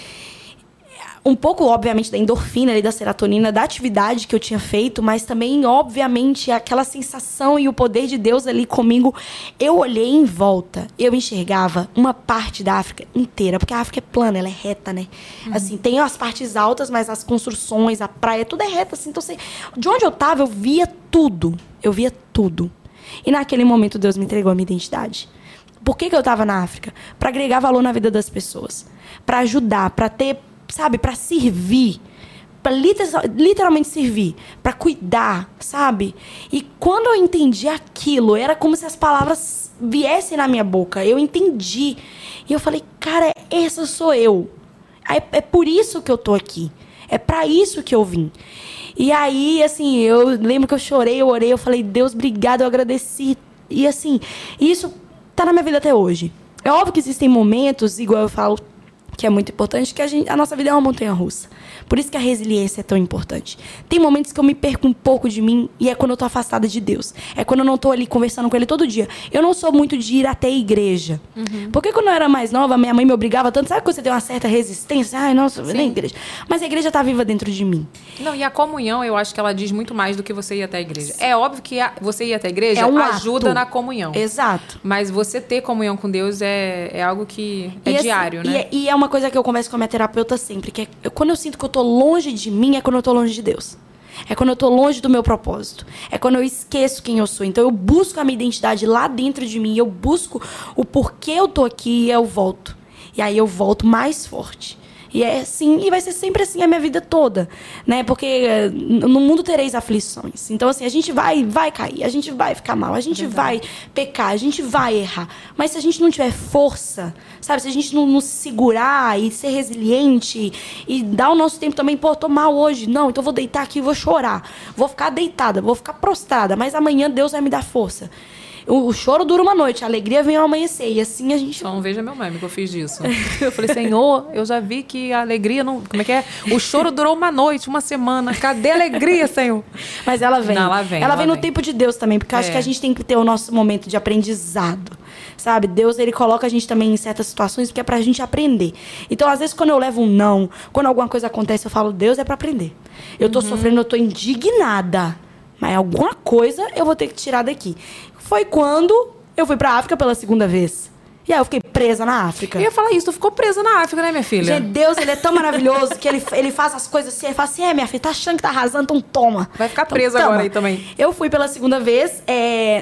um pouco, obviamente, da endorfina ali, da serotonina, da atividade que eu tinha feito, mas também, obviamente, aquela sensação e o poder de Deus ali comigo, eu olhei em volta, eu enxergava uma parte da África inteira, porque a África é plana, ela é reta, né? Uhum. Assim, tem as partes altas, mas as construções, a praia, tudo é reta, assim, então, assim, de onde eu tava, eu via tudo, eu via tudo. E naquele momento, Deus me entregou a minha identidade. Por que que eu tava na África? Para agregar valor na vida das pessoas, para ajudar, para ter, sabe, para servir, para literal, literalmente servir, para cuidar, sabe? E quando eu entendi aquilo, era como se as palavras viessem na minha boca. Eu entendi. E eu falei, cara, essa sou eu. É, é por isso que eu tô aqui. É para isso que eu vim. E aí, assim, eu lembro que eu chorei, eu orei, eu falei, Deus, obrigado, eu agradeci. E assim, isso tá na minha vida até hoje. É óbvio que existem momentos, igual eu falo, que é muito importante, que a, gente, a nossa vida é uma montanha-russa. Por isso que a resiliência é tão importante. Tem momentos que eu me perco um pouco de mim e é quando eu tô afastada de Deus. É quando eu não tô ali conversando com Ele todo dia. Eu não sou muito de ir até a igreja. Uhum. Porque quando eu era mais nova, minha mãe me obrigava tanto. Sabe quando você tem uma certa resistência? Ai, nossa, eu vou na igreja. Mas a igreja tá viva dentro de mim. Não, e a comunhão, eu acho que ela diz muito mais do que você ir até a igreja. É óbvio que a, você ir até a igreja é um ajuda ato. Na comunhão. Exato. Mas você ter comunhão com Deus é, é algo que é e diário, assim, né? E é, e é uma coisa que eu converso com a minha terapeuta sempre, que é eu, quando eu sinto que eu tô longe de mim, é quando eu tô longe de Deus. É quando eu tô longe do meu propósito. É quando eu esqueço quem eu sou. Então eu busco a minha identidade lá dentro de mim. Eu busco o porquê eu tô aqui e eu volto. E aí eu volto mais forte. E é assim, e vai ser sempre assim a minha vida toda, né? Porque no mundo tereis aflições. Então, assim, a gente vai, vai cair, a gente vai ficar mal, a gente vai pecar, a gente vai errar. Mas se a gente não tiver força, sabe? Se a gente não, não se segurar e ser resiliente e dar o nosso tempo também, pô, tô mal hoje. Não, então eu vou deitar aqui e vou chorar. Vou ficar deitada, vou ficar prostrada, mas amanhã Deus vai me dar força. O, o choro dura uma noite, a alegria vem ao amanhecer. E assim a gente... Então veja meu meme que eu fiz disso. Eu falei, Senhor, eu já vi que a alegria não... Como é que é? O choro durou uma noite, uma semana. Cadê a alegria, Senhor? Mas ela vem. Não, ela vem. Ela, ela vem no vem. tempo de Deus também, porque eu é. acho que a gente tem que ter o nosso momento de aprendizado. Sabe? Deus, ele coloca a gente também em certas situações porque é pra gente aprender. Então, às vezes, quando eu levo um não, quando alguma coisa acontece, eu falo, Deus, é pra aprender. Eu tô uhum. sofrendo, eu tô indignada. Mas alguma coisa eu vou ter que tirar daqui. Foi quando eu fui pra África pela segunda vez. E aí eu fiquei presa na África. Eu ia falar isso, tu ficou presa na África, né, minha filha? Gente, Deus, ele é tão maravilhoso que ele, ele faz as coisas assim. Ele fala assim, é, minha filha, tá achando que tá arrasando, então toma. Vai ficar então, presa toma. agora aí também. Eu fui pela segunda vez, é...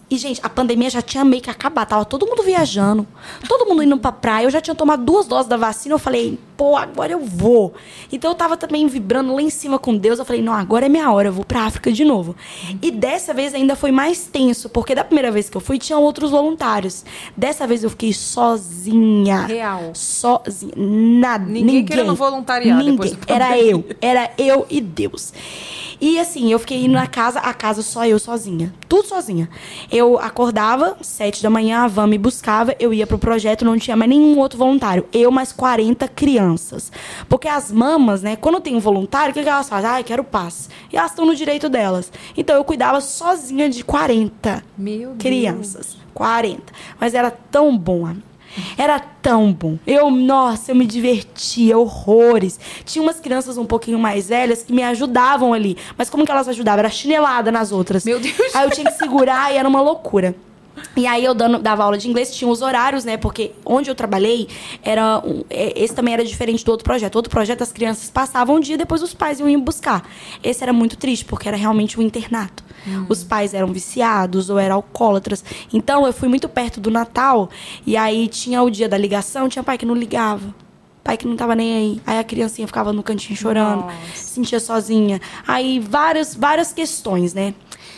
E, gente, a pandemia já tinha meio que acabado. Tava todo mundo viajando, todo mundo indo pra praia. Eu já tinha tomado duas doses da vacina. Eu falei, pô, agora eu vou. Então, eu tava também vibrando lá em cima com Deus. Eu falei, não, agora é minha hora. Eu vou pra África de novo. Uhum. E dessa vez ainda foi mais tenso. Porque da primeira vez que eu fui, tinha outros voluntários. Dessa vez eu fiquei sozinha. Real. Sozinha. Nada. Ninguém, ninguém querendo voluntariar. Ninguém. Depois da Era pandemia. eu. Era eu e Deus. E assim, eu fiquei indo na casa, a casa só eu sozinha. Tudo sozinha. Eu acordava, sete da manhã, a van me buscava, eu ia pro projeto, não tinha mais nenhum outro voluntário. Eu mais quarenta crianças. Porque as mamas, né, quando tem um voluntário, o que, que elas fazem? Ai, quero paz. E elas estão no direito delas. Então eu cuidava sozinha de quarenta Meu crianças. Deus. quarenta. Mas era tão bom, amiga. Era tão bom. Eu, nossa, eu me divertia horrores. Tinha umas crianças um pouquinho mais velhas que me ajudavam ali. Mas como que elas ajudavam? Era chinelada nas outras. Meu Deus. Aí eu tinha que segurar e era uma loucura. E aí eu dando, dava aula de inglês, tinha os horários, né? Porque onde eu trabalhei, era um, esse também era diferente do outro projeto. Outro projeto, as crianças passavam um dia, depois os pais iam buscar. Esse era muito triste, porque era realmente um internato. Hum. Os pais eram viciados ou eram alcoólatras. Então, eu fui muito perto do Natal, e aí tinha o dia da ligação, tinha pai que não ligava. Pai que não tava nem aí. Aí a criancinha ficava no cantinho chorando, Nossa. se sentia sozinha. Aí várias, várias questões, né?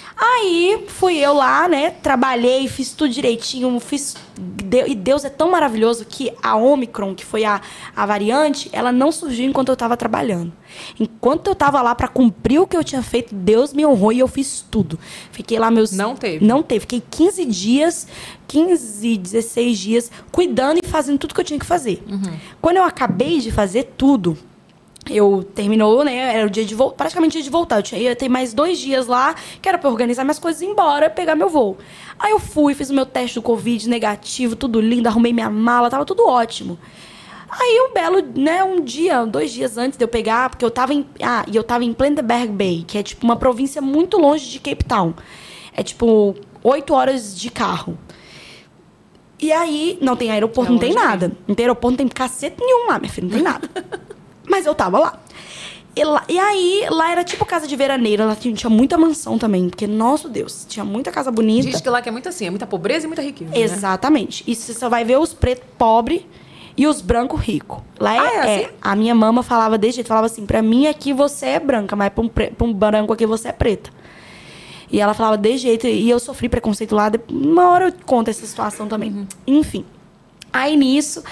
Aí fui eu lá, né? Trabalhei, fiz tudo direitinho, fiz. E Deus é tão maravilhoso que a Omicron, que foi a, a variante, ela não surgiu enquanto eu tava trabalhando. Enquanto eu tava lá pra cumprir o que eu tinha feito, Deus me honrou e eu fiz tudo. Fiquei lá meus. Não teve. Não teve. Fiquei quinze dias, quinze, dezesseis dias, cuidando e fazendo tudo que eu tinha que fazer. Uhum. Quando eu acabei de fazer tudo. Eu terminou, né? Era o dia de voltar, praticamente dia de voltar. Eu tinha, ia ter mais dois dias lá, que era pra organizar minhas coisas e ir embora, pegar meu voo. Aí eu fui, fiz o meu teste do Covid negativo, tudo lindo, arrumei minha mala, tava tudo ótimo. Aí um belo, né, um dia, dois dias antes de eu pegar, porque eu tava em. Ah, e eu tava em Plettenberg Bay, que é tipo uma província muito longe de Cape Town. É tipo oito horas de carro. E aí, não tem aeroporto, É não tem longe nada. mesmo. Não tem aeroporto, não tem cacete nenhum lá, minha filha, não tem nada. Mas eu tava lá. E, lá. e aí, lá era tipo casa de veraneira. Lá tinha, tinha muita mansão também. Porque, nosso Deus, tinha muita casa bonita. Diz que lá que é muito assim, é muita pobreza e muita riqueza. Né? Exatamente. E você só vai ver os pretos pobres e os brancos ricos. Lá é, Ah, é assim? é. A minha mama falava desse jeito. Falava assim, pra mim aqui você é branca, mas pra um, pre- pra um branco aqui você é preta. E ela falava desse jeito. E eu sofri preconceito lá. Uma hora eu conto essa situação também. Uhum. Enfim. Aí, nisso...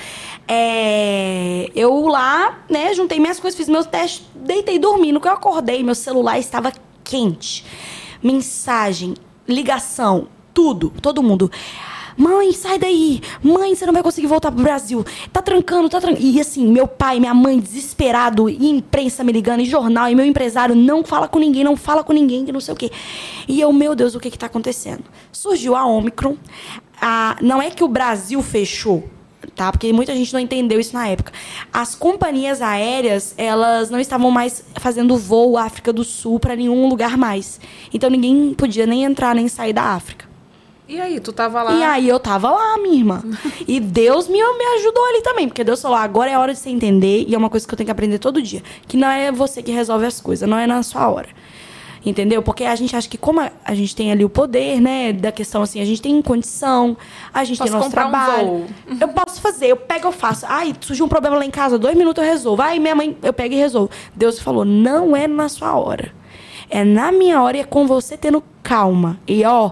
É, eu lá, né, juntei minhas coisas, fiz meus testes, deitei dormindo. Quando eu acordei, meu celular estava quente. Mensagem, ligação, tudo, todo mundo. Mãe, sai daí. Mãe, você não vai conseguir voltar pro Brasil. Tá trancando, tá trancando. E assim, meu pai, minha mãe, desesperado, e imprensa me ligando, e jornal, e meu empresário, não fala com ninguém, não fala com ninguém, que não sei o quê. E eu, meu Deus, o que que tá acontecendo? Surgiu a Omicron. A, não é que o Brasil fechou, tá? Porque muita gente não entendeu isso na época. As companhias aéreas, elas não estavam mais fazendo voo África do Sul para nenhum lugar mais. Então ninguém podia nem entrar nem sair da África. E aí, tu tava lá? E aí eu tava lá, minha irmã. E Deus me, me ajudou ali também, porque Deus falou, agora é hora de você entender, e é uma coisa que eu tenho que aprender todo dia, que não é você que resolve as coisas, não é na sua hora. Entendeu? Porque a gente acha que como a, a gente tem ali o poder, né, da questão assim, a gente tem condição, a gente Posso tem nosso comprar um trabalho. voo. Eu posso fazer, eu pego, eu faço. Ai, surgiu um problema lá em casa, dois minutos eu resolvo. Ai, minha mãe, eu pego e resolvo. Deus falou, não é na sua hora. É na minha hora e é com você tendo calma. E ó,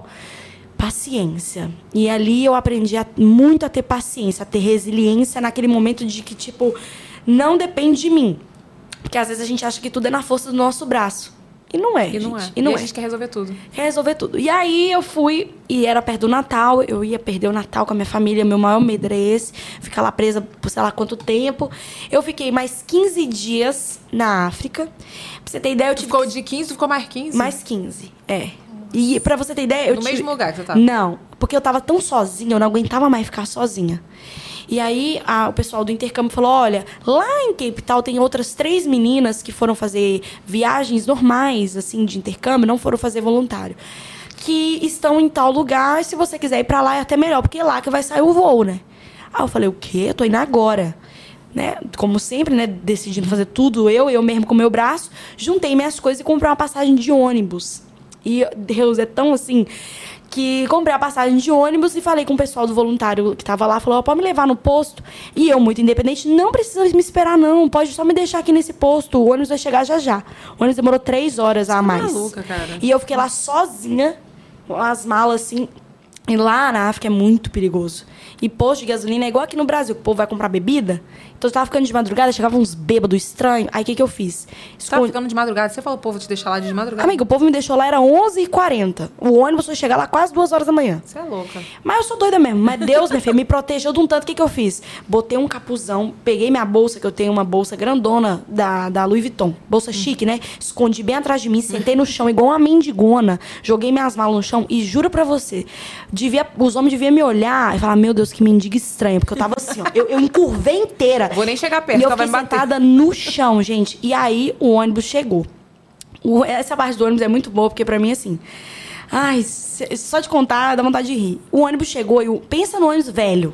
paciência. E ali eu aprendi a, muito a ter paciência, a ter resiliência naquele momento de que, tipo, não depende de mim. Porque às vezes a gente acha que tudo é na força do nosso braço. E não é, E não gente. é. E não e é. a gente quer resolver tudo. Quer resolver tudo. E aí eu fui, e era perto do Natal, eu ia perder o Natal com a minha família, meu maior medo era esse, ficar lá presa por sei lá quanto tempo. Eu fiquei mais quinze dias na África. Pra você ter ideia, eu Tu tive... ficou de quinze, tu ficou mais quinze? Mais quinze, é. E pra você ter ideia, eu No tive... mesmo lugar que você tava? Não, porque eu tava tão sozinha, eu não aguentava mais ficar sozinha. E aí, a, o pessoal do intercâmbio falou, olha, lá em Cape Town tem outras três meninas que foram fazer viagens normais, assim, de intercâmbio, não foram fazer voluntário, que estão em tal lugar, e se você quiser ir pra lá é até melhor, porque é lá que vai sair o voo, né? Aí eu falei, o quê? Eu tô indo agora. Né? Como sempre, né? Decidindo fazer tudo eu, eu mesmo com o meu braço, juntei minhas coisas e comprei uma passagem de ônibus. E Deus é tão assim... que comprei a passagem de ônibus e falei com o pessoal do voluntário que tava lá, falou, oh, pode me levar no posto? E eu, muito independente, não precisa me esperar, não, pode só me deixar aqui nesse posto, o ônibus vai chegar já já. O ônibus demorou três horas a mais. Maluca, cara. E eu fiquei lá sozinha, com as malas assim, e lá na África é muito perigoso. E posto de gasolina é igual aqui no Brasil, que o povo vai comprar bebida. Então eu tava ficando de madrugada, chegavam uns bêbados estranhos. Aí o que que eu fiz? Você tava ficando de madrugada? Você falou o povo te deixar lá de madrugada? Amiga, o povo me deixou lá, era onze e quarenta. O ônibus foi chegar lá quase duas horas da manhã. Você é louca. Mas eu sou doida mesmo. Mas Deus, minha filha, me protegeu de um tanto. O que que eu fiz? Botei um capuzão, peguei minha bolsa, que eu tenho uma bolsa grandona da, da Louis Vuitton. Bolsa chique, né? Escondi bem atrás de mim, sentei no chão igual uma mendigona. Joguei minhas malas no chão e juro pra você, devia, os homens deviam me olhar e falar, meu Deus, que mendiga estranha. Porque eu tava assim, ó. Eu, eu encurvei inteira. Vou nem chegar perto, e eu ela vai fiquei me bater. sentada no chão, gente. E aí o ônibus chegou. O, essa parte do ônibus é muito boa, porque pra mim, assim... Ai, só de contar, dá vontade de rir. O ônibus chegou e... O, pensa no ônibus velho.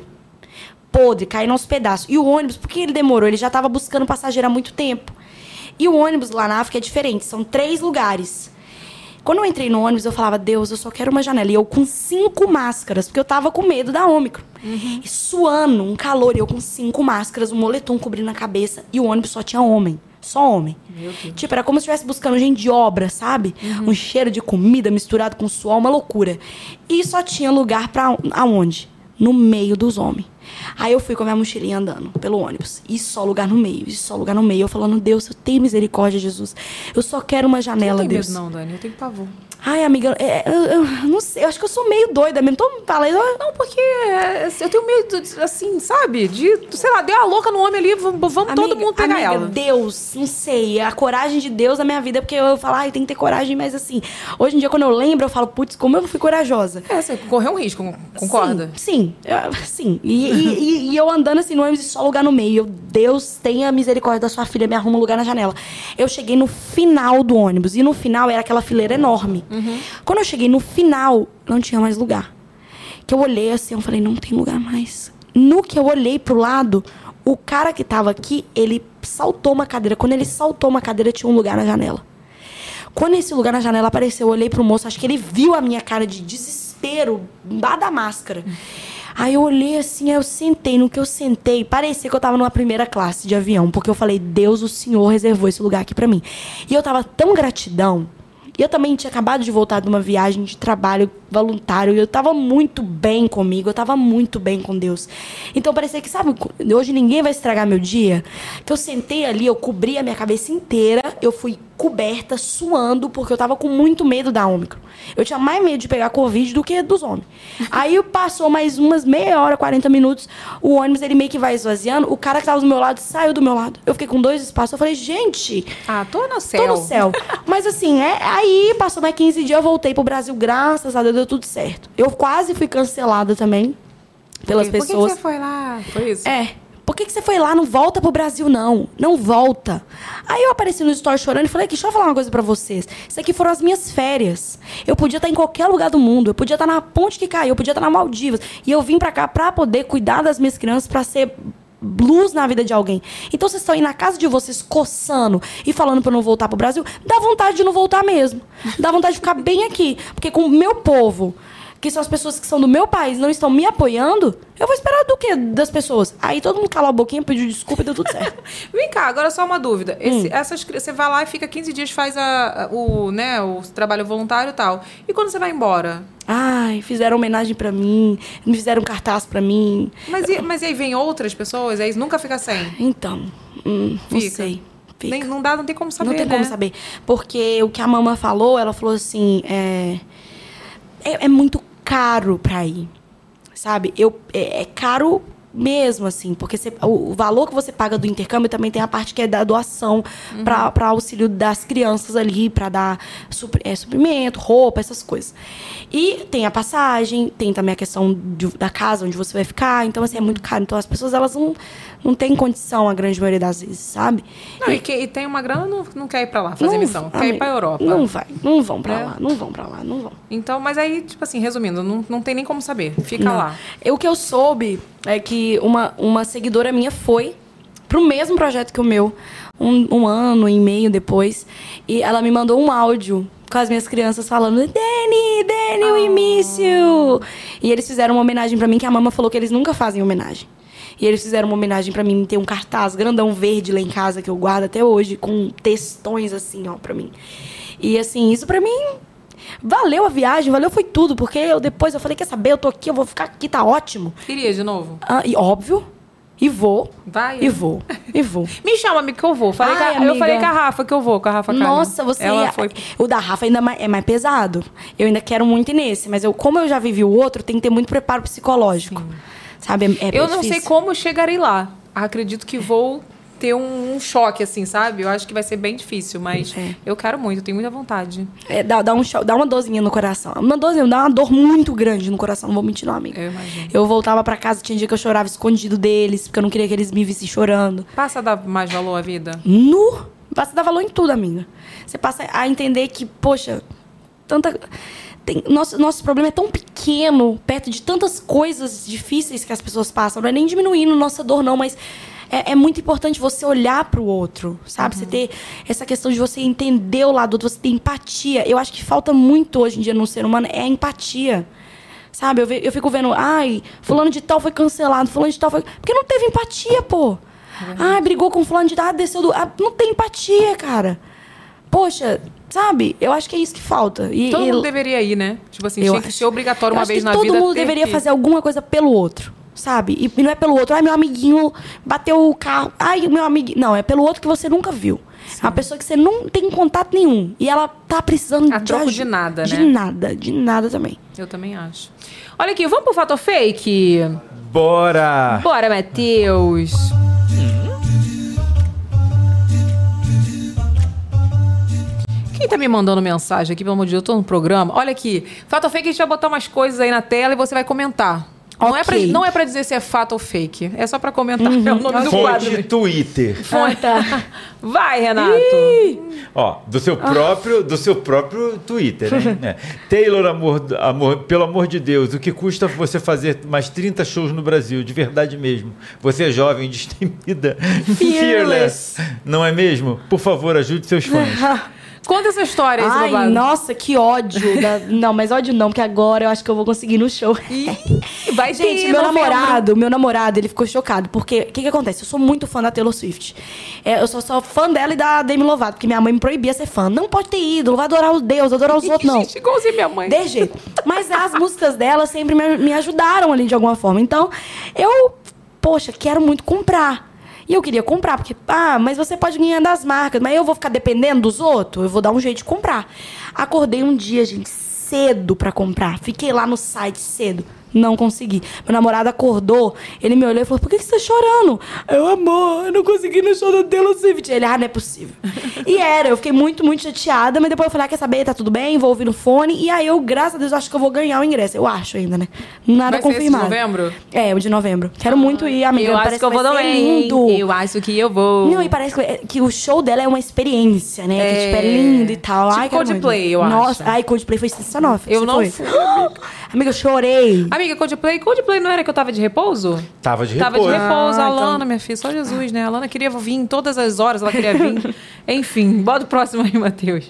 Podre, caindo aos pedaços. E o ônibus, por que ele demorou? Ele já tava buscando passageiro há muito tempo. E o ônibus lá na África é diferente. São três lugares. Quando eu entrei no ônibus, eu falava, Deus, eu só quero uma janela. E eu com cinco máscaras, porque eu tava com medo da Ômicron. Uhum. E suando, um calor. E eu com cinco máscaras, um moletom cobrindo a cabeça. E o ônibus só tinha homem. Só homem. Meu Deus. Tipo, era como se estivesse buscando gente de obra, sabe? Uhum. Um cheiro de comida misturado com suor, uma loucura. E só tinha lugar pra aonde? No meio dos homens. Aí eu fui com a minha mochilinha andando pelo ônibus. E só lugar no meio, e só lugar no meio. Eu falando, Deus, eu tenho misericórdia, Jesus. Eu só quero uma janela, não tem Deus. Medo, não, Dani, eu tenho pavor. Ai, amiga, é, eu, eu não sei, eu acho que eu sou meio doida mesmo. Todo mundo fala isso. Não, porque é, eu tenho medo, de, assim, sabe? De, sei lá, deu a louca no homem ali, vamos, vamos amiga, todo mundo pegar amiga, ela. Deus, não sei, a coragem de Deus na minha vida, porque eu falo, ai, tem que ter coragem, mas assim, hoje em dia, quando eu lembro, eu falo, putz, como eu fui corajosa. É, você correu um risco, concorda? Sim, sim. Eu, sim. E, e, e, e eu andando assim no ônibus e só lugar no meio. Eu, Deus, tenha misericórdia da sua filha, me arruma um lugar na janela. Eu cheguei no final do ônibus, e no final era aquela fileira enorme. Uhum. Quando eu cheguei no final, não tinha mais lugar. Que eu olhei assim, eu falei, não tem lugar mais. No que eu olhei pro lado, o cara que tava aqui, ele saltou uma cadeira. Quando ele saltou uma cadeira, tinha um lugar na janela. Quando esse lugar na janela apareceu, eu olhei pro moço, acho que ele viu a minha cara de desespero, lá da máscara. Aí eu olhei assim, aí eu sentei. No que eu sentei, parecia que eu tava numa primeira classe de avião. Porque eu falei, Deus, o Senhor reservou esse lugar aqui pra mim. E eu tava tão gratidão. E eu também tinha acabado de voltar de uma viagem de trabalho voluntário. E eu tava muito bem comigo. Eu tava muito bem com Deus. Então parecia que, sabe, hoje ninguém vai estragar meu dia. Que eu sentei ali, eu cobri a minha cabeça inteira. Eu fui coberta, suando, porque eu tava com muito medo da Ômicron. Eu tinha mais medo de pegar Covid do que dos homens. Aí passou mais umas meia hora, quarenta minutos. O ônibus, ele meio que vai esvaziando. O cara que tava do meu lado saiu do meu lado. Eu fiquei com dois espaços. Eu falei, gente... Ah, tô no céu. Tô no céu. Mas assim, é, aí passou mais quinze dias, eu voltei pro Brasil. Graças a Deus, deu tudo certo. Eu quase fui cancelada também pelas Por que, pessoas. Por que você foi lá? Foi isso? É. Por que, que você foi lá? Não volta pro Brasil, não. Não volta. Aí eu apareci no story chorando e falei, deixa eu falar uma coisa pra vocês. Isso aqui foram as minhas férias. Eu podia estar em qualquer lugar do mundo. Eu podia estar na ponte que caiu. Eu podia estar na Maldivas. E eu vim pra cá pra poder cuidar das minhas crianças, pra ser luz na vida de alguém. Então vocês estão aí na casa de vocês coçando e falando pra eu não voltar pro Brasil. Dá vontade de não voltar mesmo. Dá vontade de ficar bem aqui. Porque com o meu povo... que são as pessoas que são do meu país, não estão me apoiando, eu vou esperar do quê? Das pessoas. Aí todo mundo calou a boquinha, pediu desculpa e deu tudo certo. Vem cá, agora só uma dúvida. Esse, Hum. essas, você vai lá e fica quinze dias, faz a, a- o, né, o trabalho voluntário e tal. E quando você vai embora? Ai, fizeram homenagem pra mim, me fizeram cartaz pra mim. Mas e, mas e aí vem outras pessoas? Aí nunca fica sem? Então, hum, não Fica. sei. Fica. Nem, não dá, não tem como saber, não tem né? como saber. Porque o que a mamãe falou, ela falou assim, é, é, é muito caro pra ir, sabe? Eu, é, é caro mesmo, assim, porque você, o, o valor que você paga do intercâmbio também tem a parte que é da doação uhum. pra, pra auxílio das crianças ali, pra dar supri, é, suprimento, roupa, essas coisas. E tem a passagem, tem também a questão de, da casa onde você vai ficar, então, assim, é muito caro. Então, as pessoas, elas não, não têm condição, a grande maioria das vezes, sabe? Não, e, e, que, e tem uma grana, não, não quer ir pra lá fazer não, missão, quer ir pra Europa. Não vai, não vão pra É. lá, não vão pra lá, não vão. Então, mas aí, tipo assim, resumindo, não, não tem nem como saber. Fica Não. lá. Eu, o que eu soube é que uma, uma seguidora minha foi pro mesmo projeto que o meu, um, um ano e meio depois, e ela me mandou um áudio com as minhas crianças falando, Dani, Dani, we miss you! E eles fizeram uma homenagem pra mim, que a mama falou que eles nunca fazem homenagem. E eles fizeram uma homenagem pra mim, ter um cartaz grandão verde lá em casa, que eu guardo até hoje, com textões assim, ó, pra mim. E assim, isso pra mim... Valeu a viagem, valeu foi tudo, porque eu depois eu falei, quer saber, eu tô aqui, eu vou ficar aqui, tá ótimo. Queria de novo? Ah, e óbvio, e vou, Vai. e vou, e vou. Me chama, amiga, que eu vou. Falei Ai, com a- eu amiga. falei com a Rafa que eu vou, com a Rafa Kalimann. Nossa, você... Ela foi... O da Rafa ainda mais- é mais pesado. Eu ainda quero muito ir nesse, mas eu, como eu já vivi o outro, tem que ter muito preparo psicológico. Sabe? É, é Eu não difícil. sei como chegarei lá. Acredito que vou ter um, um choque, assim, sabe? Eu acho que vai ser bem difícil, mas É. eu quero muito, eu tenho muita vontade. É, dá, dá, um cho- dá uma dorzinha no coração. Uma dorzinha, dá uma dor muito grande no coração. Não vou mentir, não, amiga. Eu imagino. Eu voltava pra casa, tinha dia que eu chorava escondido deles, porque eu não queria que eles me vissem chorando. Passa a dar mais valor à vida? Nu! Passa a dar valor em tudo, amiga. Você passa a entender que, poxa, tanta... Tem, nosso, nosso problema é tão pequeno, perto de tantas coisas difíceis que as pessoas passam. Não é nem diminuindo nossa dor, não, mas é, é muito importante você olhar pro outro, sabe? Você ter essa questão de você entender o lado do outro, você ter empatia. Eu acho que falta muito hoje em dia no ser humano, é a empatia. Sabe? Eu, ve- eu fico vendo, ai, fulano de tal foi cancelado, fulano de tal foi... Porque não teve empatia, pô. Ai, brigou com fulano de tal, ah, desceu do... Ah, não tem empatia, cara. Poxa, sabe? Eu acho que é isso que falta. E, Todo e- mundo deveria ir, né? Tipo assim, eu tinha que acho- ser obrigatório eu uma acho vez que na todo vida. mundo ter deveria que- fazer alguma coisa pelo outro, sabe? E, e não é pelo outro. Ai, meu amiguinho bateu o carro. Ai, meu amiguinho... Não, é pelo outro que você nunca viu. É uma pessoa que você não tem contato nenhum. E ela tá precisando A de troco ajuda. de nada, De né? nada, de nada também. Eu também acho. Olha aqui, vamos pro Fato Fake? Bora! Bora, Matheus. Quem tá me mandando mensagem aqui, pelo amor de Deus, eu tô no programa. Olha aqui, Fato Fake, a gente vai botar umas coisas aí na tela e você vai comentar. Não, é pra, Ok. não é pra dizer se é fato ou fake, é só pra comentar. É o nome do quadro. Fonte Twitter. Ah, tá. Vai, Renato. Ó, do seu próprio, do seu próprio Twitter, hein? É. Taylor, amor, amor, pelo amor de Deus, o que custa você fazer mais trinta shows no Brasil? De verdade mesmo. Você é jovem, destemida, fearless. Não é mesmo? Por favor, ajude seus fãs. Conta essa história aí, Ai, babado. nossa, que ódio. da- Não, mas ódio não, porque agora eu acho que eu vou conseguir ir no show. Vai ter Gente, em meu novembro. namorado, meu namorado, ele ficou chocado. Porque o que, que acontece? Eu sou muito fã da Taylor Swift. É, eu sou só fã dela e da Demi Lovato, porque minha mãe me proibia ser fã. Não pode ter ídolo, vai adorar os deuses, adorar os outros, não. Gente, igualzinho minha mãe. De jeito. Mas as músicas dela sempre me, me ajudaram ali de alguma forma. Então, eu, poxa, quero muito comprar. E eu queria comprar, porque, ah, mas você pode ganhar das marcas, mas eu vou ficar dependendo dos outros? Eu vou dar um jeito de comprar. Acordei um dia, gente, cedo pra comprar. Fiquei lá no site cedo. Não consegui. Meu namorado acordou, ele me olhou e falou, por que, que você tá chorando? Eu, amor, eu não consegui no show da Taylor Swift. Ele, ah, não é possível. E era, eu fiquei muito, muito chateada, mas depois eu falei, ah, quer saber, tá tudo bem, vou ouvir no fone. E aí eu, graças a Deus, acho que eu vou ganhar o ingresso. Eu acho ainda, né? Nada Vai ser esse de confirmado. novembro? É, o de novembro. Quero muito ir, amiga. Eu acho Parece que eu vou vai ser também. lindo. Eu acho que eu vou. Não, e parece que, que o show dela é uma experiência, né? Que É. tipo, é lindo e tal. Tipo Ai, quero Coldplay, muito. eu acho. Nossa, ai, Coldplay foi sensacional. Eu Você não foi? fui, amiga. Amiga, eu chorei. Amiga, Coldplay, Coldplay não era que eu tava de repouso? Tava de Tava de repouso. repouso, Ah, a então- Lana, minha filha, só Jesus, né? A Lana queria vir em todas as horas, ela queria vir. Enfim, bota o próximo aí, Matheus.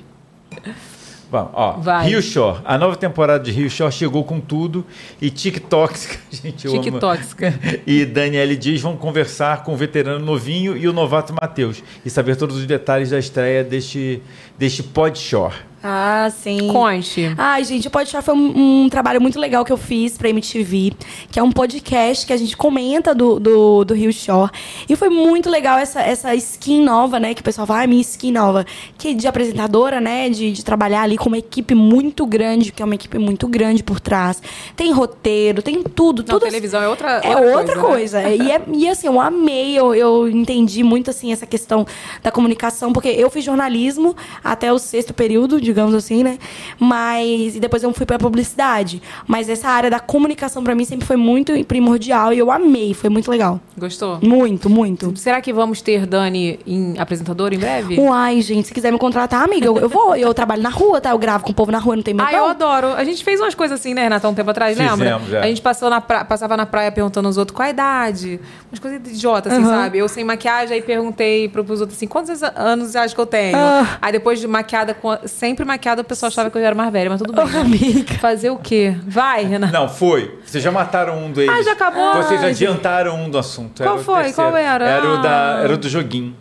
Vamos, ó, Vai. Rio Shore. A nova temporada de Rio Shore chegou com tudo e TikToks, que a gente ama. TikToks. E Daniele Dias vão conversar com o veterano novinho e o novato Matheus e saber todos os detalhes da estreia deste, deste Pod Shore. Ah, sim. Conte. Ai, gente, o Podshare foi um, um trabalho muito legal que eu fiz pra M T V, que é um podcast que a gente comenta do, do, do Rio Shore. E foi muito legal essa, essa skin nova, né? Que o pessoal fala, ah, minha skin nova. Que é de apresentadora, né? De, de trabalhar ali com uma equipe muito grande, que é uma equipe muito grande por trás. Tem roteiro, tem tudo. Não, tudo televisão é outra, É outra coisa. né? E, é- e assim, eu amei, eu, eu entendi muito assim essa questão da comunicação, porque eu fiz jornalismo até o sexto período, digamos assim, né? Mas. E depois eu fui pra publicidade. Mas essa área da comunicação pra mim sempre foi muito primordial e eu amei, foi muito legal. Gostou? Muito, muito. Será que vamos ter Dani em apresentadora em breve? Uai, gente, se quiser me contratar, amiga, eu, eu vou. Eu trabalho na rua, tá? Eu gravo com o povo na rua, não tem medo. Ah, eu não. adoro. A gente fez umas coisas assim, né, Renata, um tempo atrás, Fizemos, lembra? é. A gente passou na pra... passava na praia perguntando aos outros qual a idade. Umas coisas idiotas, assim, Uhum. sabe? Eu sem maquiagem, aí perguntei pro- pros outros assim, quantos anos você acha que eu tenho? Ah. Aí depois de maquiada, com- sempre sempre maquiada, o pessoal achava que eu era mais velha, mas tudo bem. Ô, amiga. Fazer o quê? Vai, Renato. Não, foi. Vocês já mataram um deles. Ah, já acabou? Vocês Ai, adiantaram um do assunto. Qual Era o foi? terceiro. Qual era? Era o, da, Ah. era o do joguinho.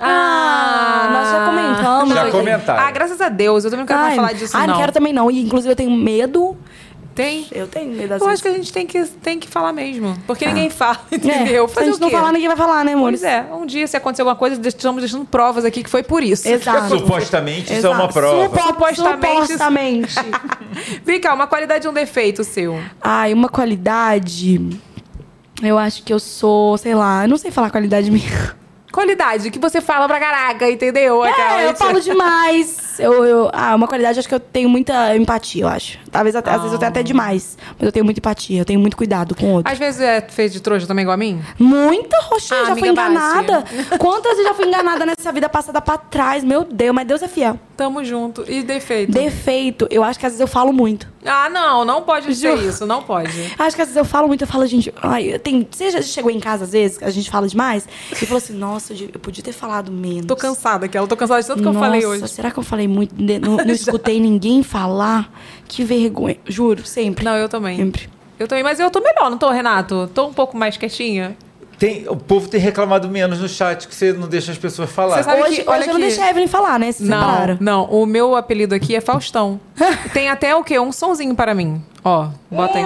Ah, nós já comentamos. Já gente. comentaram. Ah, graças a Deus. Eu também não quero mais Ai, falar disso, ai, não. não quero também não. E, inclusive, eu tenho medo. Tem? Eu tenho medo às Eu vezes. acho que a gente tem que, tem que falar mesmo. Porque ninguém fala, entendeu? É, se a Fazer gente o não quê? falar, ninguém vai falar, né, amor? Pois é. Um dia, se acontecer alguma coisa, estamos deixando provas aqui que foi por isso. Exato. Supostamente isso é uma Exato. prova. Supo- Supostamente. Supostamente. Vem cá, uma qualidade e um defeito seu. Ai, uma qualidade... Eu acho que eu sou, sei lá... Eu não sei falar qualidade minha. Qualidade, que você fala pra caraca, entendeu? Aquela- É, eu falo demais. Eu, eu, ah, uma qualidade, acho que eu tenho muita empatia, eu acho. Talvez até, às vezes eu tenho até demais. Mas eu tenho muita empatia, eu tenho muito cuidado com o outro. Às vezes é feito de trouxa também, igual a mim? Muita, roxinha, Ah, já fui amiga, enganada. Quantas vezes eu já fui enganada nessa vida passada pra trás? Meu Deus, mas Deus é fiel. Tamo junto. E defeito? Defeito, eu acho que às vezes eu falo muito. Ah, não, não pode ser Juro. isso, não pode. Acho que às vezes eu falo muito, eu falo, gente, ai, tem, você já chegou em casa às vezes, a gente fala demais, e falou assim, nossa, eu, eu podia ter falado menos. Tô cansada, que ela tô cansada de tanto que Nossa, eu falei hoje. será que eu falei muito? Ne- Não, não escutei ninguém falar? Que vergonha. Juro, sempre. Não, eu também. Sempre. Eu também, mas eu tô melhor, não tô, Renato? Tô um pouco mais quietinha. Tem, o povo tem reclamado menos no chat que você não deixa as pessoas falar. Você sabe Hoje, que- olha hoje eu não aqui. deixei a Evelyn falar, né? Se Não, separaram. não. O meu apelido aqui é Faustão. Tem até o quê? Um sonzinho para mim. Ó, bota aí.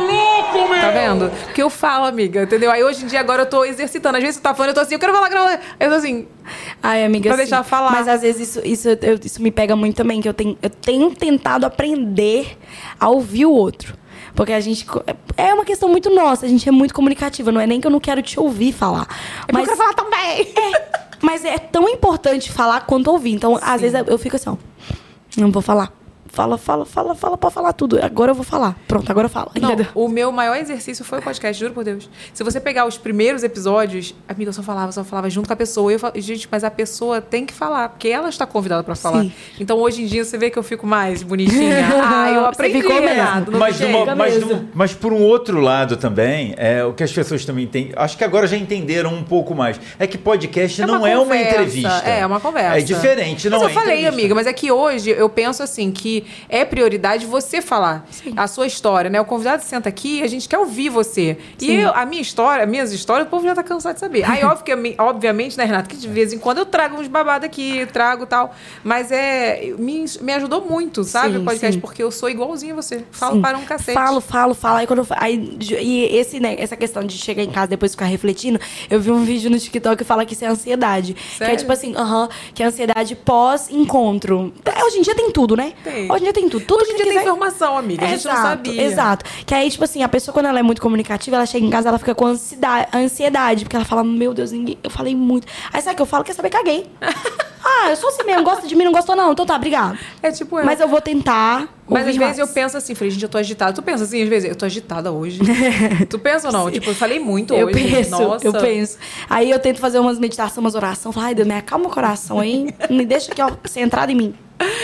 Tá vendo? Porque eu falo, amiga, entendeu? Aí hoje em dia agora eu tô exercitando. Às vezes você tá falando, eu tô assim, eu quero falar, quero falar. Eu tô assim. Ai, amiga, Pra assim, deixar falar. Mas às vezes isso, isso, eu- isso me pega muito também, que eu tenho, eu tenho tentado aprender a ouvir o outro. Porque a gente... co- É uma questão muito nossa, a gente é muito comunicativa. Não é nem que eu não quero te ouvir falar. É mas... eu quero falar também. Mas é tão importante falar quanto ouvir. Então, às vezes, eu fico assim, ó. Não vou falar. Fala, fala, fala, fala pra falar tudo. Agora eu vou falar. Pronto, agora eu falo. Não, Entendeu? o meu maior exercício foi o podcast, juro por Deus. Se você pegar os primeiros episódios, amiga, eu só falava, só falava junto com a pessoa. E eu falo, gente, mas a pessoa tem que falar, porque ela está convidada pra falar. Sim. Então, hoje em dia, você vê que eu fico mais bonitinha. Ah, eu Você aprendi, ficou mesmo. Renato. Não Mas, fiquei? numa- mas, mesmo. num- mas por um outro lado também, é, o que as pessoas também têm. Acho que agora já entenderam um pouco mais. É que podcast É não é uma conversa, entrevista. É, é uma conversa. É diferente, não mas é eu falei, entrevista. amiga, mas é que hoje eu penso assim, que é prioridade você falar a sua história, né? O convidado senta aqui e a gente quer ouvir você. E eu, a minha história, as minhas histórias, o povo já tá cansado de saber. Aí, óbvio que, obviamente, né, Renato, que de vez em quando eu trago uns babados aqui, trago tal. Mas é, me, me ajudou muito, sabe, Sim, o podcast, sim. porque eu sou igualzinha a você. Falo Sim. para um cacete. Falo, falo, falo. Aí quando eu, fa- aí, e esse, né, essa questão de chegar em casa e depois ficar refletindo, eu vi um vídeo no TikTok que fala que isso é ansiedade. Que Sério? é tipo assim, aham, que é ansiedade pós-encontro. É, hoje em dia tem tudo, né? Tem. Hoje em dia tem tudo. Tudo Hoje em que dia você tem quiser. informação, amiga. A gente não Exato, sabia. Exato. Que aí, tipo assim, a pessoa, quando ela é muito comunicativa, ela chega em casa, ela fica com ansiedade, ansiedade porque ela fala, meu Deus, ninguém, eu falei muito. Aí sabe o que eu falo? Quer saber? Caguei. Ah, eu sou assim mesmo, gosta de mim, não gostou não. Então tá, obrigado. É tipo eu. Mas eu vou tentar. Mas às ouvir vezes mais. eu penso assim, falei, gente, eu tô agitada. Tu pensa assim, às vezes, eu tô agitada hoje. Tu pensa ou não? Tipo, eu falei muito Eu hoje. penso, Nossa. eu penso. Aí eu tento fazer umas meditações, umas orações. Falo, ai, Deus, me acalma o coração aí. Me deixa aqui, ó, centrado em mim.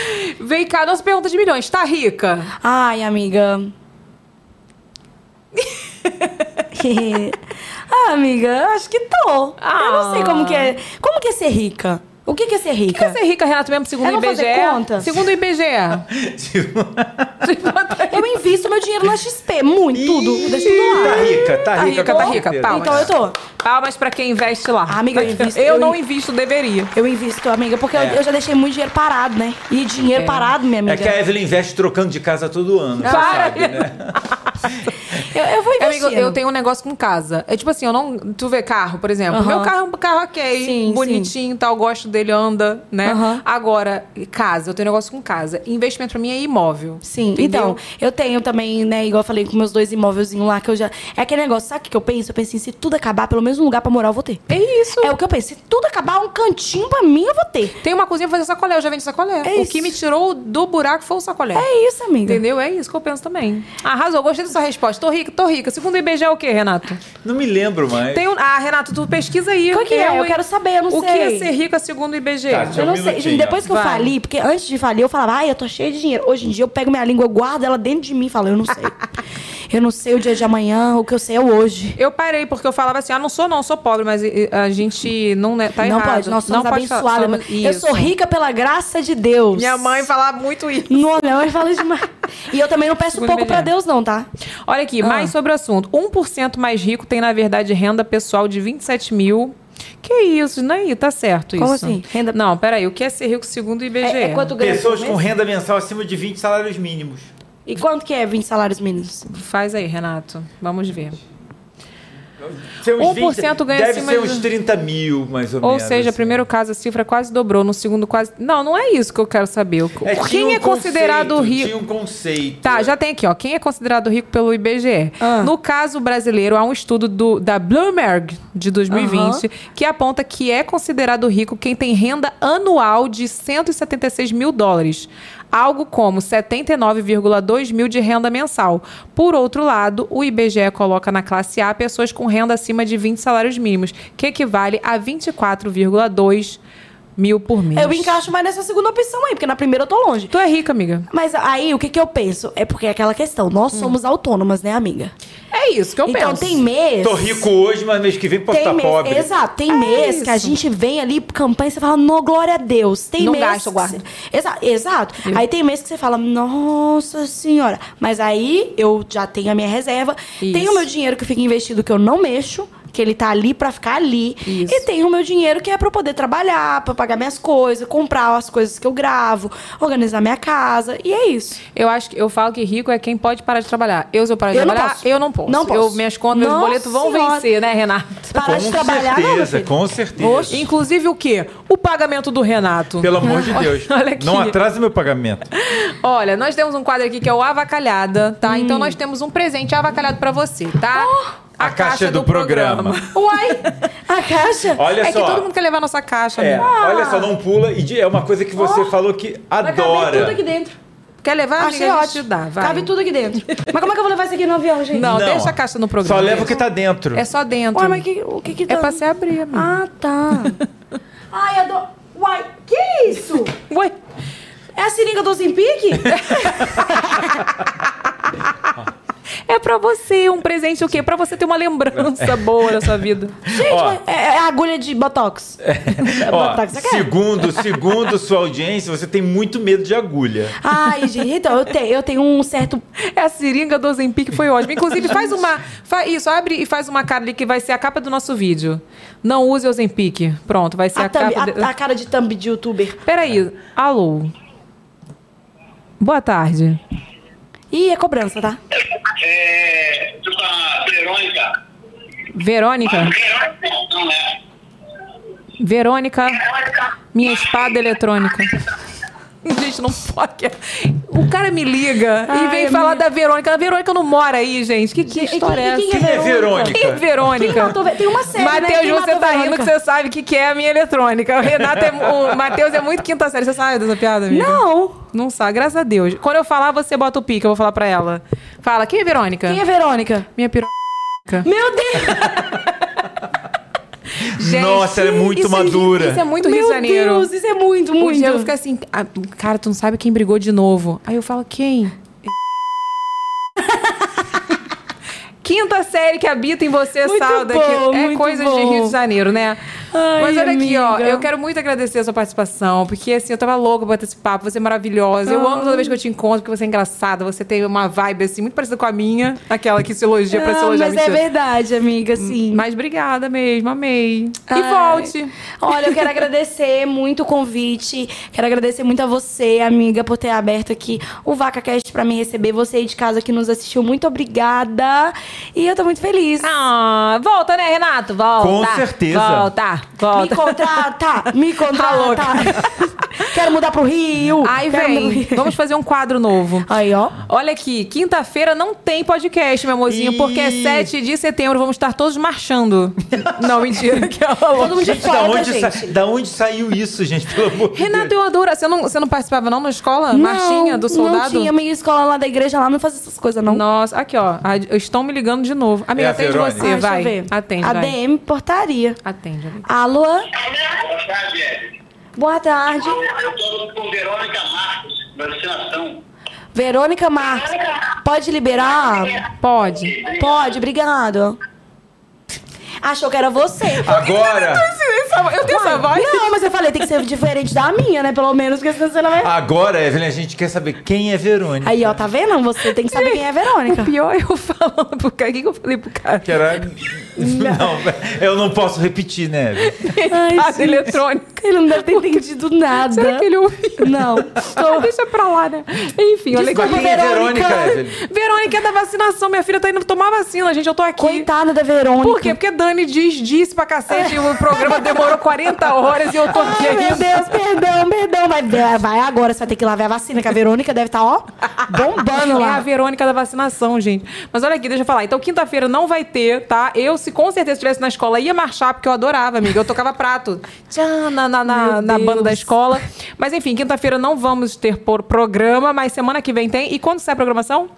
Vem cá, nossa pergunta de milhões. Tá rica? Ai, amiga. ah, amiga, acho que tô. Ah. Eu não sei como que é. Como que é ser rica? O que que é ser rica? Quer ser rica, Renato, mesmo segundo É o não I B G E? fazer conta? Segundo o I B G E. Eu invisto meu dinheiro na X P, muito, tudo. Deixa tudo Tá lá. rica, tá, Tá rica. rica, com tá rica. certeza. Palmas. Então eu tô. Palmas pra quem investe lá. Ah, amiga, eu invisto- Eu eu não in- invisto, deveria. Eu invisto, amiga, porque eu- É. eu, já deixei muito dinheiro parado, né? E dinheiro parado, minha amiga. É que a Evelyn investe trocando de casa todo ano, você Para. sabe, né? Eu, eu vou investir. Amigo, eu tenho um negócio com casa. É tipo assim, eu não. Tu vê carro, por exemplo. Aham. Meu carro é um carro ok, Sim, bonitinho e tal, gosto dele, anda, né? Aham. Agora, casa, eu tenho um negócio com casa. Investimento pra mim é imóvel. Sim, entendeu? então, eu tenho também, né, igual eu falei com meus dois imóvelzinhos lá, que eu já... É aquele negócio, sabe o que eu penso? Eu penso assim, se tudo acabar, pelo menos um lugar pra morar eu vou ter. É isso. É o que eu penso, se tudo acabar, um cantinho pra mim eu vou ter. Tem uma cozinha pra fazer sacolé, eu já vendi sacolé. É o isso. que me tirou do buraco foi o sacolé. É isso, amiga. Entendeu? É isso que eu penso também. Arrasou, gostei da sua resposta. Tô rica, tô rica. Segundo o I B G E é o quê, Renato? Não me lembro mais. Tem um... Ah, Renato, tu pesquisa aí. Qual que é? Eu hein? quero saber, eu não o sei. que é ser rica segundo o I B G E? Tá, tchau. Eu não um sei. minutinho, Gente, depois que eu vai. fali, porque antes de falir, eu falava, ai, eu tô cheia de dinheiro. Hoje em dia eu pego minha língua, eu guardo ela dentro de mim e falo, eu não sei. Eu não sei o dia de amanhã, o que eu sei é o hoje. Eu parei, porque eu falava assim, ah, não sou não, sou pobre, mas e, a gente não né, tá não errado. pode, nós somos não abençoadas. Pode falar, eu sou rica pela graça de Deus. Minha mãe falava muito isso. Não, minha mãe fala demais. E eu também não peço Segundo pouco B G E. pra Deus não, tá? Olha aqui, Ah. mais sobre o assunto. um por cento mais rico tem, na verdade, renda pessoal de vinte e sete mil. Que isso, não é, tá certo Como isso. assim? Renda... Não, peraí, o que é ser rico segundo o I B G E? É, é quanto ganha Pessoas por com mês? renda mensal acima de vinte salários mínimos. E quanto que é vinte salários mínimos? Faz aí, Renato. Vamos ver. Ser uns um por cento ganha deve acima ser de- uns trinta mil, mais ou, Ou menos. seja, assim. primeiro caso a cifra quase dobrou, no segundo quase... Não, não é isso que eu quero saber. O- É, tinha Quem um é considerado conceito, rico... Tinha um conceito. Tá, já tem aqui, ó. Quem é considerado rico pelo I B G E? Ah. No caso brasileiro, há um estudo do, da Bloomberg de dois mil e vinte que aponta que é considerado rico quem tem renda anual de cento e setenta e seis mil dólares. Algo como setenta e nove vírgula dois mil de renda mensal. Por outro lado, o I B G E coloca na classe A pessoas com renda acima de vinte salários mínimos, que equivale a vinte e quatro vírgula dois mil por mês. Eu me encaixo mais nessa segunda opção aí, porque na primeira eu tô longe. Tu é rica, amiga. Mas aí, o que que eu penso? É porque é aquela questão, nós somos autônomas, né, amiga? É isso que eu então penso. tem mês... Tô rico hoje, mas mês que vem posso Tem estar mês, pobre. exato, tem É mês que a isso. gente vem ali pro campanha e você fala, no, glória a Deus. Tem Não mês gasta, que guarda. você- Exato, exato. Aí tem mês que você fala, nossa senhora. Mas aí eu já tenho a minha reserva, Isso. tenho o meu dinheiro que fica investido que eu não mexo, que ele tá ali pra ficar ali. Isso. E tenho o meu dinheiro que é pra eu poder trabalhar, pra pagar minhas coisas, comprar as coisas que eu gravo, organizar minha casa. E é isso. Eu acho que eu falo que rico é quem pode parar de trabalhar. Eu, se eu parar de Eu não trabalhar, posso. eu não posso. Não posso. Eu, minhas contas, meus Nossa boletos vão Senhora. vencer, né, Renato? Parar Com de trabalhar, não, meu certeza, filho. com certeza. Oxe. Inclusive o quê? O pagamento do Renato. Pelo amor de Deus. Olha aqui. Não atrase meu pagamento. Olha, nós temos um quadro aqui que é o Avacalhada, tá? Hum. Então nós temos um presente avacalhado pra você, tá? A caixa do programa. Uai, a caixa... Olha É só. que todo mundo quer levar nossa caixa, É, amigo. olha só, não pula. E de- é uma coisa que você falou que Vai caber adora. tudo aqui dentro. Quer levar, Achei amiga? A gente ótimo. te dá, vai. Cabe tudo aqui dentro. Mas como é que eu vou levar isso aqui no avião, gente? Não, deixa a caixa no programa. Só leva o que tá dentro. É só dentro. Uai, mas que, o que que tá... É pra você abrir, amigo. Ah, tá. Ai, eu dou... Uai, que isso? Ué, É a seringa do Ozempic? é pra você um presente o quê? Pra você ter uma lembrança boa da sua vida. Gente, Ó. mas é, é agulha de Botox. Ó, Botox, você quer? segundo, segundo sua audiência, você tem muito medo de agulha. Ai, gente, então, eu tenho, eu tenho um certo... É a seringa do Ozempic, foi ótimo. Inclusive, faz uma... Fa, isso, abre e faz uma cara ali que vai ser a capa do nosso vídeo. Não use Ozempic. Pronto, vai ser a, A, thumb, capa... de- a, a cara de thumb de youtuber. Peraí. Alô? Boa tarde. Ih, é cobrança, tá? É. Tu tá Verônica? Verônica? Não é. Verônica, minha espada eletrônica. Gente, não pode. O cara me liga e Ai, vem amiga. falar da Verônica. A Verônica não mora aí, gente. Que, que E- história é e essa? quem Quem é Verônica? Quem é Verônica? Quem matou Ve- tem uma série, né? Matheus, Quem você matou tá rindo Verônica? que você sabe o que, que é a minha eletrônica. O Renato é. O Matheus é muito quinta série. Você sabe dessa piada, amiga? Não. Não sabe, graças a Deus. Quando eu falar, você bota o pique, eu vou falar pra ela. Fala, quem é Verônica? Quem é Verônica? Minha piroca. Meu Deus! Gente, Nossa, ela é muito isso madura. Isso é muito Rio de Meu Janeiro. Deus, isso é muito, Um muito. dia eu fico assim, ah, cara, tu não sabe quem brigou de novo. Aí eu falo, quem? Quinta série que habita em você, Muito Salda. bom, que é muito coisa de bom. Rio de Janeiro, né? Ai, Mas olha aqui, ó. amiga. Eu quero muito agradecer a sua participação. Porque, assim, eu tava louca pra bater esse papo. Você é maravilhosa. Eu amo toda vez que eu te encontro, porque você é engraçada. Você tem uma vibe, assim, muito parecida com a minha. Aquela que se elogia pra se Ah, elogiar. mas é mentira. verdade, amiga, sim. Mas obrigada mesmo, amei. E Ai. volte. Olha, eu quero agradecer muito o convite. Quero agradecer muito a você, amiga, por ter aberto aqui o VacaCast pra me receber. Você aí de casa que nos assistiu, muito obrigada. E eu tô muito feliz. Ah, volta, né, Renato? Volta. Com certeza. Volta, Me volta. contrata, me Tá contrata. Quero mudar pro Rio. Aí Quero mudar pro vem, Rio. vamos fazer um quadro novo. Aí, ó. Olha aqui, quinta-feira não tem podcast, meu amorzinho, Ih. porque é sete de setembro, vamos estar todos marchando. Não, mentira. Que Todo mundo de Gente, da folga, onde, sa- gente. da onde saiu isso, gente? Pelo amor de Renato, Deus. eu adoro. Você não, você não participava não na escola? Marchinha do soldado? Não tinha, minha escola lá da igreja lá não fazia essas coisas, não. Nossa, aqui, ó. a- Estão me ligando de novo. Amiga, É a atende Verônica. você, Ah, deixa vai. eu ver. Atende, A vai. D M portaria. Atende, amiga. Alô? Boa tarde, Ed. Boa tarde. Eu tô com Verônica Marcos, vacinação. Verônica Marques. Pode liberar? Pode. Pode, obrigado. Achou que era você. Agora! Eu tenho essa voz? Não, mas eu falei, tem que ser diferente da minha, né? Pelo menos, porque senão você não vai... Agora, Evelyn, a gente quer saber quem é Verônica. Aí, ó, tá vendo? Você tem que saber quem é a Verônica. O pior é eu falando pro cara. O que que eu falei pro cara? Que era... Não, eu não posso repetir, né, Evelyn? Ai, eletrônico. Ele não deve ter entendido nada. Será que ele ouviu? Não. Ah, deixa pra lá, né? Enfim, olha aqui. Desculpa, quem é Verônica, Evelyn? Verônica é da vacinação. Minha filha tá indo tomar vacina, gente. Eu tô aqui. Coitada da Verônica. Por quê? Porque Dani diz, disse pra cacete. E o programa demorou quarenta horas e eu tô aqui. Ai, meu Deus, perdão, perdão. Vai, vai agora, você vai ter que ir lá ver a vacina, que a Verônica deve estar, ó, bombando lá. É a Verônica da vacinação, gente. Mas olha aqui, deixa eu falar. Então, quinta-feira não vai ter, tá? Eu, se com certeza estivesse na escola, ia marchar, porque eu adorava, amiga. Eu tocava prato. Tchan, na, na, na, na banda da escola. Mas enfim, quinta-feira não vamos ter por programa, mas semana que vem tem. E quando sai a programação?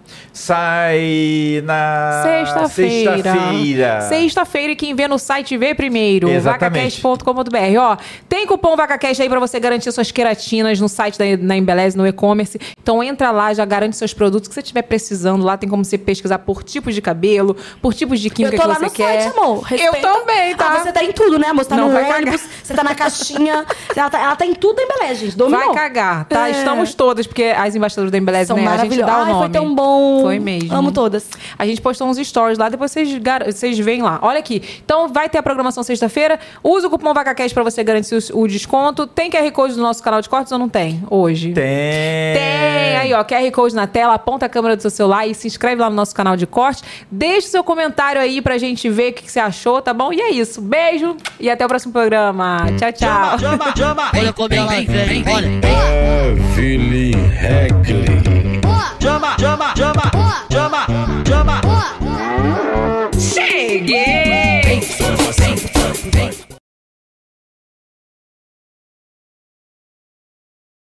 Sai na... Sexta-feira. Sexta-feira. Sexta-feira, e quem vê no site vê primeiro. Exatamente. vacacast ponto com ponto b r. Ó, tem cupom VacaCast aí pra você garantir suas queratinas no site da na Embeleze, no e-commerce. Então entra lá, já garante seus produtos que você estiver precisando. Lá tem como você pesquisar por tipos de cabelo, por tipos de química Eu tô que lá você no quer. site, amor. Respeita. Eu também, tá? Ah, você tá em tudo, né, amor? Você tá Não, no vai ônibus, cagar. você tá na caixinha. ela, tá, ela tá em tudo da Embeleze, gente. Dominou. Vai cagar, tá? É. Estamos todas, porque as embaixadoras da Embeleze, São né? A gente maravilhosas. dá o Ai, nome. foi tão bom. Foi mesmo. Amo todas. A gente postou uns stories lá, depois vocês, gar... vocês veem lá. Olha aqui. Então vai ter a programação sexta-feira. Usa o cupom VacaCast pra você garantir o, o desconto. Tem Q R Code no nosso canal de cortes ou não tem? Hoje. Tem. Tem. Aí, ó, Q R Code na tela, aponta a câmera do seu celular e se inscreve lá no nosso canal de corte. Deixa o seu comentário aí pra gente ver o que, que você achou, tá bom? E é isso. Beijo e até o próximo programa. Tchau, tchau. Chama, chama, Olha como ela vem, vem, olha. Evelyn Regli. chama, chama, chama, chama, chama.